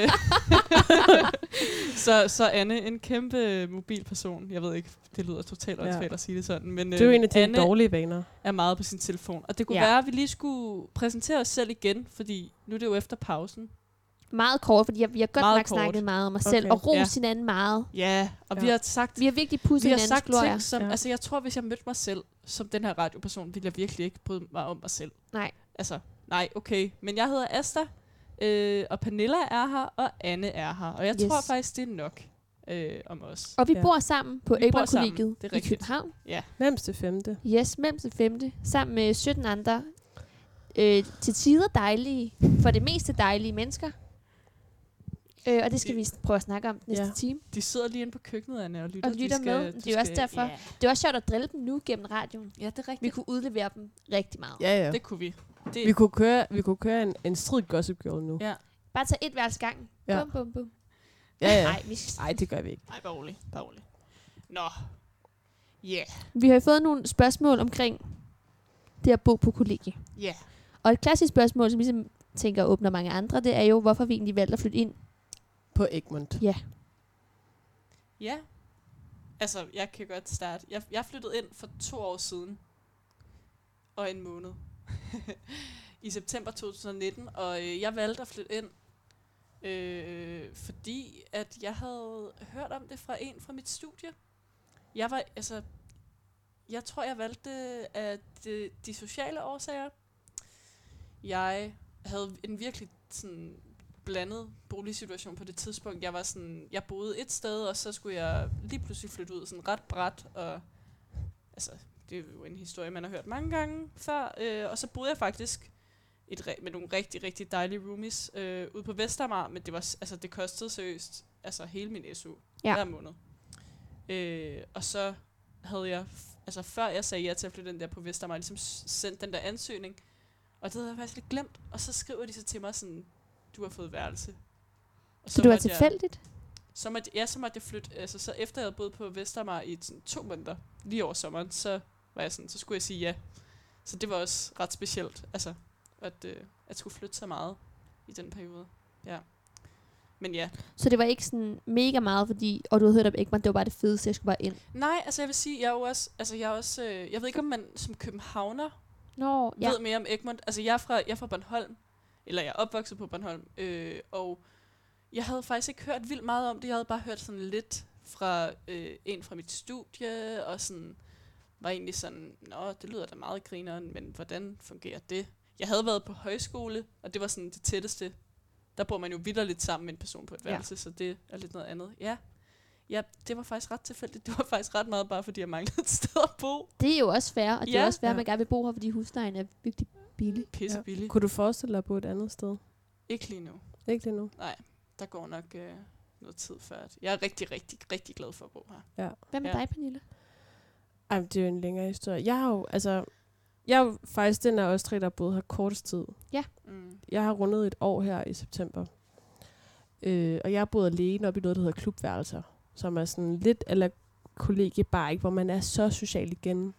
så Anne, en kæmpe mobilperson. Jeg ved ikke, det lyder totalt åndssvagt at sige det sådan. Men, Det er jo en af dine Anne dårlige vaner. er meget på sin telefon. Og det kunne Ja. være, at vi lige skulle præsentere os selv igen, fordi nu er det jo efter pausen. Meget kort, fordi vi har godt Meget nok kort. snakket meget om os selv, Okay. og ros Ja. hinanden meget. Ja, og Ja. vi har sagt... Vi har virkelig pudset Vi har hinandens sagt glorier. ting, som... Ja. Altså, jeg tror, hvis jeg mødte mig selv som den her radioperson, ville jeg virkelig ikke bryde mig om mig selv. Nej. Altså, nej, okay. Men jeg hedder Asta, og Pernilla er her, og Anne er her. Og jeg Yes. tror faktisk, det er nok om os. Og vi Ja. bor sammen på Vi bor sammen, Egmont-kollegiet det er i rigtigt. København. Hvem's det 5. Yes, mellem til 5. Sammen med 17 andre til tider dejlige, for det meste dejlige mennesker. Og det skal vi prøve at snakke om den næste Ja. time. De sidder lige inde på køkkenet, Anne, og lytter. Og lytter med. Det er jo også derfor. Ja, Det er også sjovt at drille dem nu gennem radioen. ja, det er rigtigt. Vi kunne udlevere dem rigtig meget. Ja, ja. Det kunne vi. Det, Vi kunne køre en strid Gossip Girl nu. Ja. Bare tage et hvert gang. Ja. Bum, bum, bum. Ja, ja. Nej, Nej, det gør vi ikke. Ej, bare rolig. Bare rolig. Nå. Ja. vi har jo fået nogle spørgsmål omkring det at bo på kollegie. Ja. Og et klassisk spørgsmål, som ligesom tænker åbner mange andre, det er jo, hvorfor vi egentlig valgte at flytte ind. På Egmont. Ja. Ja. Altså, jeg kan godt starte. Jeg flyttede ind for 2 år siden. Og en måned. I september 2019. Og jeg valgte at flytte ind. Fordi at jeg havde hørt om det fra en fra mit studie. Jeg tror, jeg valgte af de sociale årsager. Jeg havde en virkelig sådan blandet boligsituation på det tidspunkt. Jeg boede et sted, og så skulle jeg lige pludselig flytte ud sådan ret brat, og altså det er jo en historie, man har hørt mange gange før. Og så boede jeg faktisk med nogle rigtig, rigtig dejlige roomies ude på Vestamager, men det kostede seriøst hele min SU hver måned. Og så havde jeg, før jeg sagde ja til at flytte den der på Vestamager, ligesom sendt den der ansøgning, og det havde jeg faktisk lidt glemt, og så skriver de så til mig sådan, du har fået værelse. Og Så du var tilfældigt? Så måtte jeg flytte, så efter jeg havde boet på Vestamager i 2 måneder, lige over sommeren, så var jeg sådan, så skulle jeg sige ja. Så det var også ret specielt, at skulle flytte så meget i den periode. Ja. Men ja. Så det var ikke sådan mega meget, og du havde hørt om Egmont, det var bare det fedeste, jeg skulle bare ind? Nej, jeg vil sige, jeg ved ikke, om man som københavner ved mere om Egmont. Altså, jeg er fra Bornholm, eller jeg er opvokset på Bornholm, og jeg havde faktisk ikke hørt vildt meget om det. Jeg havde bare hørt sådan lidt fra en fra mit studie, og sådan var egentlig sådan, det lyder da meget grineren, men hvordan fungerer det? Jeg havde været på højskole, og det var sådan det tætteste. Der bor man jo vitterligt sammen med en person på et værelse, så det er lidt noget andet. Ja, det var faktisk ret tilfældigt. Det var faktisk ret meget bare, fordi jeg manglede et sted at bo. Det er jo også fair, og det er også fair, at man gerne vil bo her, fordi huslejen er virkelig billig. Pisse billig. Kunne du forestille dig at bo et andet sted? Ikke lige nu. Ikke lige nu? Nej, der går nok noget tid før. Jeg er rigtig, rigtig, rigtig glad for at bo her. Ja. Hvad med dig, Pernille? Ej, det er jo en længere historie. Jeg er jo faktisk den af os tre, der har boet her kortest tid. Ja. Jeg har rundet et år her i september. Og jeg har boet alene op i noget, der hedder klubværelser, som er sådan lidt eller kollegie, bare ikke, hvor man er så social igen.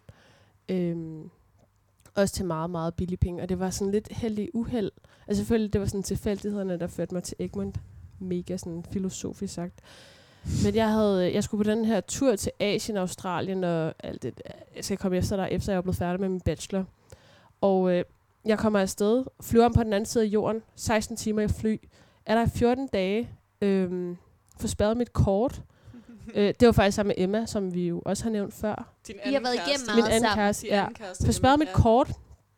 Også til meget, meget billige penge. Og det var sådan lidt heldig uheld. Altså selvfølgelig, det var sådan tilfældighederne, der førte mig til Egmont. Mega sådan filosofisk sagt. Men jeg skulle på den her tur til Asien, Australien og alt det. Jeg skal komme efter dig, efter jeg er blevet færdig med min bachelor. Og jeg kommer afsted, flyver om på den anden side af jorden, 16 timer i fly. Er der 14 dage, får spadet mit kort. Det var faktisk sammen med Emma, som vi jo også har nævnt før. I har været igennem Min meget anden sammen. kæreste, ja. Får spadet mit kort,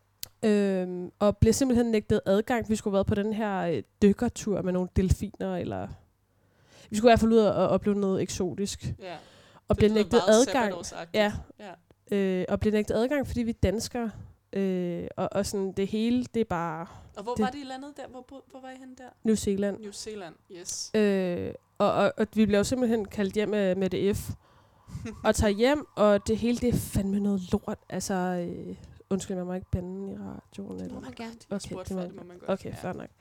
og blev simpelthen nægtet adgang. Vi skulle have været på den her dykkertur med nogle delfiner, eller vi skulle i hvert fald ud og opleve noget eksotisk. Ja. Og blev nægtet adgang. Ja. Og blev nægtet adgang, fordi vi er danskere. Og sådan det hele, det er bare... Og hvor var det i landet der? Hvor var I henne der? New Zealand. New Zealand, yes. Og vi blev jo simpelthen kaldt hjem med det F. Og tager hjem, og det hele, det er fandme noget lort. Altså, undskyld, man må ikke bande i radioen. Det Eller? må man gerne. Okay, det må man godt. Okay, fair nok.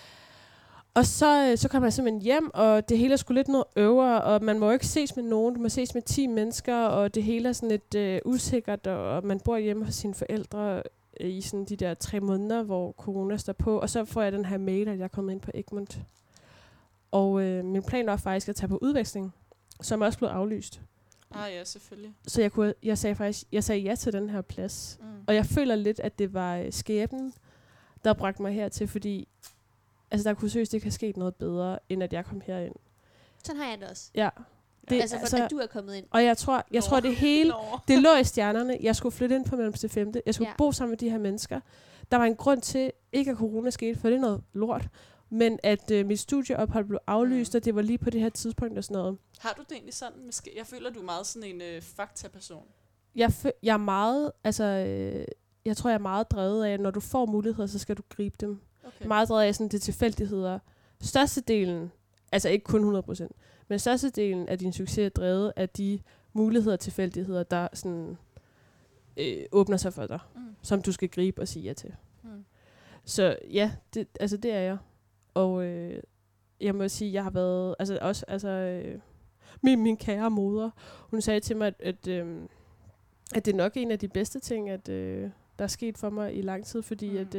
Og så kommer jeg simpelthen hjem, og det hele er sgu lidt noget øvre, og man må jo ikke ses med nogen, du må ses med 10 mennesker, og det hele er sådan lidt usikkert, og man bor hjemme hos sine forældre i sådan de der 3 måneder, hvor corona står på, og så får jeg den her mail, at jeg er kommet ind på Egmont. Og min plan var faktisk at tage på udveksling, som også blev aflyst. Ja, selvfølgelig. Så jeg sagde ja til den her plads, og jeg føler lidt, at det var skæbnen, der bragte mig hertil, fordi altså, der kunne seriøst ikke have sket noget bedre, end at jeg kom herind. Sådan har jeg det også. Ja. Det, altså, at du er kommet ind. Og jeg tror det hele, det lå i stjernerne. Jeg skulle flytte ind på Mellemste 5. Jeg skulle bo sammen med de her mennesker. Der var en grund til, ikke at corona skete, for det er noget lort. Men at mit studieophold blev aflyst, og det var lige på det her tidspunkt og sådan noget. Har du det egentlig sådan? Jeg føler, du er meget sådan en faktaperson. Jeg er meget, jeg tror, jeg er meget drevet af, at når du får muligheder, så skal du gribe dem. Okay. Meget drevet af sådan det tilfældigheder. Størstedelen, altså ikke kun 100%, men størstedelen af din succes er drevet af de muligheder og tilfældigheder, der sådan åbner sig for dig, som du skal gribe og sige ja til. Så ja, det er jeg. Og jeg må sige, jeg har været, min kære moder, hun sagde til mig, at det er nok en af de bedste ting, at der er sket for mig i lang tid, fordi at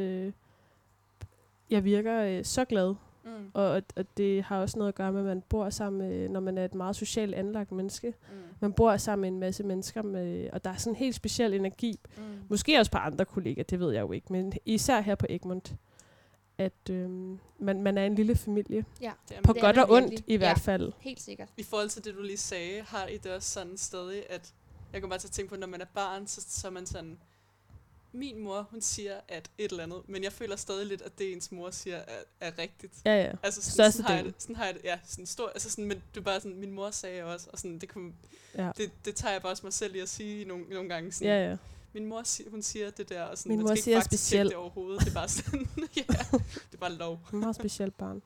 jeg virker så glad. Og det har også noget at gøre med, at man bor sammen, når man er et meget socialt anlagt menneske. Man bor sammen med en masse mennesker, og der er sådan en helt speciel energi. Måske også på andre kolleger, det ved jeg jo ikke, men især her på Egmont, at man er en lille familie. Ja. På godt og ondt i hvert fald. Helt sikkert. I forhold til det, du lige sagde, har I det også sådan stadig, at jeg kan bare til at tænke på, når man er barn, så er man sådan, min mor, hun siger, at et eller andet, men jeg føler stadig lidt, at det, ens mor siger, er rigtigt. Ja, ja. Altså Største sådan har jeg del. det, sådan har jeg det, ja, sådan stor, altså sådan, men det er bare sådan, min mor sagde også, og sådan, Ja. det tager jeg bare også mig selv i at sige nogle gange, sådan, Ja, ja. min mor, hun siger det der, og sådan, Min man mor skal siger ikke faktisk speciel. det overhovedet, det er bare sådan, ja, det er bare lov. Hun er meget specielt barn.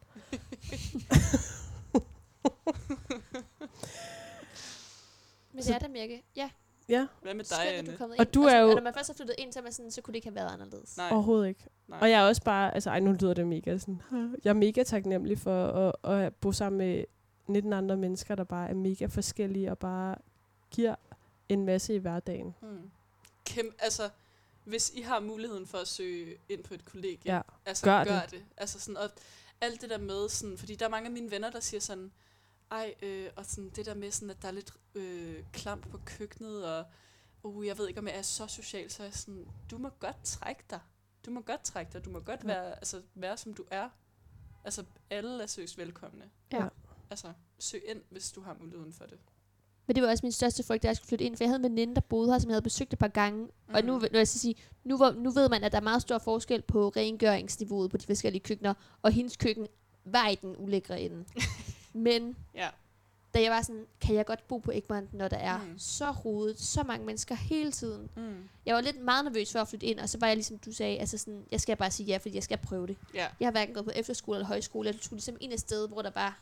Men det er der, Mirke. Ja, Ja, Hvad med dig, skønt, at du Anne? er kommet Og ind. du er jo- Når man først har flyttet ind, så, er man sådan, så kunne det ikke have været anderledes. Nej, overhovedet ikke. nej. Og jeg er også bare, altså ej, nu lyder det mega sådan, jeg er mega taknemmelig for at bo sammen med 19 andre mennesker, der bare er mega forskellige og bare giver en masse i hverdagen. Altså, hvis I har muligheden for at søge ind på et kollegie, Ja, altså gør gør det. det. Altså sådan, og alt det der med, sådan, fordi der er mange af mine venner, der siger sådan, og sådan det der med sådan, at der er lidt klamt på køkkenet, og jeg ved ikke, om jeg er så social, så er jeg sådan, du må godt trække dig. Du må godt være, som du er. Altså, alle er seriøst velkomne. Ja. Altså, søg ind, hvis du har muligheden for det. Men det var også min største frygt, da jeg skulle flytte ind, for jeg havde en veninde, der boede her, som jeg havde besøgt et par gange. Og nu vil jeg sige, nu ved man, at der er meget stor forskel på rengøringsniveauet på de forskellige køkkener, og hendes køkken var i den ulækre ende. Men Ja. da jeg var sådan, kan jeg godt bo på Egmont, når der er så rodet, så mange mennesker hele tiden. Jeg var lidt meget nervøs for at flytte ind, og så var jeg ligesom du sagde, altså sådan, jeg skal bare sige ja, fordi jeg skal prøve det. Ja. Jeg har hverken gået på efterskole eller højskole, jeg skulle ligesom ind et sted, hvor der var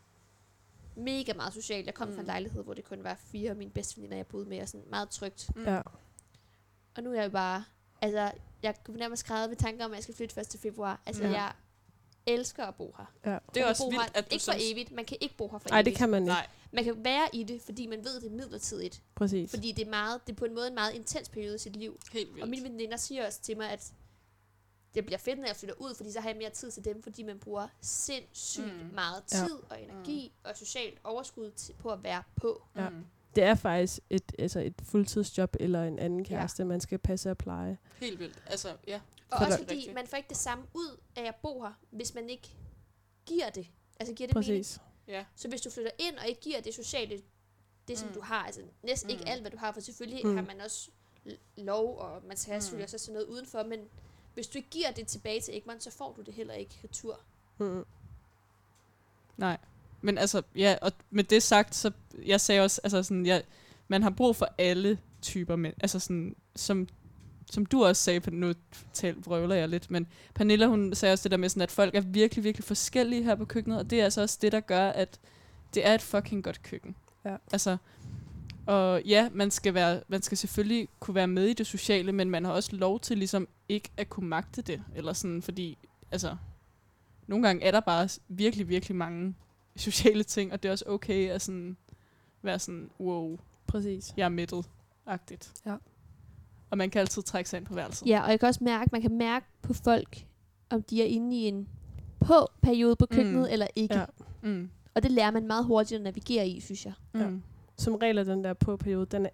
mega meget socialt. Jeg kom fra en lejlighed, hvor det kun var 4 af mine bedste veninder, jeg boede med, og sådan meget trygt. Ja. Og nu er jeg jo bare, altså, jeg kunne nærmest græde ved tanker om, at jeg skal flytte 1. februar. Altså, jeg elsker at bo her. Ja. Det er Man også kan bo vildt, her, at du ikke for evigt, man kan ikke bo her for Nej, evigt. det kan man ikke. Nej. Man kan være i det, fordi man ved, det er midlertidigt. Præcis. Fordi det er på en måde en meget intens periode i sit liv. Helt vildt. Og mine veninder siger også til mig, at det bliver fedt, når jeg flytter ud, fordi så har jeg mere tid til dem, fordi man bruger sindssygt meget tid og energi og socialt overskud på at være på. Ja. Det er faktisk et fuldtidsjob eller en anden kæreste, man skal passe og pleje. Helt vildt. Altså, ja. Og For også der- fordi rigtigt. man får ikke det samme ud af at bo her, hvis man ikke giver det. Altså giver det mening. Præcis. Ja. Så hvis du flytter ind og ikke giver det sociale, det som du har, altså næsten ikke alt, hvad du har, for selvfølgelig har man også lov, og man skal have selvfølgelig også sådan noget udenfor, men hvis du ikke giver det tilbage til Egmont, så får du det heller ikke retur. Nej. Men altså, ja, og med det sagt, så jeg sagde også, altså sådan, man har brug for alle typer mænd. Altså sådan, som du også sagde, nu vrøvler jeg lidt, men Pernilla, hun sagde også det der med sådan, at folk er virkelig, virkelig forskellige her på køkkenet, og det er altså også det, der gør, at det er et fucking godt køkken. Ja. Altså, og ja, man skal selvfølgelig kunne være med i det sociale, men man har også lov til ligesom ikke at kunne magte det, eller sådan, fordi, altså, nogle gange er der bare virkelig, virkelig mange sociale ting, og det er også okay at sådan være sådan, wow, Præcis. jeg er mættet-agtigt. Ja. Og man kan altid trække sig ind på værelset. Ja, og jeg kan også mærke, man kan mærke på folk, om de er inde i en periode på køkkenet, eller ikke. Ja. Mm. Og det lærer man meget hurtigt at navigere i, synes jeg. Ja. Som regel er den der på-periode, den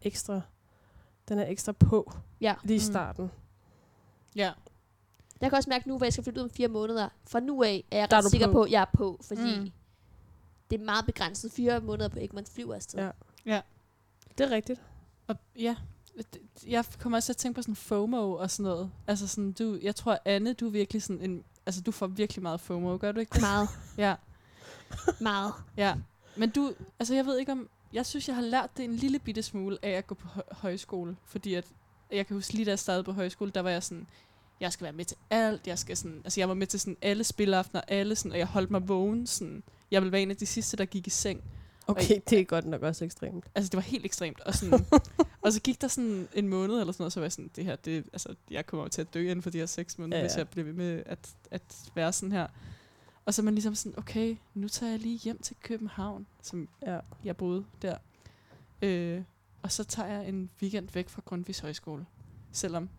er ekstra på lige i starten. Ja. Jeg kan også mærke nu, hvor jeg skal flytte ud om 4 måneder. Fra nu af er jeg Der er ret du sikker på. på, at jeg er på, fordi det er meget begrænset. 4 måneder på Egmont flyver afsted. Ja. Ja. Det er rigtigt. Og ja, jeg kommer også til at tænke på sådan FOMO og sådan noget. Altså sådan, jeg tror, Anne, du er virkelig sådan altså du får virkelig meget FOMO, gør du ikke det? Meget. Ja. Meget. Ja. Men altså jeg ved ikke om, jeg synes, jeg har lært det en lille bitte smule af at gå på højskole. Fordi at, jeg kan huske lige da jeg startede på højskole, der var jeg sådan, jeg skal være med til alt, jeg var med til sådan alle spilleaftener, og jeg holdt mig vågen, sådan, jeg ville være en af de sidste, der gik i seng. Okay, det er godt nok også ekstremt. Altså, det var helt ekstremt. Og, sådan, og så gik der sådan en måned eller sådan noget, så var jeg sådan, jeg kommer jo til at dø inden for de her 6 måneder, hvis jeg bliver ved med at være sådan her. Og så er man ligesom sådan, okay, nu tager jeg lige hjem til København, som jeg boede der. Og så tager jeg en weekend væk fra Grundtvigs Højskole. Selvom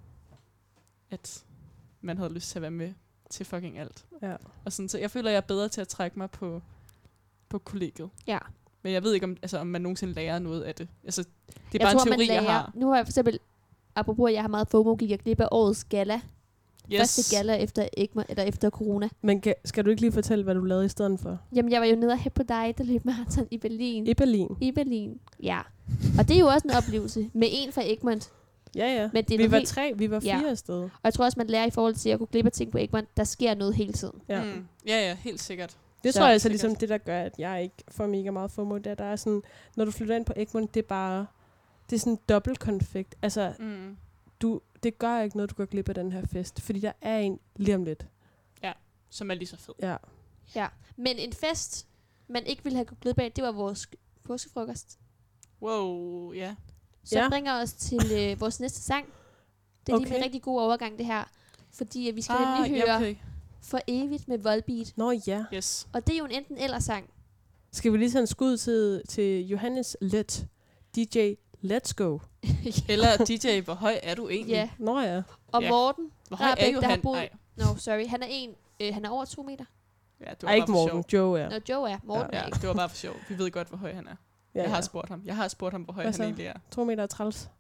at man havde lyst til at være med til fucking alt. Ja. Og sådan, så jeg føler, jeg er bedre til at trække mig på kollegiet. Ja. Men jeg ved ikke, om man nogensinde lærer noget af det. Altså, det er Jeg bare tror, en teori, man jeg har. Nu har jeg for eksempel, apropos at jeg har meget FOMO, gik jeg glip af årets gala. Første gala efter corona. Men skal du ikke lige fortælle, hvad du lavede i stedet for? Jamen, jeg var jo nede og hæppe på dig, der løb maraton i Berlin. I Berlin? I Berlin, ja. Og det er jo også en oplevelse med en fra Egmont. Ja. Men det er Vi noget var helt- 3, vi var 4 afsted. Og jeg tror også, man lærer i forhold til at kunne glip af ting på Egmont, der sker noget hele tiden. Ja. Ja, helt sikkert. Det Så- tror jeg altså Sikkert. ligesom det, der gør, at jeg ikke får mega meget FOMO. Der er sådan, når du flytter ind på Egmont, det er sådan en dobbelt konflikt. Altså, det gør ikke noget, du går glip af den her fest, fordi der er en lige om lidt. Som er lige så fed. Ja. Ja. Men en fest, man ikke ville have gået glip af, det var vores påskefrokost. Wow, ja. Så Ja. bringer os til vores næste sang. Det er lige Okay. en rigtig god overgang, det her. Fordi vi skal nemlig høre okay. For evigt med Volbeat. Nå ja. Yes. Og det er jo en enten eller sang. Skal vi lige sende skud til Johannes Let, DJ Let's Go. Eller DJ, hvor høj er du egentlig? Ja. Nå ja. Og Ja. Morten, Hvor høj er Rahbek, der har Johan? boet... Ej. No, sorry. Han er over 2 meter. Ja, det Ej, var ikke bare for Morten. sjov. Joe er. Nå, Joe er. Morten er Ja, ikke. det var bare for sjov. Vi ved godt, hvor høj han er. Ja, Jeg har spurgt ham. Hvor høj Hvad han så? egentlig er. 2 meter og træls.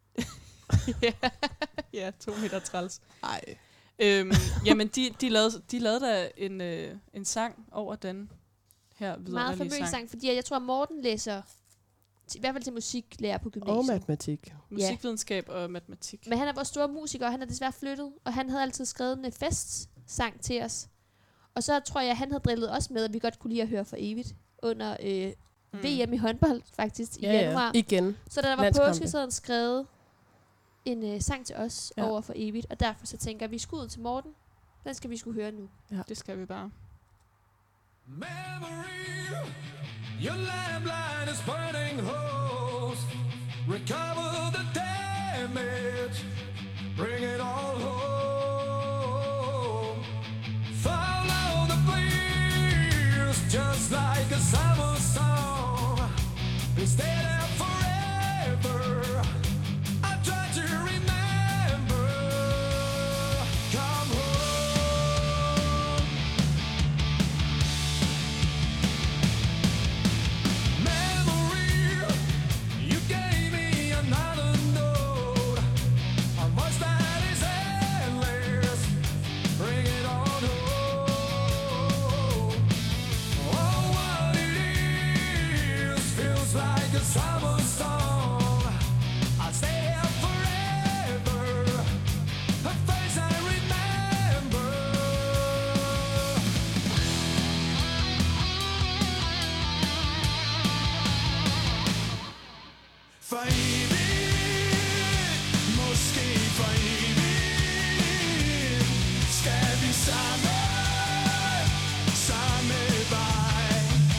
Ja, 2 meter træls. Ej. Jamen, de lavede da en sang over den her Meget vidunderlige famøs sang. sang, fordi jeg tror, at Morten læser... I hvert fald til musiklærer på Og gymnasiet. matematik. Musikvidenskab og matematik. Men han er vores store musiker, og han er desværre flyttet. Og han havde altid skrevet en festsang til os. Og så tror jeg, at han havde drillet os med, at vi godt kunne lide at høre For evigt. Under VM i håndbold, faktisk, i januar. Igen. Så da der var Landskampe. påske, så havde han skrevet en sang til os Ja. over For evigt. Og derfor så tænker vi skud til Morten. Den skal vi skulle høre nu. Det skal vi bare. Memory, your landline is burning holes. Recover the damage, bring it all home. Follow the bleeds, just like a summer song. We stay there forever. I try to remember. Come home. Memory, you gave me another note. A voice that is endless. Bring it on home. Oh, what it is feels like a summer song. I'll stay here forever. A face I remember. For evigt, måske for evigt, skal vi samme vej.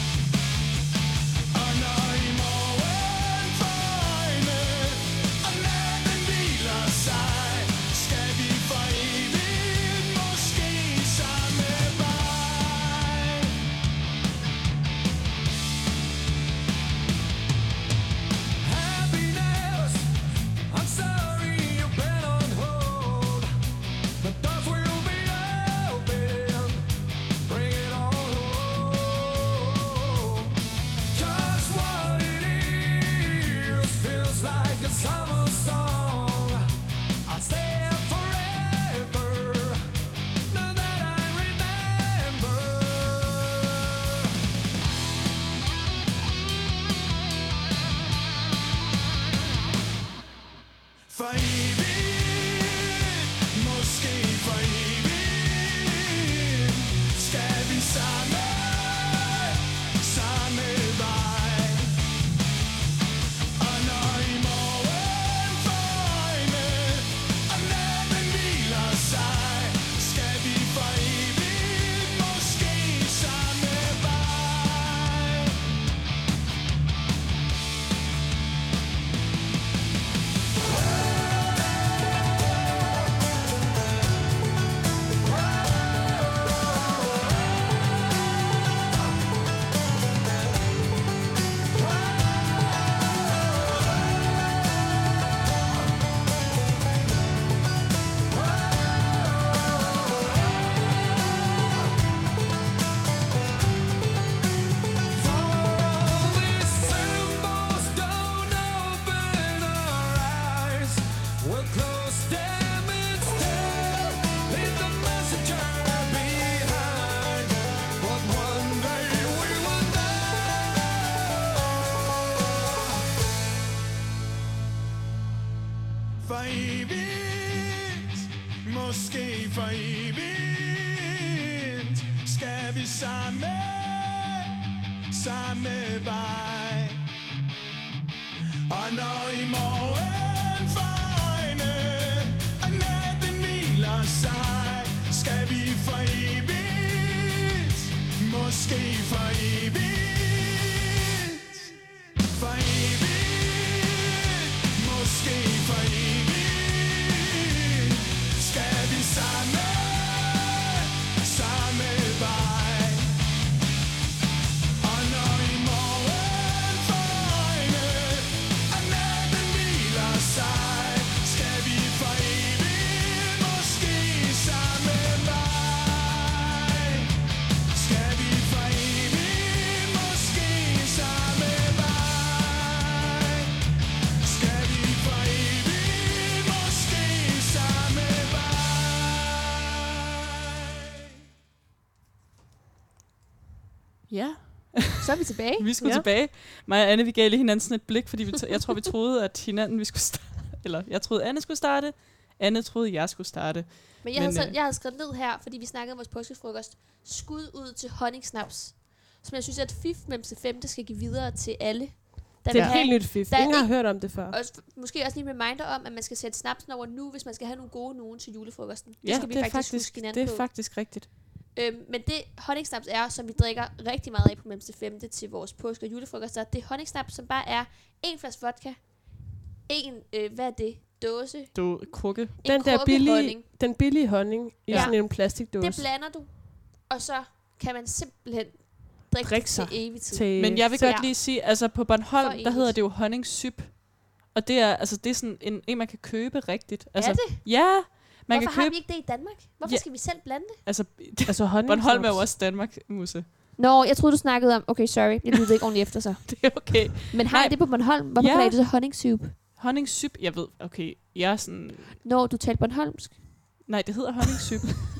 Og når i morgen øjne, og natten hviler sig, skal vi for evigt, måske samme vej. Happiness, I'm sorry you've been on hold. The doors will be open. Bring it on home. 'Cause what it is feels like a summer song. I'll stay here forever. Now that I remember. For evigt, måske for evigt, skal vi samme vej. Og når i morgen øjne, og natten hviler sig, skal vi for evigt, måske samme vej. For evigt, måske for evigt, skal vi samme vej. Og når i morgen for øjne, og natten hviler sig, skal vi for evigt, måske for evigt, for evigt, måske for evigt, skal vi samme vej. Og når i morgen for øjne, og natten hviler sig, skal vi for evigt, måske samme vej. Skal vi for evigt, måske samme vej. Skal vi for evigt, måske samme vej. Ja, Så er vi tilbage. vi skulle Ja. tilbage. Mig og Anne, vi gav lige hinanden sådan et blik, fordi jeg tror, vi troede, at hinanden vi skulle starte. Eller jeg troede, Anne skulle starte. Anne troede, jeg skulle starte. Men jeg havde skrevet ned her, fordi vi snakkede om vores påskefrokost. Skud ud til honningsnaps, som jeg synes, at FIF mellem til 5. skal give videre til alle. Der Det er vil et helt nyt fif. der er Ingen har ikke- hørt om det før. måske også lige en reminder om, at man skal sætte snapsen over nu, hvis man skal have nogle gode nogen til julefrokosten. Det Ja, skal vi det er faktisk faktisk, huske hinanden det er på. faktisk rigtigt. Men det honningsnaps er, som vi drikker rigtig meget af på mellem til 5. til vores påske- og julefrokoster, det er honningsnaps, som bare er en flaske vodka, hvad er det? Dåse, Du krukke. en Den der krukke billige, honning. den billige honning i Ja. sådan en plastikdåse. Det blander du, og så kan man simpelthen drikke Drikke det sig til evig tid. til Men jeg vil så- godt lige sige, altså på For Bornholm, evigt. der hedder det jo honningsyp. Og det er sådan en man kan købe rigtigt. Altså, Er det? Ja, man Hvorfor kan har købe. vi ikke det i Danmark? Hvorfor Ja. skal vi selv blande det? Altså, Altså honning. Bornholm er jo også Danmark, Musse. Nå, jeg troede, du snakkede om... Okay, sorry. Jeg lyttede ikke ordentligt efter sig. Det er okay. Men har Nej. I det på Bornholm? Hvorfor Ja. kalder I det så honningsoup? Honningsyp, jeg ved, okay, jeg er sådan... Når du talte bornholmsk? Nej, det hedder honningsyp.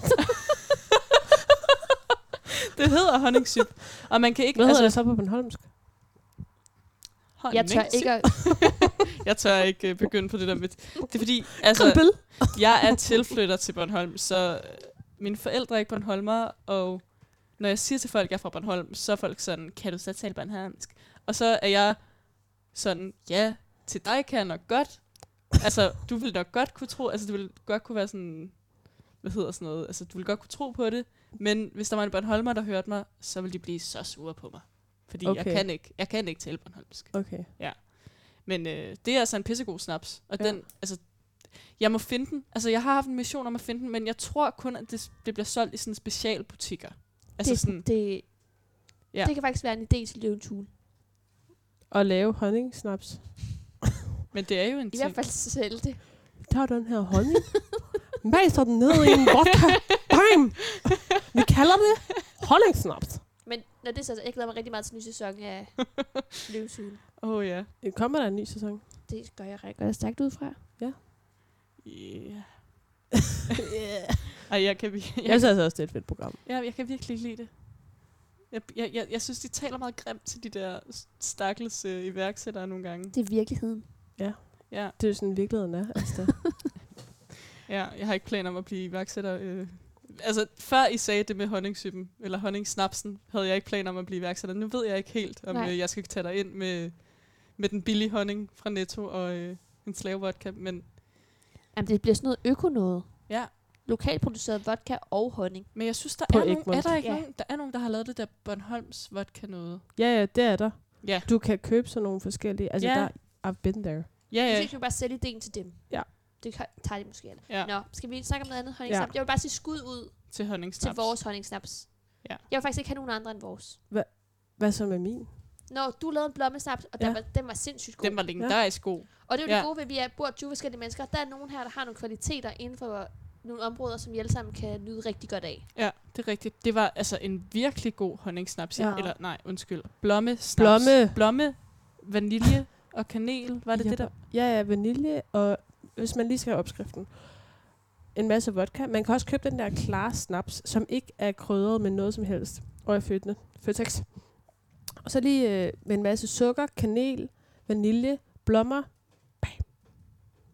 Det hedder honningsyp. Og man kan ikke... Hvad hedder det så på Bornholmsk? Jeg tør ikke at... Jeg tør ikke begynde på det der med... Det er fordi, altså, jeg er tilflytter til Bornholm, så mine forældre er ikke Bornholmer, og når jeg siger til folk, at jeg er fra Bornholm, så er folk sådan, kan du så tale bornholmsk? Og så er jeg sådan, ja, til dig kan jeg nok godt. Altså, du vil nok godt kunne tro, altså du vil godt kunne være sådan, hvad hedder sådan noget, altså du vil godt kunne tro på det, men hvis der var en Bornholmer, der hørte mig, så ville de blive så sure på mig. Fordi Okay. jeg kan ikke tale bornholmsk. Okay. Men det er altså en pissegod snaps. Og Ja. den, altså, jeg må finde den. Altså, jeg har haft en mission om at finde den, men jeg tror kun, at det bliver solgt i sådan specialbutikker. Altså sådan, Det kan faktisk være en idé til Løvens Hule. Og lave honningsnaps. men det er jo en I ting. hvert fald sælge det. Der den her honning. Maser den ned i en vodka. Bam! Vi kalder det honningsnaps. Men når det er så, jeg glæder mig rigtig meget til en ny sæson af Løvens Hule. Ja. Kommer der en ny sæson? Det gør jeg rigtig godt stærkt ud fra. Yeah. Ej, jeg kan Jeg synes altså også, det er et fedt program. jeg kan virkelig ikke lide det. Jeg synes, de taler meget grimt til de der stakkels iværksættere nogle gange. Det er virkeligheden. Ja. Det er jo sådan, virkeligheden er. Altså. Ja, jeg har ikke planer om at blive iværksætter. Altså, før I sagde det med honningsyppen, eller honningsnapsen, havde jeg ikke planer om at blive iværksætter. Nu ved jeg ikke helt, om Nej. jeg skal tage dig ind med den billige honning fra Netto og en slavevodka, men Jamen, det bliver sådan noget øko-noget. ja. Lokalproduceret vodka og honning. Men jeg synes, der På er nogen, Egmont. er der ikke Ja. nogen, der er nogen, der har lavet det der Bornholms vodka noget. Ja, det er der. Ja. Du kan købe sådan nogle forskellige. Altså, Ja. der, I've been there. Ja, Så kan vi bare sælge idéen til dem. Ja. Det tager de måske alle. ja. Nå, skal vi snakke om noget andet honningsnaps? Ja. Jeg vil bare sige skud ud Til honningsnaps. til vores honningsnaps. Ja. Jeg vil faktisk ikke have nogen andre end vores. Hvad så med min? Når du lavede en blommesnaps, og Ja. den var sindssygt god. Den var legendarisk god. Og det er jo Ja. det gode ved, at vi bor 20 forskellige mennesker. Der er nogen her, der har nogle kvaliteter inden for nogle områder, som vi alle sammen kan nyde rigtig godt af. Ja, det er rigtigt. Det var altså en virkelig god honningsnaps. Ja. Eller nej, undskyld. Blommesnaps. Blomme, vanilje og kanel. Var det det der? Ja, vanilje, og hvis man lige skal have opskriften. En masse vodka. Man kan også købe den der klare snaps, som ikke er krydret med noget som helst. Og er Føtex. Og så lige med en masse sukker, kanel, vanilje, blommer.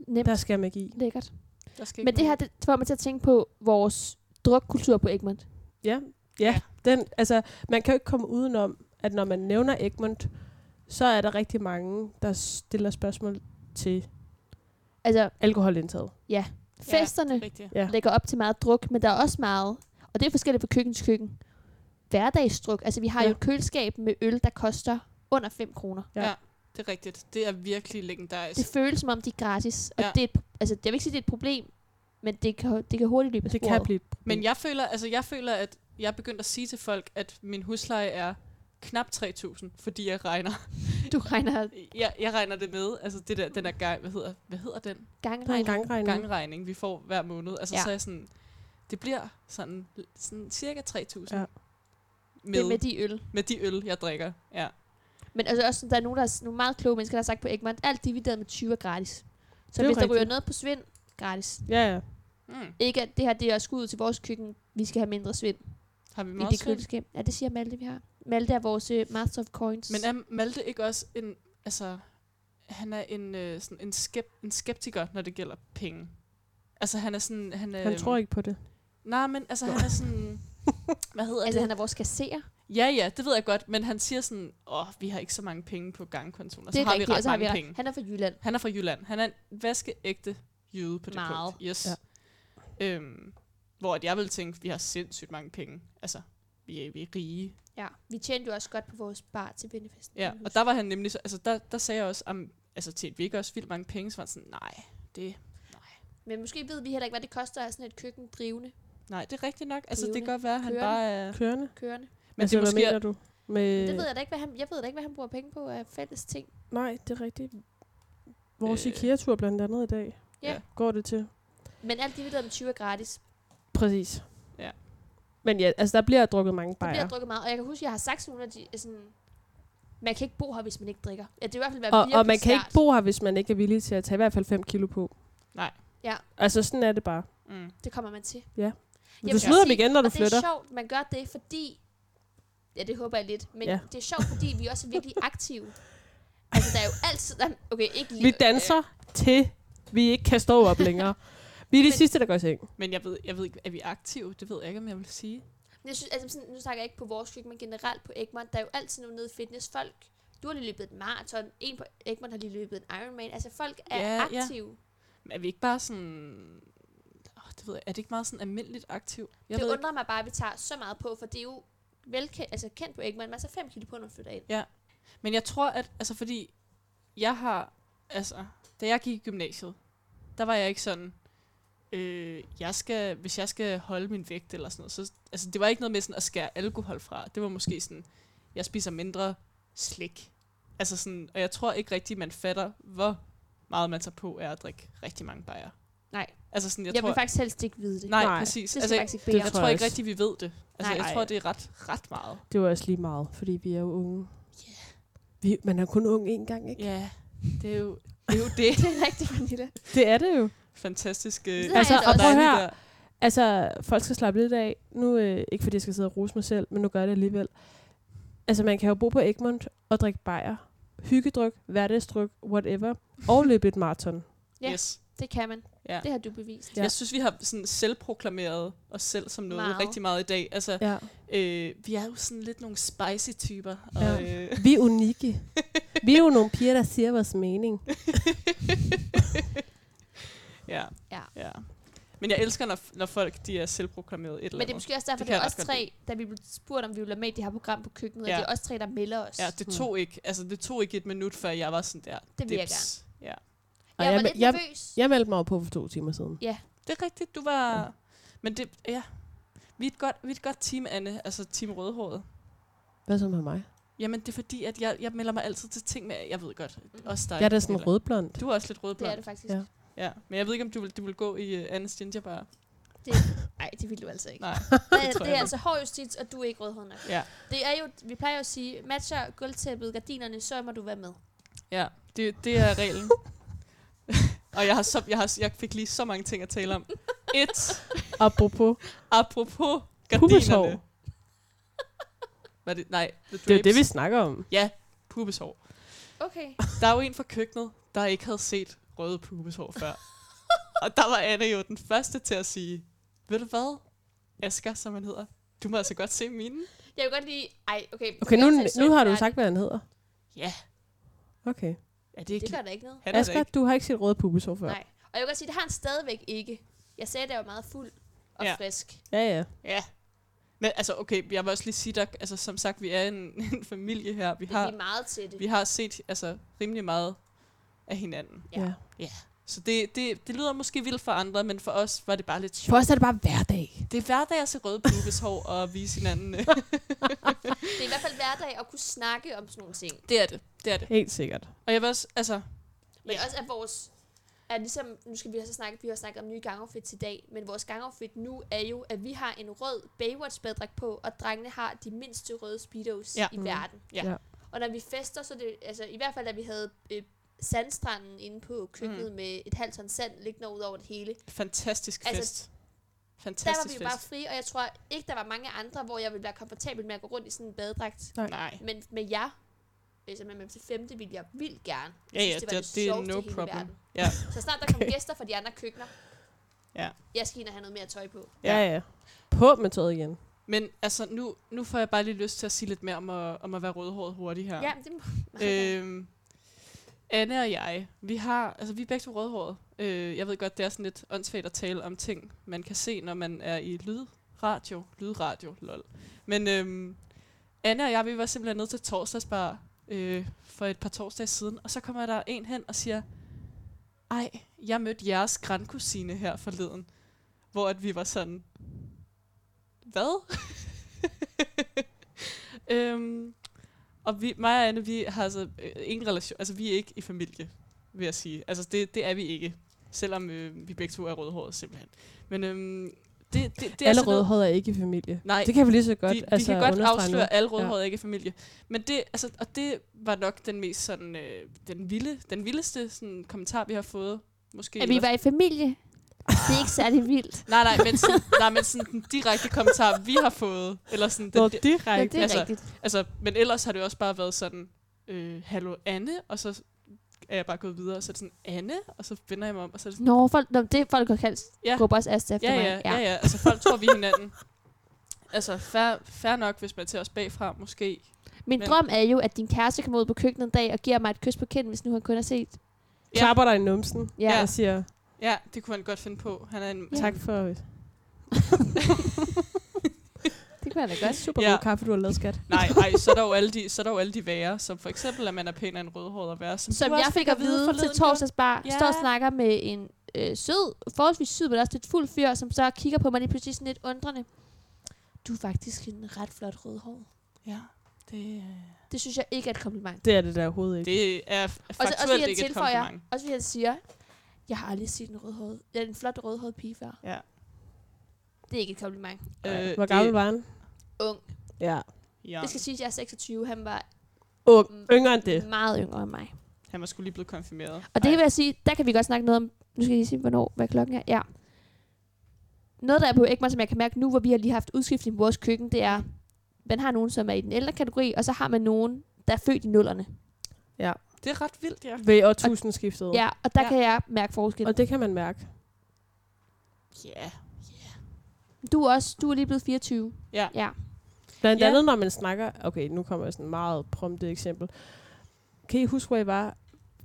Nemt. Der skal magi. Lækkert. Der skal Men ikke det her, det får mig til at tænke på vores drukkultur på Egmont. Ja. Den, altså, man kan jo ikke komme udenom, at når man nævner Egmont, så er der rigtig mange, der stiller spørgsmål til Altså, alkoholindtaget. festerne rigtigt. Ja. lægger op til meget druk, men der er også meget, og det er forskelligt fra køkken til køkken, hverdagsdruk. Altså, vi har jo et køleskab med øl, der koster under 5 kroner. Ja. Det er rigtigt. Det er virkelig legendarisk. Det føles som om, de er gratis. Og Ja. det er altså, jeg vil ikke sige, det er et problem, men det kan hurtigt løbe af Det sporet. kan blive et problem. Men jeg føler, at jeg er begyndt at sige til folk, at min husleje er knap 3.000, fordi jeg regner. Du regner Jeg regner det med. Altså det der, den der gang, hvad hedder den? Der er en gangregning. gangregning. Gangregning, vi får hver måned. Altså så er jeg sådan, det bliver sådan cirka 3.000. Ja. Det er med de øl. med de øl, jeg drikker. Ja. Men altså også, der er nogle meget kloge mennesker, der har sagt på Egmont, alt divideret med 20 er gratis. Så Det er jo hvis der ryger rigtigt. noget på svind, gratis. Ja. Mm. Ikke at det her, det er skud ud til vores køkken, vi skal have mindre svind Har vi i meget det svind? køleskab. Ja, det siger Malte, vi har. Malte er vores master of coins. Men er Malte ikke også en, altså, han er en skeptiker, når det gælder penge? Altså han er sådan, Han tror ikke på det. Nej, men altså han er sådan, hvad hedder altså, det? han er vores kasserer. Ja, det ved jeg godt, men han siger sådan, vi har ikke så mange penge på gangkontoen, og Det så er har vi rigtigt, ret og så har mange vi penge. Han er fra Jylland. Han er fra Jylland. Han er en vaskeægte jyde på det Meget. punkt. Yes. Ja. Hvor at jeg vil tænke, vi har sindssygt mange penge. Altså, vi er rige. Ja, vi tjente jo også godt på vores bar til vennefesten. Ja, og der var han nemlig, altså der sagde jeg også, altså tjente vi ikke også vildt mange penge, så var han sådan, nej, Men måske ved vi heller ikke, hvad det koster at have sådan et køkken drivende, det er rigtigt nok. Altså det Drivende. kan godt være, at han Kørende. bare er... Kørende. kørende. Men Altså, det er hvad måske... mener du? Med... Det ved jeg da ikke, jeg ved da ikke, hvad han bruger penge på af fælles ting. Nej, det er rigtigt. Vores Øh. IKEA-tur blandt andet i dag. Ja. Går det til. Men alt divideret med 20 er gratis. Præcis. Ja. Men ja, altså der bliver drukket mange Der bliver bajer. drukket meget, og jeg kan huske, at jeg har sagt sådan nogle af de, sådan, man kan ikke bo her, hvis man ikke drikker. Ja, det er i hvert fald været Og man kan svært. ikke bo her, hvis man ikke er villig til at tage i hvert fald 5 kilo på. Nej. Ja. Altså sådan er det bare. Mm. Det kommer man til. Men Jeg du vil smider dem sige, igen, når du og flytter. det er sjovt, man gør det, fordi... Ja, det håber jeg lidt. Men Ja. det er sjovt, fordi vi også er virkelig aktive. Altså, der er jo altid... Okay, ikke lige... Vi danser til vi ikke kan stå op længere. Vi er de Men- sidste, der går i seng. Men jeg ved ikke, er vi aktive? Det ved jeg ikke, om jeg vil sige. Men jeg synes, altså, sådan, nu snakker jeg ikke på vores køkken, men generelt på Egmont. Der er jo altid nogle nede fitnessfolk. Du har lige løbet et maraton. En på Egmont har lige løbet en Ironman. Altså, folk er Ja. aktive. Men er vi ikke bare sådan... det ved jeg, er det ikke meget sådan almindeligt aktiv? Jeg Det ved undrer mig bare, at vi tager så meget på, for det er jo kendt på Egmont. Man er så 5 kilo på, når man flytter ind. ikke. Men jeg tror, at... Altså, fordi jeg har... Altså, da jeg gik i gymnasiet, der var jeg ikke sådan... hvis jeg skal holde min vægt eller sådan noget, så... Altså, det var ikke noget med sådan at skære alkohol fra. Det var måske sådan... Jeg spiser mindre slik. Altså sådan... Og jeg tror ikke rigtigt, man fatter, hvor meget man tager på af at drikke rigtig mange bajer. Nej. Altså sådan, Jeg jeg tror... vil faktisk helst ikke vide det. Nej, Nej. præcis. Det skal Altså, jeg faktisk ikke det bede jeg om. tror tror jeg ikke også. rigtig, vi ved det. Altså, Nej. jeg tror, det er ret meget. Det var også lige meget, fordi vi er jo unge. Man er kun ung én gang, ikke? Ja, det er jo det. Det er rigtigt, Pernille. Det er det jo. Fantastiske... Det har Altså, jeg da og også. prøv at dejlige høre. Altså, folk skal slappe lidt af. Nu, ikke fordi jeg skal sidde og rose mig selv, men nu gør jeg det alligevel. Altså, man kan jo bo på Egmont og drikke bajer. Hyggedryk, hverdagsdryk, whatever. Og løbe et maraton. Ja. Yes. Det kan man. Ja. Det har du bevist. Ja. Jeg synes, vi har sådan selvproklameret os selv som noget Meget. rigtig meget i dag. Altså, Ja. vi er jo sådan lidt nogle spicy typer. Og, Ja. Vi er unikke. Vi er jo nogle piger, der siger vores mening. ja. Ja. Men jeg elsker, når folk de er selvproklameret et eller Men det er andet. måske også derfor, Det det er kan jeg os ret godt tre, da vi blev spurgt, om vi ville være med i det her program på køkkenet, Ja. og det er os tre, der melder os. Ja, det tog ikke et minut, før jeg var sådan der. Det vil jeg dips. Ja. Og Jeg var jeg- lidt jeg- nervøs. Jeg meldte mig over på for 2 timer siden. Det er rigtigt, du var... Ja. Men det, vi er et godt team, Anne. Altså team Rødhåret. Hvad så med mig? Jamen, det er fordi, at jeg melder mig altid til ting med... Jeg ved godt, også dig. Jeg er da sådan Camilla. rødblond. Du er også lidt Det er rødblond. det faktisk. Ja. Ja, men jeg ved ikke, om du vil gå i Annes gingerbar. Nej, det vil du altså ikke. Nej. Det tror er jeg det er ikke. altså hård justits, og du er ikke rødhåret nok. Ja, Det er jo, vi plejer jo at sige, matcher gulvtæppet, gardinerne, så må du være med. ja. Det er reglen. Og jeg fik lige så mange ting at tale om. Apropos Apropos pubeshår. gardinerne. Hvad er det? Nej, The Det er jo det, vi Drapes. snakker om. Ja, pubeshår. Okay. Der er jo en fra køkkenet, der ikke havde set røde pubeshår før. Og der var Anne jo den første til at sige, ved du hvad, Asger, som han hedder, du må altså godt se mine. Jeg vil godt lige... Ej, okay. Okay, nu har du sagt, hvad han hedder. Ja. Okay. Er det ikke Det gør da ikke noget. Han er der Asger, ikke. du har ikke set røde pubeshår før. Nej. Og jeg vil godt sige, det har han stadigvæk ikke. Jeg sagde, at det var meget fuld og Ja. frisk. Ja. Ja. Men altså, okay, jeg vil også lige sige, der, altså, som sagt, vi er en familie her. Vi Det er har, lige meget til det. vi har set altså, rimelig meget af hinanden. Ja. Så det lyder måske vildt for andre, men for os var det bare lidt For sjovt. os er det bare hverdag. Det er hverdag at se røde pubeshår og vise hinanden. Det er i hvert fald hverdag at kunne snakke om sådan nogle ting. Det er det. Det er det. Helt sikkert. Og jeg vil også, altså... Men også at vores... Er ligesom, nu skal vi have så snakket, vi har snakket om nye gangoutfits i dag, men vores gangoutfit nu er jo, at vi har en rød Baywatch-badedragt på, og drengene har de mindste røde speedos Ja. i verden. Ja. Og når vi fester, så er det, altså i hvert fald, at vi havde sandstranden inde på køkkenet med et halvt ton sand liggende ud over det hele. Fantastisk Altså, fest. Der Fantastisk var vi jo fest. bare fri, og jeg tror ikke, der var mange andre, hvor jeg ville være komfortabel med at gå rundt i sådan en badedragt. Nej. Men med jer, altså med til 5. ville jeg vildt gerne. Ja, ja, Jeg synes, det er sjoveste no i hele problem. verden. Ja. Så snart der kommer gæster fra de andre køkkener, Ja. jeg skal ind og have noget mere tøj på. Ja. På med tøjet igen. Men altså, nu får jeg bare lige lyst til at sige lidt mere om at være rødhåret hurtigt her. Ja, det må Anne og jeg, vi er begge to rødhåret. Jeg ved godt, det er sådan lidt åndssvagt at tale om ting, man kan se, når man er i lydradio, lol. Men Anne og jeg, vi var simpelthen nede til torsdagsbar for et par torsdage siden, og så kommer der en hen og siger, ej, jeg mødte jeres grandkusine her forleden, hvor at vi var sådan, hvad? Og mig og Anne, vi har altså ingen relation, altså vi er ikke i familie, vil jeg sige. Altså det er vi ikke, selvom vi begge to er rødhårede simpelthen. Men det er Alle sådan noget- rødhårede er ikke i familie. Nej, Det kan vi lige så godt vi kan godt understrege afsløre, nu. at alle rødhårede er ikke i familie. Men det, altså, og det var nok den mest sådan, den vildeste sådan, kommentar, vi har fået. Måske. At vi var i familie, det er ikke særlig vildt. Nej, men sådan den direkte kommentar, vi har fået. Eller sådan, Nå, den, Ja, direkte. det er altså, rigtigt. altså, men ellers har det også bare været sådan, hallo Anne, og så er jeg bare gået videre, og så er det sådan, Anne, og så vender jeg mig om, og så er det sådan, Det er folk har kaldt Ja. Gruppers Asta efter mig. ja, altså folk tror, vi er hinanden. Altså, fair nok, hvis man til os bagfra, måske. Min Men- drøm er jo, at din kæreste kommer ud på køkkenet en dag og giver mig et kys på kinden, hvis nu han kun har set. Klapper dig i numsen Ja. og siger, Ja, det kunne han godt finde på. Han er en... Ja. tak for Det kunne han da godt. super Ja. god kaffe, du har lavet, skat. Nej, så er der jo alle de værre, som for eksempel, at man er pænere end rødhåret at være. Som du jeg også fik at vide til forleden, torsdagsbar. Ja. Står og snakker med en forholdsvis sød, men også lidt fuld fyr, som så kigger på mig lige pludselig sådan lidt undrende. Du er faktisk en ret flot rødhåret. Ja, Det synes jeg ikke er et kompliment. Det er det der overhovedet ikke. det er Også faktuelt fordi han ikke et tilføjer, kompliment. også fordi han siger, jeg har aldrig set en flot rødhåret pige før. Ja. Det er ikke et kompliment. Hvor gammel var han? Ung. Ja. Ja. Det skal siges, at jeg er 26. Han var Ung. Yngre end det. meget yngre end mig. Han var sgu lige blevet konfirmeret. Og det vil jeg sige, der kan vi godt snakke noget om, nu skal jeg lige sige, hvad klokken er. Ja. Noget, der er på Egmont, som jeg kan mærke nu, hvor vi har lige haft udskiftning på vores køkken, det er, man har nogen, som er i den ældre kategori, og så har man nogen, der er født i nullerne. Ja. Det er ret vildt, ja. Ved årtusindskiftet. Ja, og der Ja. kan jeg mærke forskel. Og det kan man mærke. Ja. Du er lige blevet 24. Ja. Ja. Blandt Ja. andet, når man snakker... Okay, nu kommer sådan et meget promptet eksempel. Kan I huske, hvor I var?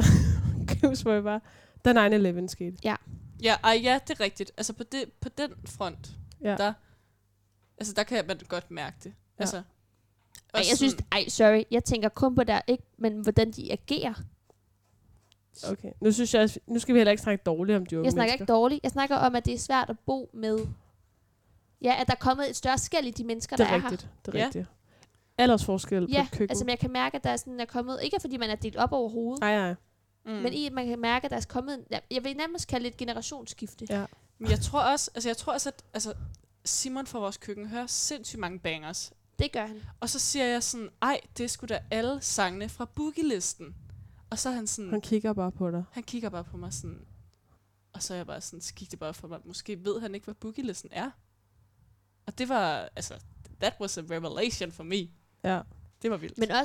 Da 9/11 skete? Ja, det er rigtigt. Altså på den front, Ja. der kan man godt mærke det. Ja. Altså, Ej, også jeg synes, sådan- sorry, jeg tænker kun på der, ikke, men hvordan de agerer. Okay. Nu skal vi heller ikke snakke dårligt om de unge Jeg snakker mennesker. ikke dårligt. Jeg snakker om, at det er svært at bo med. Ja, at der er kommet et større skel i de mennesker, Det der er er her. rigtigt. Det er Ja. rigtigt. Aldersforskel på Ja, et køkken. altså men jeg kan mærke, at der er sådan, er kommet, ikke fordi man er delt op over hovedet, Nej. men i at man kan mærke, at der er kommet, jeg vil nærmest kalde det et generationsskifte. Ja. Men jeg tror også, at Simon fra vores køkken hører sindssygt mange bangers. Det gør han. Og så siger jeg sådan, ej, det er sgu da alle sangene fra Boogie-listen. Og så er han sådan, Han kigger bare på dig. han kigger bare på mig sådan, og så er jeg bare sådan, så gik det bare for mig, måske ved han ikke, hvad Boogie-listen er. Og det var, that was a revelation for me. Ja. Det var vildt. Men også, at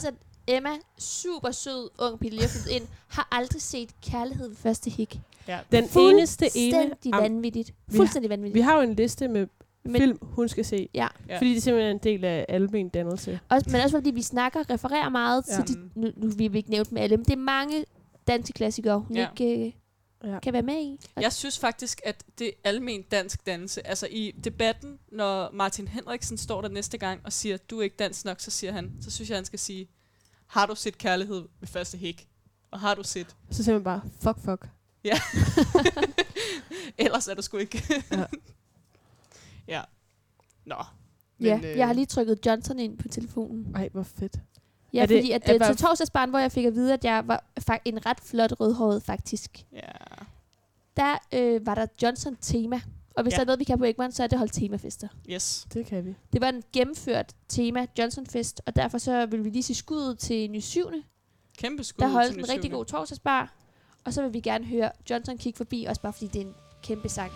Emma, super sød, ung pige, lige har flyttet ind, har aldrig set Kærlighed ved første hik. Ja. Den eneste ene... Fuldstændig vanvittigt. vi Fuldstændig vanvittigt. Vi har jo en liste med Men- film, hun skal se. Ja. Ja. Fordi det er simpelthen en del af almen dannelse. Men også fordi vi refererer meget Ja. til de... Nu vi vil ikke nævne dem alle, men det er mange danske klassikere, hun Ja. ikke kan være med i. Og Jeg synes faktisk, at det er almen dansk dannelse. Altså i debatten, når Martin Henriksen står der næste gang og siger, du er ikke dansk nok, så siger han, så synes jeg, han skal sige, har du set Kærlighed ved første hik? Og har du set? Så siger man bare, fuck. Ja. Ellers er du sgu ikke. Ja. Ja. Nå. ja, jeg har lige trykket Johnson ind på telefonen. Ej, hvor fedt. Ja, Er det- fordi at, er bare- til torsdagsbarn, hvor jeg fik at vide, at jeg var en ret flot rødhåret faktisk, Ja. der var der Johnson-tema. Og hvis Ja. der er noget, vi kan på Egmont, så er det holdt temafester. Yes. Det kan vi. Det var en gennemført tema Johnson-fest, og derfor så vil vi lige sige skuddet til Ny 7. Kæmpe skud Der til holdt Ny en rigtig Syvende. god torsdagsbar. Og så vil vi gerne høre Johnson kigge forbi, også bare fordi det er en kæmpe sang.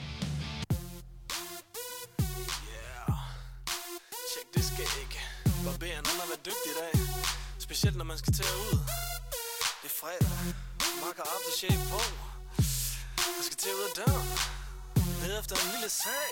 Tjek det skal ikke. Barberen, han har været dygtig i dag. Specielt når man skal til ud. Det er fredag. Marker aftershave på. Jeg skal til ud af døren. Led efter en lille sag.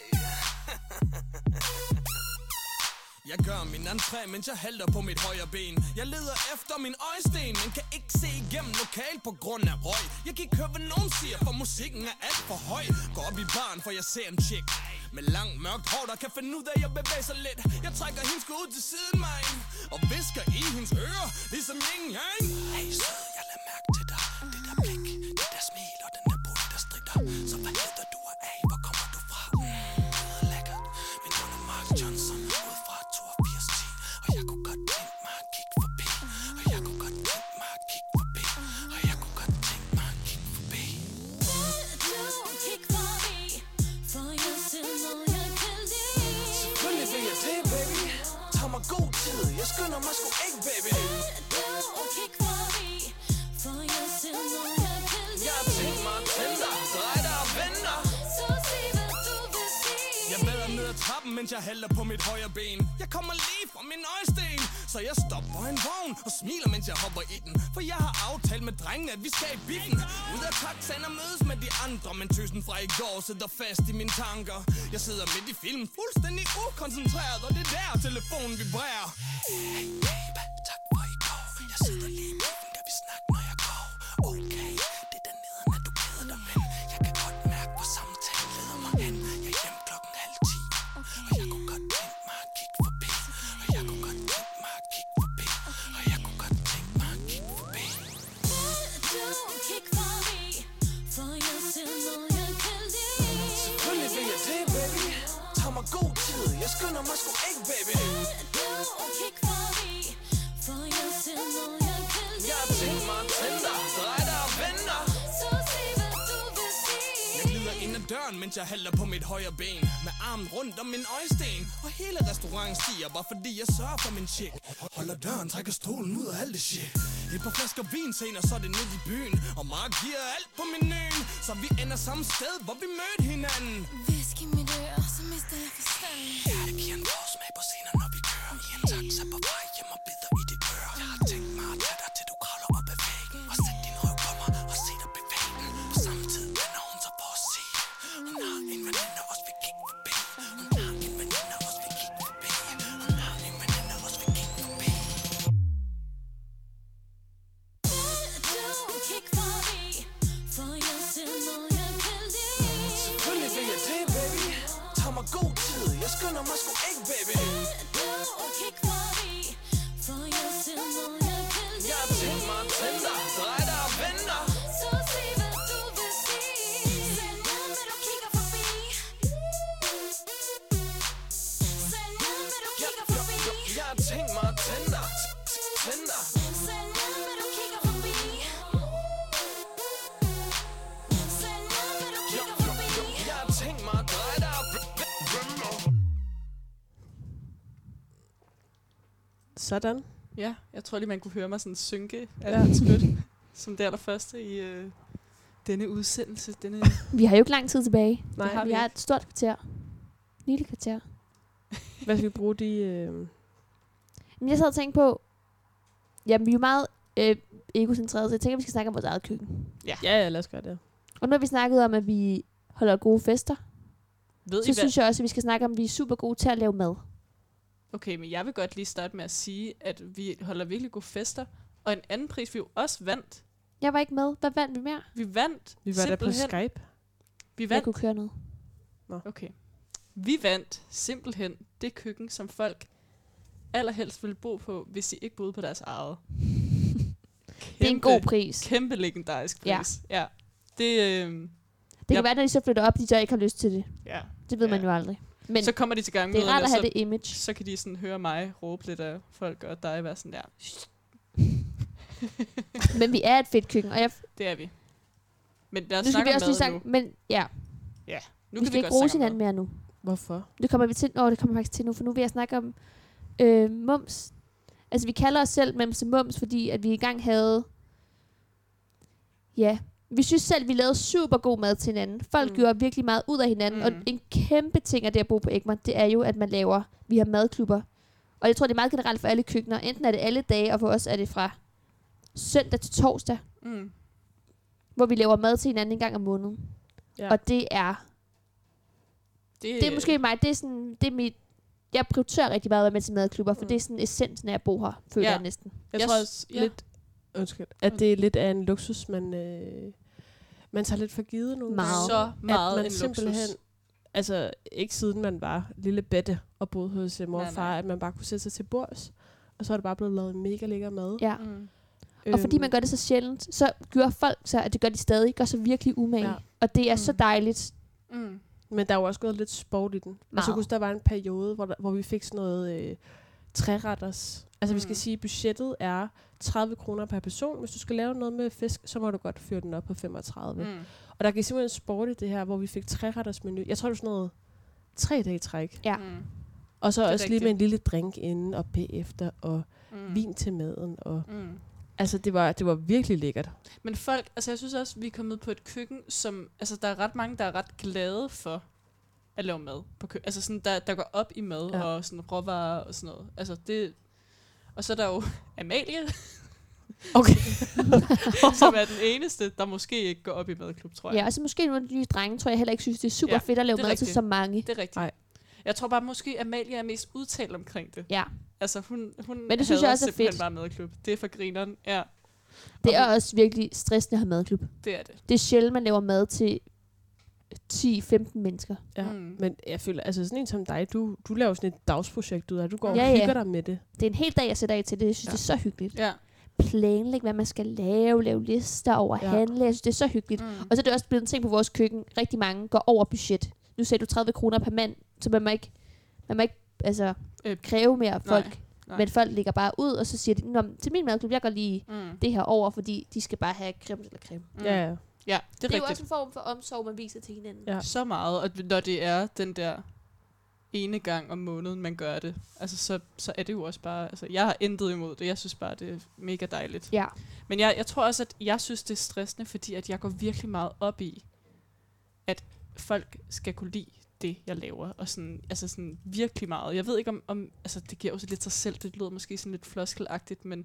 Jeg gør min entré, mens jeg halter på mit højre ben. Jeg leder efter min øjesten, men kan ikke se igennem lokal på grund af røg. Jeg kan ikke høre, hvad nogen siger, for musikken er alt for høj. Går op i baren, for jeg ser en chick med langt mørkt hår, der kan finde ud af, at jeg bevæger sig lidt. Jeg trækker hendes ud til siden mig og visker i hendes øre, ligesom yin-yang. Hey sød, jeg lader mærke til dig. Det der blik, det der smil og den der bud, der stritter. Så hvad hedder du og af? Hvor kommer du fra? Det er lækkert. Min navn er Mark Johnson, ud fra 8210. Og jeg kunne godt tænke mig at kigge forbi. Og jeg kunne godt tænke mig at kigge forbi. Og jeg kunne godt tænke mig at kigge forbi. Selvfølgelig vil jeg det, baby. Tag mig god tid, jeg skynder mig sgu ikke, baby. Jeg har tænkt mig at tænde dig, drej dig og vende dig. Jeg vader ned ad trappen, mens jeg halter på mit højre ben. Jeg kommer lige fra min øjesten, så jeg stopper en vogn og smiler, mens jeg hopper i den. For jeg har aftalt med drengene, at vi skal i biffen. Ud af taxaen og mødes med de andre, men tøsen fra i går sidder fast i mine tanker. Jeg sidder midt i filmen, fuldstændig ukoncentreret, og det er der telefonen vibrerer. Hey baby, tak for i går. Jeg sidder lige i biffen, da vi snakker, når jeg går. Okay, det er dernede, når du keder dig, men jeg kan godt mærke, hvor samtalen leder mig hen. Jeg er hjemme 9:30, og jeg kunne godt tænke mig at kigge forbi. Og jeg kunne godt tænke mig at kigge forbi. Og jeg kunne godt tænke mig at kigge forbi. Selvfølgelig vil jeg det, baby. Tag mig god tid, jeg skynder mig sgu ikke, baby. Jeg har tænkt mig at tænde dig, drej dig og vende dig. Jeg glider ind ad døren, mens jeg halter på mit højre ben. Med armen rundt om min øjesten. Og hele restauranten stiger, bare fordi jeg sørger for min chick. Holder døren, trækker stolen ud af alt det shit. Et par flasker vin senere, så er det ned i byen. Og Mark giver alt på menuen. Så vi ender samme sted, hvor vi mødte hinanden. Visk i mit øre, så mister jeg forstanden. Jeg giver en forsmag på scener, når vi kører i en taxa på vej hjem og bider i dit øre. Jeg har tænkt mig at tage dig, til du kravler op ad væggen. Og sæt din røv på mig og se dig bevæge den. På samme tid vender hun sig for at se. Hun har en veninde, også vil kigge forbi. Hun har en veninde, også vil kigge forbi. Hun har en veninde, også vil kigge forbi. Selvfølgelig vil jeg det, baby. Tag mig god tid, jeg skynder mig sgu ikke, baby. Jeg har tænkt mig at tænde dig, drej dig og vende dig. Jeg har tænkt mig at tænde dig, tænde dig. Jeg har tænkt mig at dreje dig og vende dig. Sådan. Ja, jeg tror lige, man kunne høre mig sådan synke Ja. af spyt, som det allerførste i denne udsendelse. Vi har jo ikke lang tid tilbage. Nej, har Vi har et stort kvarter. Lille kvarter. hvad skal vi bruge de... Men jeg sad og tænkte på, Jamen, vi er jo meget egocentrerede, så jeg tænker, vi skal snakke om vores eget køkken. Ja, lad os gøre det. Og nu har vi snakket om, at vi holder gode fester. Ved I Så hvad? synes jeg også, at vi skal snakke om, at vi er super gode til at lave mad. Okay, men jeg vil godt lige starte med at sige, at vi holder virkelig gode fester. Og en anden pris, vi jo også vandt. Jeg var ikke med. Hvad vandt vi mere? Vi vandt Vi var der på simpelthen. Skype. Vi Jeg vandt. kunne køre noget. Okay. Vi vandt simpelthen det køkken, som folk allerhelst ville bo på, hvis de ikke boede på deres eget. Det er en god pris. Kæmpe legendarisk pris. Ja. Det, Det kan være, når de så flytter op, de så ikke har lyst til det. ja. Det ved Ja. man jo aldrig. Men Så kommer de til det er gangmøderne, rart og at have så, det image. så kan de sådan høre mig råbe lidt af folk, og dig være sådan der. Men vi er et fedt køkken, og Det er vi. Men lad os nu skal vi snakke også lige om mad snakke. nu. Men ja, Nu vi kan skal ikke godt rose snakke om hinanden mad. mere nu. Hvorfor? Det kommer vi til. Det kommer faktisk til nu, for nu vil jeg snakke om mums. Altså, vi kalder os selv Mems og Mums, fordi at vi engang havde... Ja, vi synes selv, vi lavede super god mad til hinanden. Folk gjorde virkelig meget ud af hinanden, og en kæmpe ting af det at bo på Egmont, det er jo, at vi har madklubber. Og jeg tror, det er meget generelt for alle køkkener. Enten er det alle dage, og for os er det fra søndag til torsdag, hvor vi laver mad til hinanden en gang om måneden. Ja. Og det er... Det er måske mig. Det er sådan... Det er mit... Jeg prioriterer rigtig meget at være med til madklubber, for det er sådan essensen af at bo her, føler jeg næsten. Jeg tror også lidt, at det er lidt af en luksus, man tager lidt for givet nogle Meget. gange. Så meget at man en simpelthen, luksus. altså ikke siden man var lille bette og boede hos mor og Nej, far, nej. at man bare kunne sætte sig til bords, og så er det bare blevet lavet mega lækker mad. Ja. Og fordi man gør det så sjældent, så gør folk så, at det gør de stadig, gør så virkelig umage. Ja. Og det er så dejligt. Men der er jo også gået lidt sport i den. Og så Meget. kunne der var en periode, hvor vi fik sådan noget træretters. Altså vi skal sige, budgettet er 30 kroner per person. Hvis du skal lave noget med fisk, så må du godt fyre den op på 35. Og der gik simpelthen sport i det her, hvor vi fik træretters menu. Jeg tror, det var sådan noget 3 dage træk. Ja. Og så Det er også lige rigtigt. med en lille drink inden og bagefter, og vin til maden. Og altså, det var virkelig lækkert. Men folk, altså jeg synes også, vi er kommet på et køkken, som, altså der er ret mange, der er ret glade for at lave mad på køkken. Altså sådan, der går op i mad og sådan råvarer og sådan noget. Altså det, og så er der jo Amalie, Okay. som er den eneste, der måske ikke går op i madklub, tror jeg. Ja, og så måske nogle af de nye drenge, tror jeg heller ikke synes, det er super Ja, fedt at lave det er mad til rigtigt. så mange. Det er rigtigt. Nej. Jeg tror bare, måske Amalie er mest udtalt omkring det. Ja, Altså hun Men det synes jeg hader også er simpelthen fedt. bare madklub. Det er for grineren. Ja, det er også virkelig stressende at have madklub. det er det. Det er sjældent, man laver mad til 10-15 mennesker. Ja. Men jeg føler, altså sådan en som dig, du laver sådan et dagsprojekt ud af, du går Ja, og ja. hygger dig med det. Det er en hel dag, jeg sætter af til det. Jeg synes, det er så hyggeligt. Ja. Planlægge, hvad man skal lave lister over handle. Jeg synes, det er så hyggeligt. Og så er det også blevet en ting på vores køkken. Rigtig mange går over budget. Nu sagde du 30 kroner per mand, så man må ikke altså, kræve mere af folk. Nej. Men folk ligger bare ud, og så siger de, "Nå, til min madklub, jeg går lige det her over, fordi de skal bare have creme eller creme. Ja, ja. Ja, det er Det er jo rigtigt. også en form for omsorg, man viser til hinanden. Ja. Så meget, og når det er den der ene gang om måneden, man gør det, altså så er det jo også bare, altså jeg har intet imod det, jeg synes bare, det er mega dejligt. Ja. Men jeg tror også, at jeg synes, det er stressende, fordi at jeg går virkelig meget op i, at folk skal kunne lide det, jeg laver, og sådan, altså sådan virkelig meget. Jeg ved ikke om altså det giver også lidt sig selv, det lyder måske sådan lidt floskelagtigt, men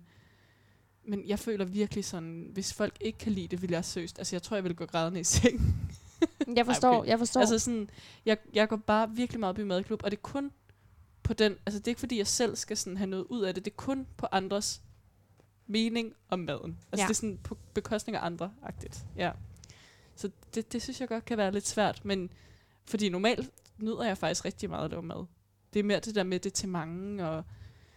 jeg føler virkelig sådan, hvis folk ikke kan lide det, vil jeg seriøst, altså jeg tror, jeg vil gå grædende i seng. Jeg forstår, Ej, okay. jeg forstår. Altså sådan, jeg går bare virkelig meget op i madklub, og det er kun på den, altså det er ikke fordi, jeg selv skal sådan have noget ud af det, det er kun på andres mening om maden. Altså det er sådan på bekostning af andre-agtigt. Ja. Så det synes jeg godt kan være lidt svært, men fordi normalt nyder jeg faktisk rigtig meget at lave mad. Det er mere det der med det til mange, og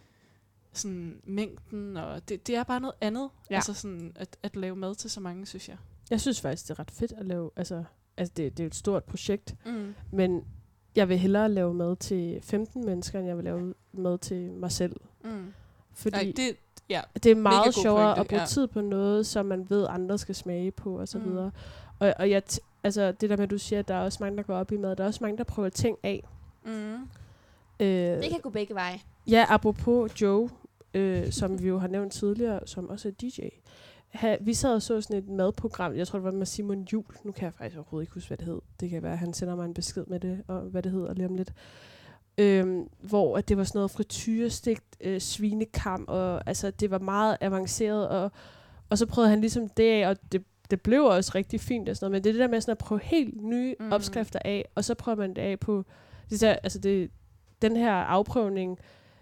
sådan mængden, og det er bare noget andet. Ja. Altså sådan at lave mad til så mange, synes jeg. Jeg synes faktisk, det er ret fedt at lave, altså det er et stort projekt, men jeg vil hellere lave mad til 15 mennesker, end jeg vil lave mad til mig selv. Fordi Nej, det er meget god sjovere pointe, at bruge ja. tid på noget, som man ved, andre skal smage på, og så videre. Og jeg altså det der med, at du siger, at der er også mange, der går op i mad, der er også mange, der prøver ting af. det kan gå begge veje. Ja, apropos Joe, som vi jo har nævnt tidligere, som også er DJ. Vi sad og så sådan et madprogram, jeg tror det var med Simon Juhl. Nu kan jeg faktisk overhovedet ikke huske, hvad det hed. Det kan være, at han sender mig en besked med det, og hvad det hedder lige om lidt. hvor at det var sådan noget frityrestegt svinekam, og altså det var meget avanceret, og så prøvede han ligesom det af, og det blev også rigtig fint og sådan noget, men det er det der med sådan at prøve helt nye opskrifter af, og så prøver man det af på det der, altså den her afprøvning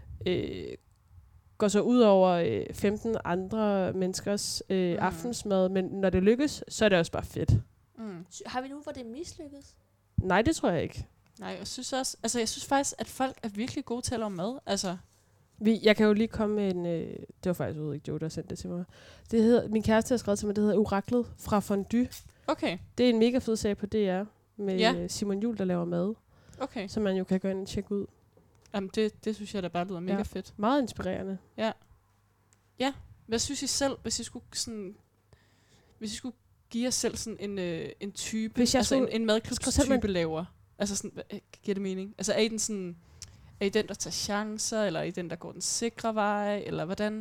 går så ud over 15 andre menneskers aftensmad, men når det lykkes, så er det også bare fedt. Har vi nu, hvor det er mislykket? Nej, det tror jeg ikke. Nej, jeg synes også, altså jeg synes faktisk, at folk er virkelig gode til at lave mad. Altså, Jeg kan jo lige komme med en... det var faktisk ikke Joe, der sendte det til mig. Det hedder, min kæreste har skrevet til mig, det hedder Oraklet fra Fondue. okay, Det er en mega fed serie på DR, med Simon Juhl, der laver mad, okay. som man jo kan gå ind og tjekke ud. Jamen, det synes jeg da bare lyder mega fedt. Meget inspirerende. Hvad synes I selv, hvis I skulle give jer selv sådan en type, Hvis jeg altså skulle- en madklubs selv type laver? Altså sådan, giver det mening? Altså er I den, der tager chancer, eller er I den, der går den sikre vej, eller hvordan?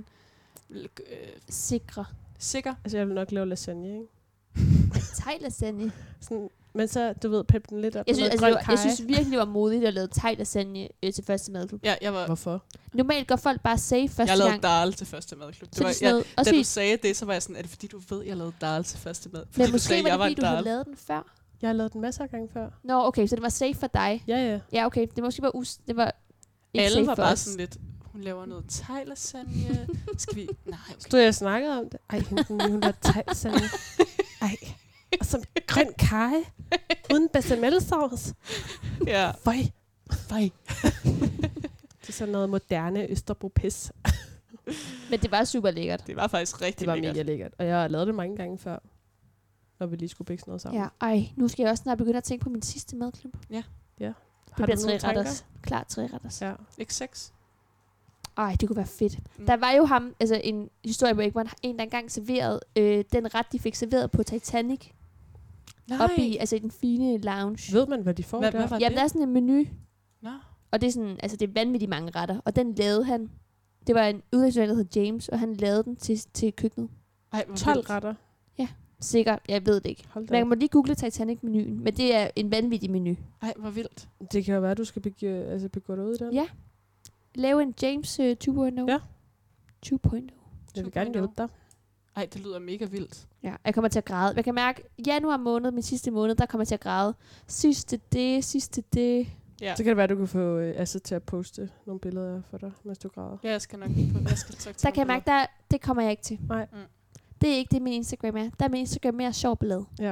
Sikre. Sikker? Altså, jeg vil nok lave lasagne, ikke? Thai-lasagne. Sådan, men så, du ved, pep den lidt op. Jeg med synes, noget grøn jeg kaj. synes virkelig, det var modigt at lave thai-lasagne til første madklub. Ja, jeg Hvorfor? Normalt går folk bare safe første jeg lavede gang. dal til første madklub. Så det er sådan noget, også Da du fordi, sagde det, så var jeg sådan, er det fordi, du ved, jeg lavede dal til første mad? men Fordi du måske sagde, var det jeg fordi, du havde dal. lavet den før. Jeg har lavet den masser af gange før. Nå, okay, så det var safe for dig. Ja. Ja, okay, det måske var det var ikke Alle safe var for bare os. sådan lidt, hun laver noget thai-lasagne. Skal vi? Nej, okay. Stod jeg og snakkede om det? Ej, hun var thai-lasagne. Ej. Og så grøn kaj. Uden bechamelsauce. Ja. Føj. Fej. Det er sådan noget moderne Østerbro-pis. Men det var super lækkert. Det var faktisk rigtig Det var lækkert. mega lækkert. Og jeg har lavet det mange gange før. Når vi lige skulle bække sådan noget sammen. Ja, ej, nu skal jeg også snart begynde at tænke på min sidste madklub. Har Det du bliver nogle 3 retters. Klart 3 retters. Ja. Ikke sex? Ej, det kunne være fedt. Der var jo ham, altså en historie på Egmont, en der engang serverede den ret, de fik serveret på Titanic. Nej. Oppe i, altså i den fine lounge. Ved man, hvad de får Hvad der? var Jamen, det? der er sådan en menu, Nå. og det er sådan, altså det er vanvittigt mange retter. Og den lavede han. Det var en udviklingsstuderende, der hed James, og han lavede den til køkkenet. Ej, hvor 12 vildt. retter. Sikkert, jeg ved det ikke. Hold da Man op. må lige google Titanic-menuen, men det er en vanvittig menu. Ej, hvor vildt. Det kan jo være, at du skal begå dig ud i den. Ja. Lave en James 2.0. Ja. 2.0. Jeg vil gerne hjælpe dig. Ej, det lyder mega vildt. Ja, jeg kommer til at græde. Jeg kan mærke, januar måned, min sidste måned, der kommer jeg til at græde. Sidste det. Ja. Så kan det være, at du kan få Astrid til at poste nogle billeder for dig, mens du græder. Ja, jeg skal nok lige på. Jeg skal tage Der kan jeg mærke, det kommer jeg ikke til. Nej. Mm. Det er ikke det, min Instagram er. Der er min Instagram mere sjov billede. Ja.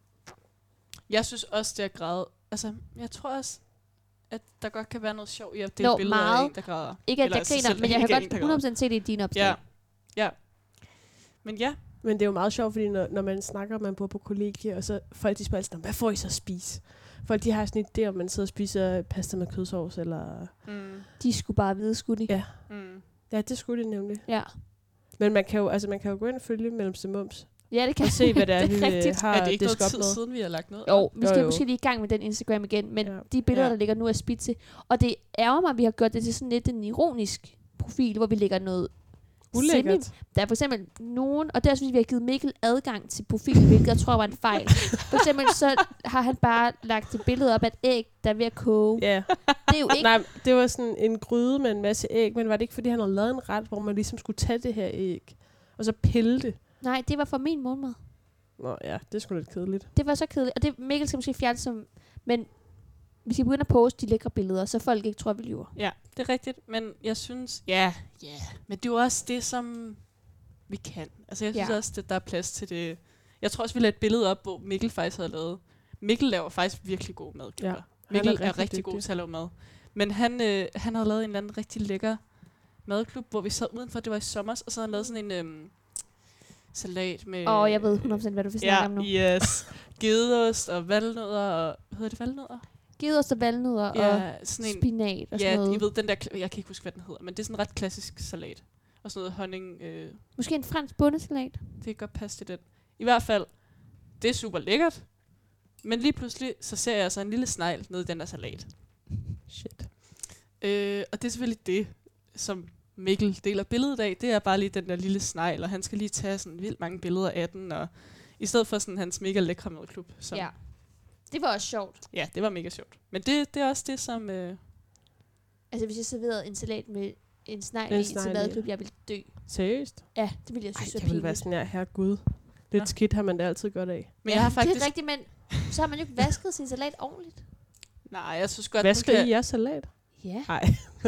Jeg synes også, det er græde. Altså, jeg tror også, at der godt kan være noget sjov i at dele billeder af meget. en, der græder. Ikke at Eller jeg sig griner, selv, men jeg ikke kan af en, der græder. godt 100% se det i dine opslag. Ja. Ja. Men ja, Men det er jo meget sjovt, fordi når man snakker, man bor på kollegie, og så folk de spørger altid, hvad får I så at spise? Folk de har sådan en idé, om man sidder og spiser pasta med kødsovs, eller... De skulle bare vide, skulle de. Ja. Mm. Ja, det skulle det nemlig. Ja. Men man kan jo gå ind og følge Mellemste Mums, Ja, det kan og se, hvad det er, det er vi rigtigt. har Er det ikke noget disket tid med. siden, vi har lagt noget? Jo, vi skal Jo. måske lige i gang med den Instagram igen, men Ja. de billeder, Ja. der ligger nu, er spidse. Og det ærger mig, at vi har gjort det til sådan lidt en ironisk profil, hvor vi lægger noget Ulækkert. Der er for eksempel nogen, og der synes vi har givet Mikkel adgang til profilen, hvilket jeg tror var en fejl. For eksempel så har han bare lagt et billede op af et æg, der er ved at koge. Ja. Det er jo ikke... Nej, det var sådan en gryde med en masse æg, men var det ikke, fordi han havde lavet en ret, hvor man ligesom skulle tage det her æg, og så pille det? Nej, det var for min morgenmad. Nå ja, det er sgu lidt kedeligt. Det var så kedeligt. Og det Mikkel skal måske fjerne som... Men vi skal begynde at poste de lækre billeder, så folk ikke tror, vi lyver. Ja, det er rigtigt, men jeg synes... Ja, men det er jo også det, som vi kan. Altså, jeg synes Ja. også, at der er plads til det. Jeg tror også, vi lagde et billede op, hvor Mikkel faktisk havde lavet... Mikkel laver faktisk virkelig gode madklubber. Ja, Mikkel er er rigtig god dygtig. til at lave mad. Men han havde lavet en eller anden rigtig lækker madklub, hvor vi sad udenfor, det var i sommer, og så havde han lavet sådan en salat med... Jeg ved 100% hvad du vil snakke om nu. yes. Gedeost og valnødder og... Hvad hedder det, valnødder? Gedeost og valnødder og Ja, sådan en... spinat og sådan Ja, noget. I ved, den der... Jeg kan ikke huske, hvad den hedder, men det er sådan en ret klassisk salat. Og sådan noget honning... Måske en fransk bundesalat. det kan godt passe til den. I hvert fald, det er super lækkert. Men lige pludselig, så ser jeg så en lille snegl nede i den der salat. Shit. Og det er selvfølgelig det, som Mikkel deler billedet af. Det er bare lige den der lille snegl, og han skal lige tage sådan vildt mange billeder af den. Og i stedet for sådan hans mega lækre madklub. Som, Ja. Det var også sjovt. Ja, det var mega sjovt. Men det er også det, som Altså, hvis jeg serverede en salat med en snegl En i til snegl i. madklub, jeg ville dø. Seriøst? Ja, det ville jeg Ej, synes var det ville være pinligt. sådan her, herregud. Lidt Nå. skidt har man det altid godt af. Men jeg har Det faktisk... er rigtigt, men så har man jo ikke vasket sin salat ordentligt. Nej, jeg synes godt, Vasker man I jeres salat? Ja. Nej.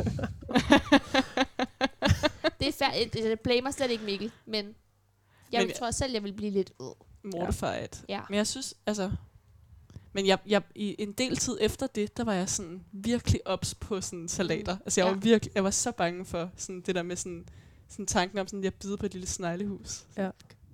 Det er færdigt. Jeg blamer slet ikke Mikkel, men jeg Men- tror selv, jeg vil blive lidt mortified. Ja. Men jeg synes, altså... Men jeg i en del tid efter det, der var jeg sådan virkelig ops på sådan salater. Altså jeg var jeg var så bange for sådan det der med sådan tanken om sådan, at jeg bider på et lille sneglehus. Det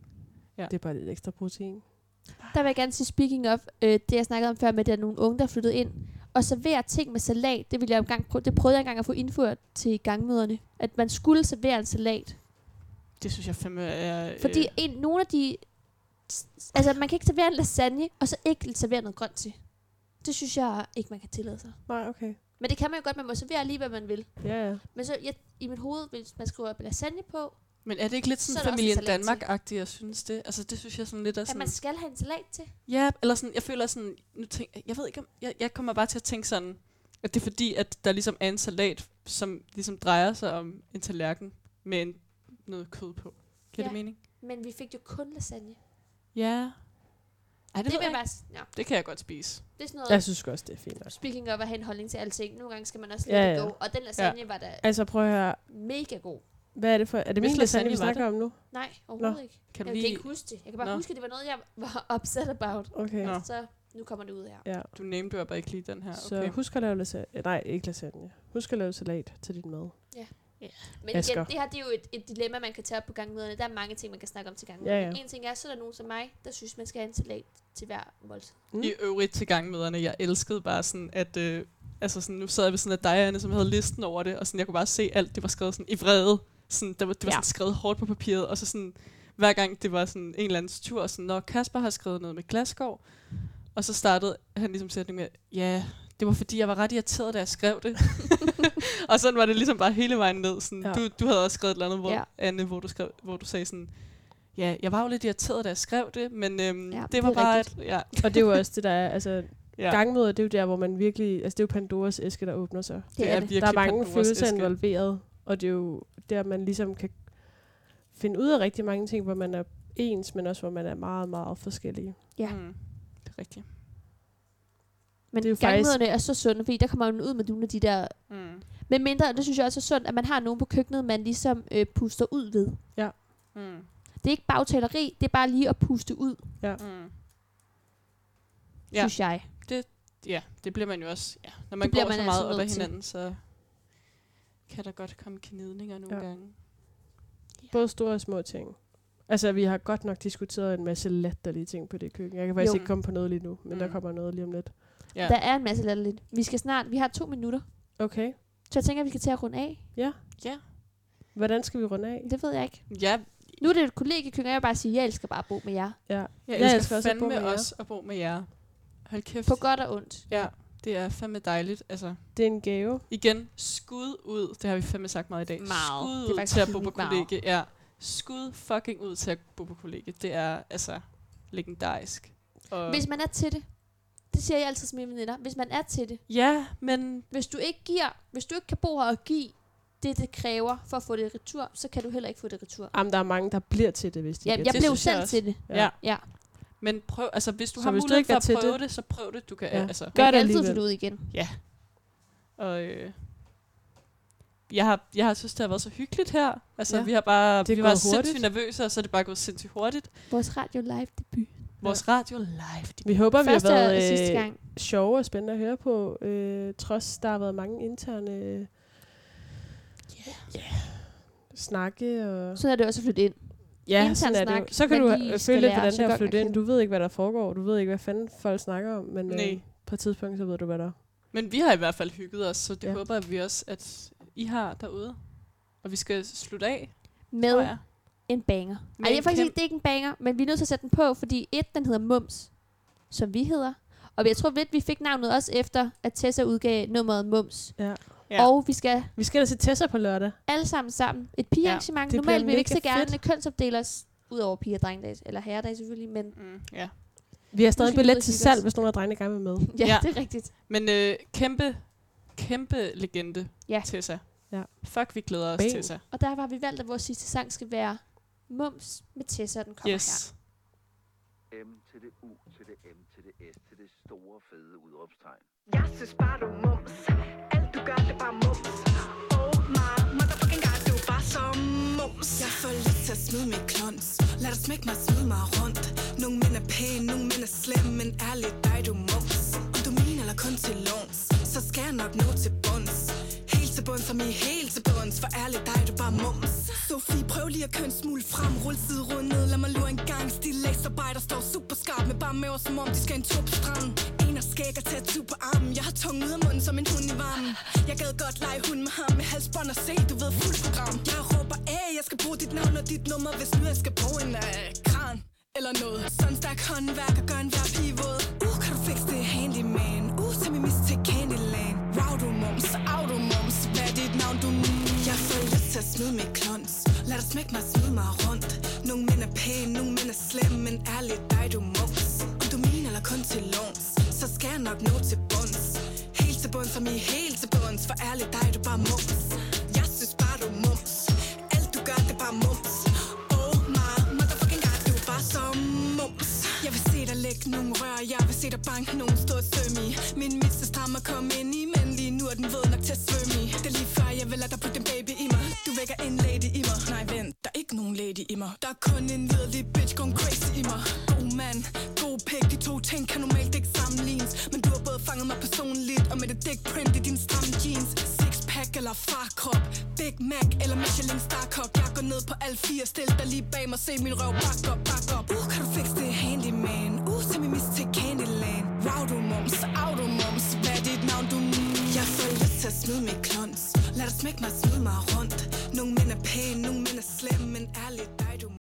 er bare lidt ekstra protein. Der vil jeg gerne sige, speaking of, det jeg snakkede om før med, at der er nogle unge, der er flyttet ind, og servere ting med salat, det prøvede jeg engang at få indført til gangmøderne, at man skulle servere en salat. Det synes jeg fandme er... Fordi nogle af de... Altså, man kan ikke servere en lasagne, og så ikke servere noget grønt til. Det synes jeg ikke, man kan tillade sig. Nej, okay. Men det kan man jo godt, man må servere lige, hvad man vil. Ja, ja. Men så i mit hoved, hvis man skriver lasagne på, Men er det ikke lidt Så er sådan der også familien en salat til. Danmark-agtigt, jeg synes det? Altså det synes jeg sådan lidt er at sådan... man skal have en salat til. Ja, eller sådan, jeg føler sådan... Jeg ved ikke om... Jeg kommer bare til at tænke sådan... At det er fordi, at der ligesom er en salat, som ligesom drejer sig om en tallerken med noget kød på. Giver Ja. det mening? Men vi fik jo kun lasagne. Ja. Ej, det Det ved jeg vil ikke. være... Ja, Det kan jeg godt spise. det er sådan noget... Jeg synes også, det er fint. Også. Speaking of at have en holdning til alting. Nogle gange skal man også Ja, lade det ja. gå. Og den lasagne var da Altså prøv at høre, mega god. hvad er det for... Er det Hvis min lasagne, vi lasagne var snakker om nu? Nej, overhovedet ikke. Kan du Jeg kan lige... ikke huske det. Jeg kan bare Nå. huske, at det var noget, jeg var upset about. Okay. Nå. Så nu kommer det ud her. Ja. Du name-dropper ikke lige den her. Så Okay. husk at lave lasagne. Nej, ikke lasagne. Husk at lave salat til din mad. Men Asger. igen, det her det er jo et dilemma, man kan tage op på gangmøderne. Der er mange ting, man kan snakke om til gangmøderne. Ja, ja. En ting er, så er der nogen som mig, der synes, man skal have en salat til hver måltid. I øvrigt til gangmøderne, jeg elskede bare sådan, at... altså sådan, nu sad jeg ved sådan, at dig, Anne, som havde listen over det, og sådan, jeg kunne bare se alt, det var skrevet sådan i vrede. Sådan, det var sådan skrevet hårdt på papiret, og så sådan, hver gang det var sådan en eller anden tur, og sådan, når Kasper har skrevet noget med Glasgow, og så startede han ligesom sætning med, ja, det var fordi, jeg var ret irriteret, da jeg skrev det. Og sådan var det ligesom bare hele vejen ned. Sådan, Ja. du havde også skrevet et eller andet, Ja. Anne, hvor du sagde sådan, ja, jeg var jo lidt irriteret, da jeg skrev det, men Ja, det var det er bare rigtigt. ja. Og det er jo også det, der er... Altså, Ja. gangmøder, det er jo der, hvor man virkelig... Altså, det er jo Pandoras æske, der åbner sig. Det er det. virkelig Der er mange Pandoras følelser æske. involveret, og det er jo der, man ligesom kan finde ud af rigtig mange ting, hvor man er ens, men også hvor man er meget, meget forskellige. Ja. Det er rigtigt. Men Det er jo faktisk- gangmøderne er så sunde, fordi der kommer man ud med nogle af de der... Mm. Men mindre, det synes jeg også er sundt, at man har nogen på køkkenet, man ligesom puster ud ved. Mm. Det er ikke bagtaleri, det er bare lige at puste ud, Mm. Ja. synes jeg. Ja, det bliver man jo også. Ja. Når man bliver går man så altså meget op ad nødt til. hinanden, så kan der godt komme knidninger nogle gange. Både store og små ting. Altså, vi har godt nok diskuteret en masse latterlige ting på det køkken. Jeg kan faktisk Jo. ikke komme på noget lige nu, men der Mm. kommer noget lige om lidt. Ja. Der er en masse latterligt. Vi har 2 minutter, Okay. så jeg tænker, at vi kan tage at runde af. Ja. Ja. Hvordan skal vi runde af? Det ved jeg ikke. Ja, Nu er det et kollegiekøkken, og jeg vil bare sige, at jeg elsker bare at bo med jer. Ja. jeg elsker elsker også at bo fandme med jer. også at bo med jer. Hold kæft. På godt og ondt. Ja, det er fandme dejligt. Altså, Det er en gave. igen, skud ud. Det har vi fandme sagt meget i dag. Meget. Skud Det er ud faktisk til at bo på helt meget. kollegie. Ja. Skud fucking ud til at bo på kollegie. Det er altså legendarisk. Og Hvis man er til det. Det siger jeg altid til mine veninder. Hvis man er til det. ja, men Hvis du ikke kan bo her og give det kræver for at få det retur, så kan du heller ikke få det retur. Jamen, der er mange, der bliver til det, hvis de Ja, bliver jeg til blev synes jeg selv også. til det. ja. Ja. Men prøv, altså hvis du Så har hvis du mulighed ikke for er at til prøve det- det, så prøv det. Du kan Ja. altså. Gør Man det kan altid alligevel. få det ud igen. Og jeg har synes det har været så hyggeligt her. Altså Ja. vi har bare Det er vi var gået sindssygt hurtigt. nervøse, og så er det bare gået sindssygt hurtigt. Vores radio live debut. Vores radio live. Vi håber, vi har Første og været sidste gang. sjove og spændende at høre på, trods der har været mange interne snakke. Og Sådan er det også at flytte ind. ja, intern sådan er det jo. snak, Så kan man du lige skal føle lidt, lære hvordan så det er at godt flytte at ind. Du ved ikke, hvad der foregår. Du ved ikke, hvad fanden folk snakker om. Men Nej. på et tidspunkt, så ved du, hvad der er. Men vi har i hvert fald hygget os, så det Ja. håber vi også, at I har derude. Og vi skal slutte af, tror Med jeg. en banger. Med Ej, en jeg faktisk kæmpe- ikke, det er ikke en banger, men vi er nødt til at sætte den på, fordi den hedder Mums, som vi hedder. Og jeg tror lidt, vi fik navnet også efter, at Tessa udgav nummeret Mums. Ja. Ja. Og vi skal Vi skal da se Tessa på lørdag. alle sammen. Et pigearrangement. det Normalt bliver vil vi ikke så mega gerne fedt. kønsopdele os, ud over pige- og drengedage, eller herredage selvfølgelig, men Ja. Vi har stadig skal vi ud billet og til hygge salg, os. hvis nogen af drengene gerne vil med. ja, Ja. det er rigtigt. Men kæmpe legende, Ja. Tessa. Ja. Fuck, vi glæder os, Bang. Tessa. Og derfor har vi valgt, at vores sidste sang skal være Mums med Tessa, den kommer Yes. M til det U til det M til det S til det store fede udråbstegn. Jeg synes bare, du mums. Alt du gør, det er bare mums. Oh my motherfucking god, du er bare så mums. Jeg får lyst til at smide mit klons. Lad dig smække mig og smide mig rundt. Nogle mænd er pæne, nogle mænd er slemme, men ærligt dig, du mums. Om du mener eller kun til låns, så skal jeg nok nå til bunds. Helt til bunds, som i helt til bunds. For ærligt dig, du er bare mums. Sofie, prøv lige at køre en smule frem. Rul side rundt ned, lad mig lure en gang. Stil laserarbejder står super skarp med bare maver, som om de skal en tur på stranden. En og skæg og tattoo på armen. Jeg har tungen ud af munden som en hund i varmen. Jeg gad godt lege hund med ham med halsbånd og se, du ved, fuld program. Jeg råber af, jeg skal bruge dit navn og dit nummer, hvis nu jeg skal bruge en kran eller noget. Sådan stærk håndværk og gør en hver pige våd. Kan du fikse det handyman? Tag mig mis til Candyland. Wow, du mums, au, du mums. Hvad er dit navn, du Jeg får lyst til at smide mit klons. Lad dig smække mig og smide mig rundt. Nogle mænd er pæne, nogle mænd er slemme, men ærligt dig, du mums. Om du mener eller kun til låns, så skal jeg nok nå til bunds. Helt til bunds, som i helt til bunds. For ærligt dig, du bare mums. Jeg synes bare, du mums. Alt du gør, det er bare mums. Oh my motherfucking god, du er bare så mums. Jeg vil se dig lægge nogle rør, jeg vil se dig banke nogle stort søm i. Min midste strammer kom ind i, men lige nu er den våd nok til at svømme i. Det er lige før, jeg vil lade dig putte den baby i mig. Du vækker en lady i mig. Nej, vent, der er ikke nogen lady i mig. Der er kun en lidelig bitch, gone crazy i mig. God mand, god pæk, de to ting kan normalt ikke sammenlignes. Men du har både fanget mig personligt, og med det dick print i din stramme jeans. Sixpack eller farkrop, Big Mac eller Michelin Starkop. Jeg går ned på alle fire, stil dig lige bag mig, se min røv, back up, back up. Kan du fikse det handyman? Tag mig mis til Candyland. Wow, du mums, au, du mums. Hvad er dit navn, du Jeg får lyst til at smide mit klons. Lad dig smække mig og smide mig rundt. Nogle mænd er pæne, nogle mænd er slemme, men ærligt dig, du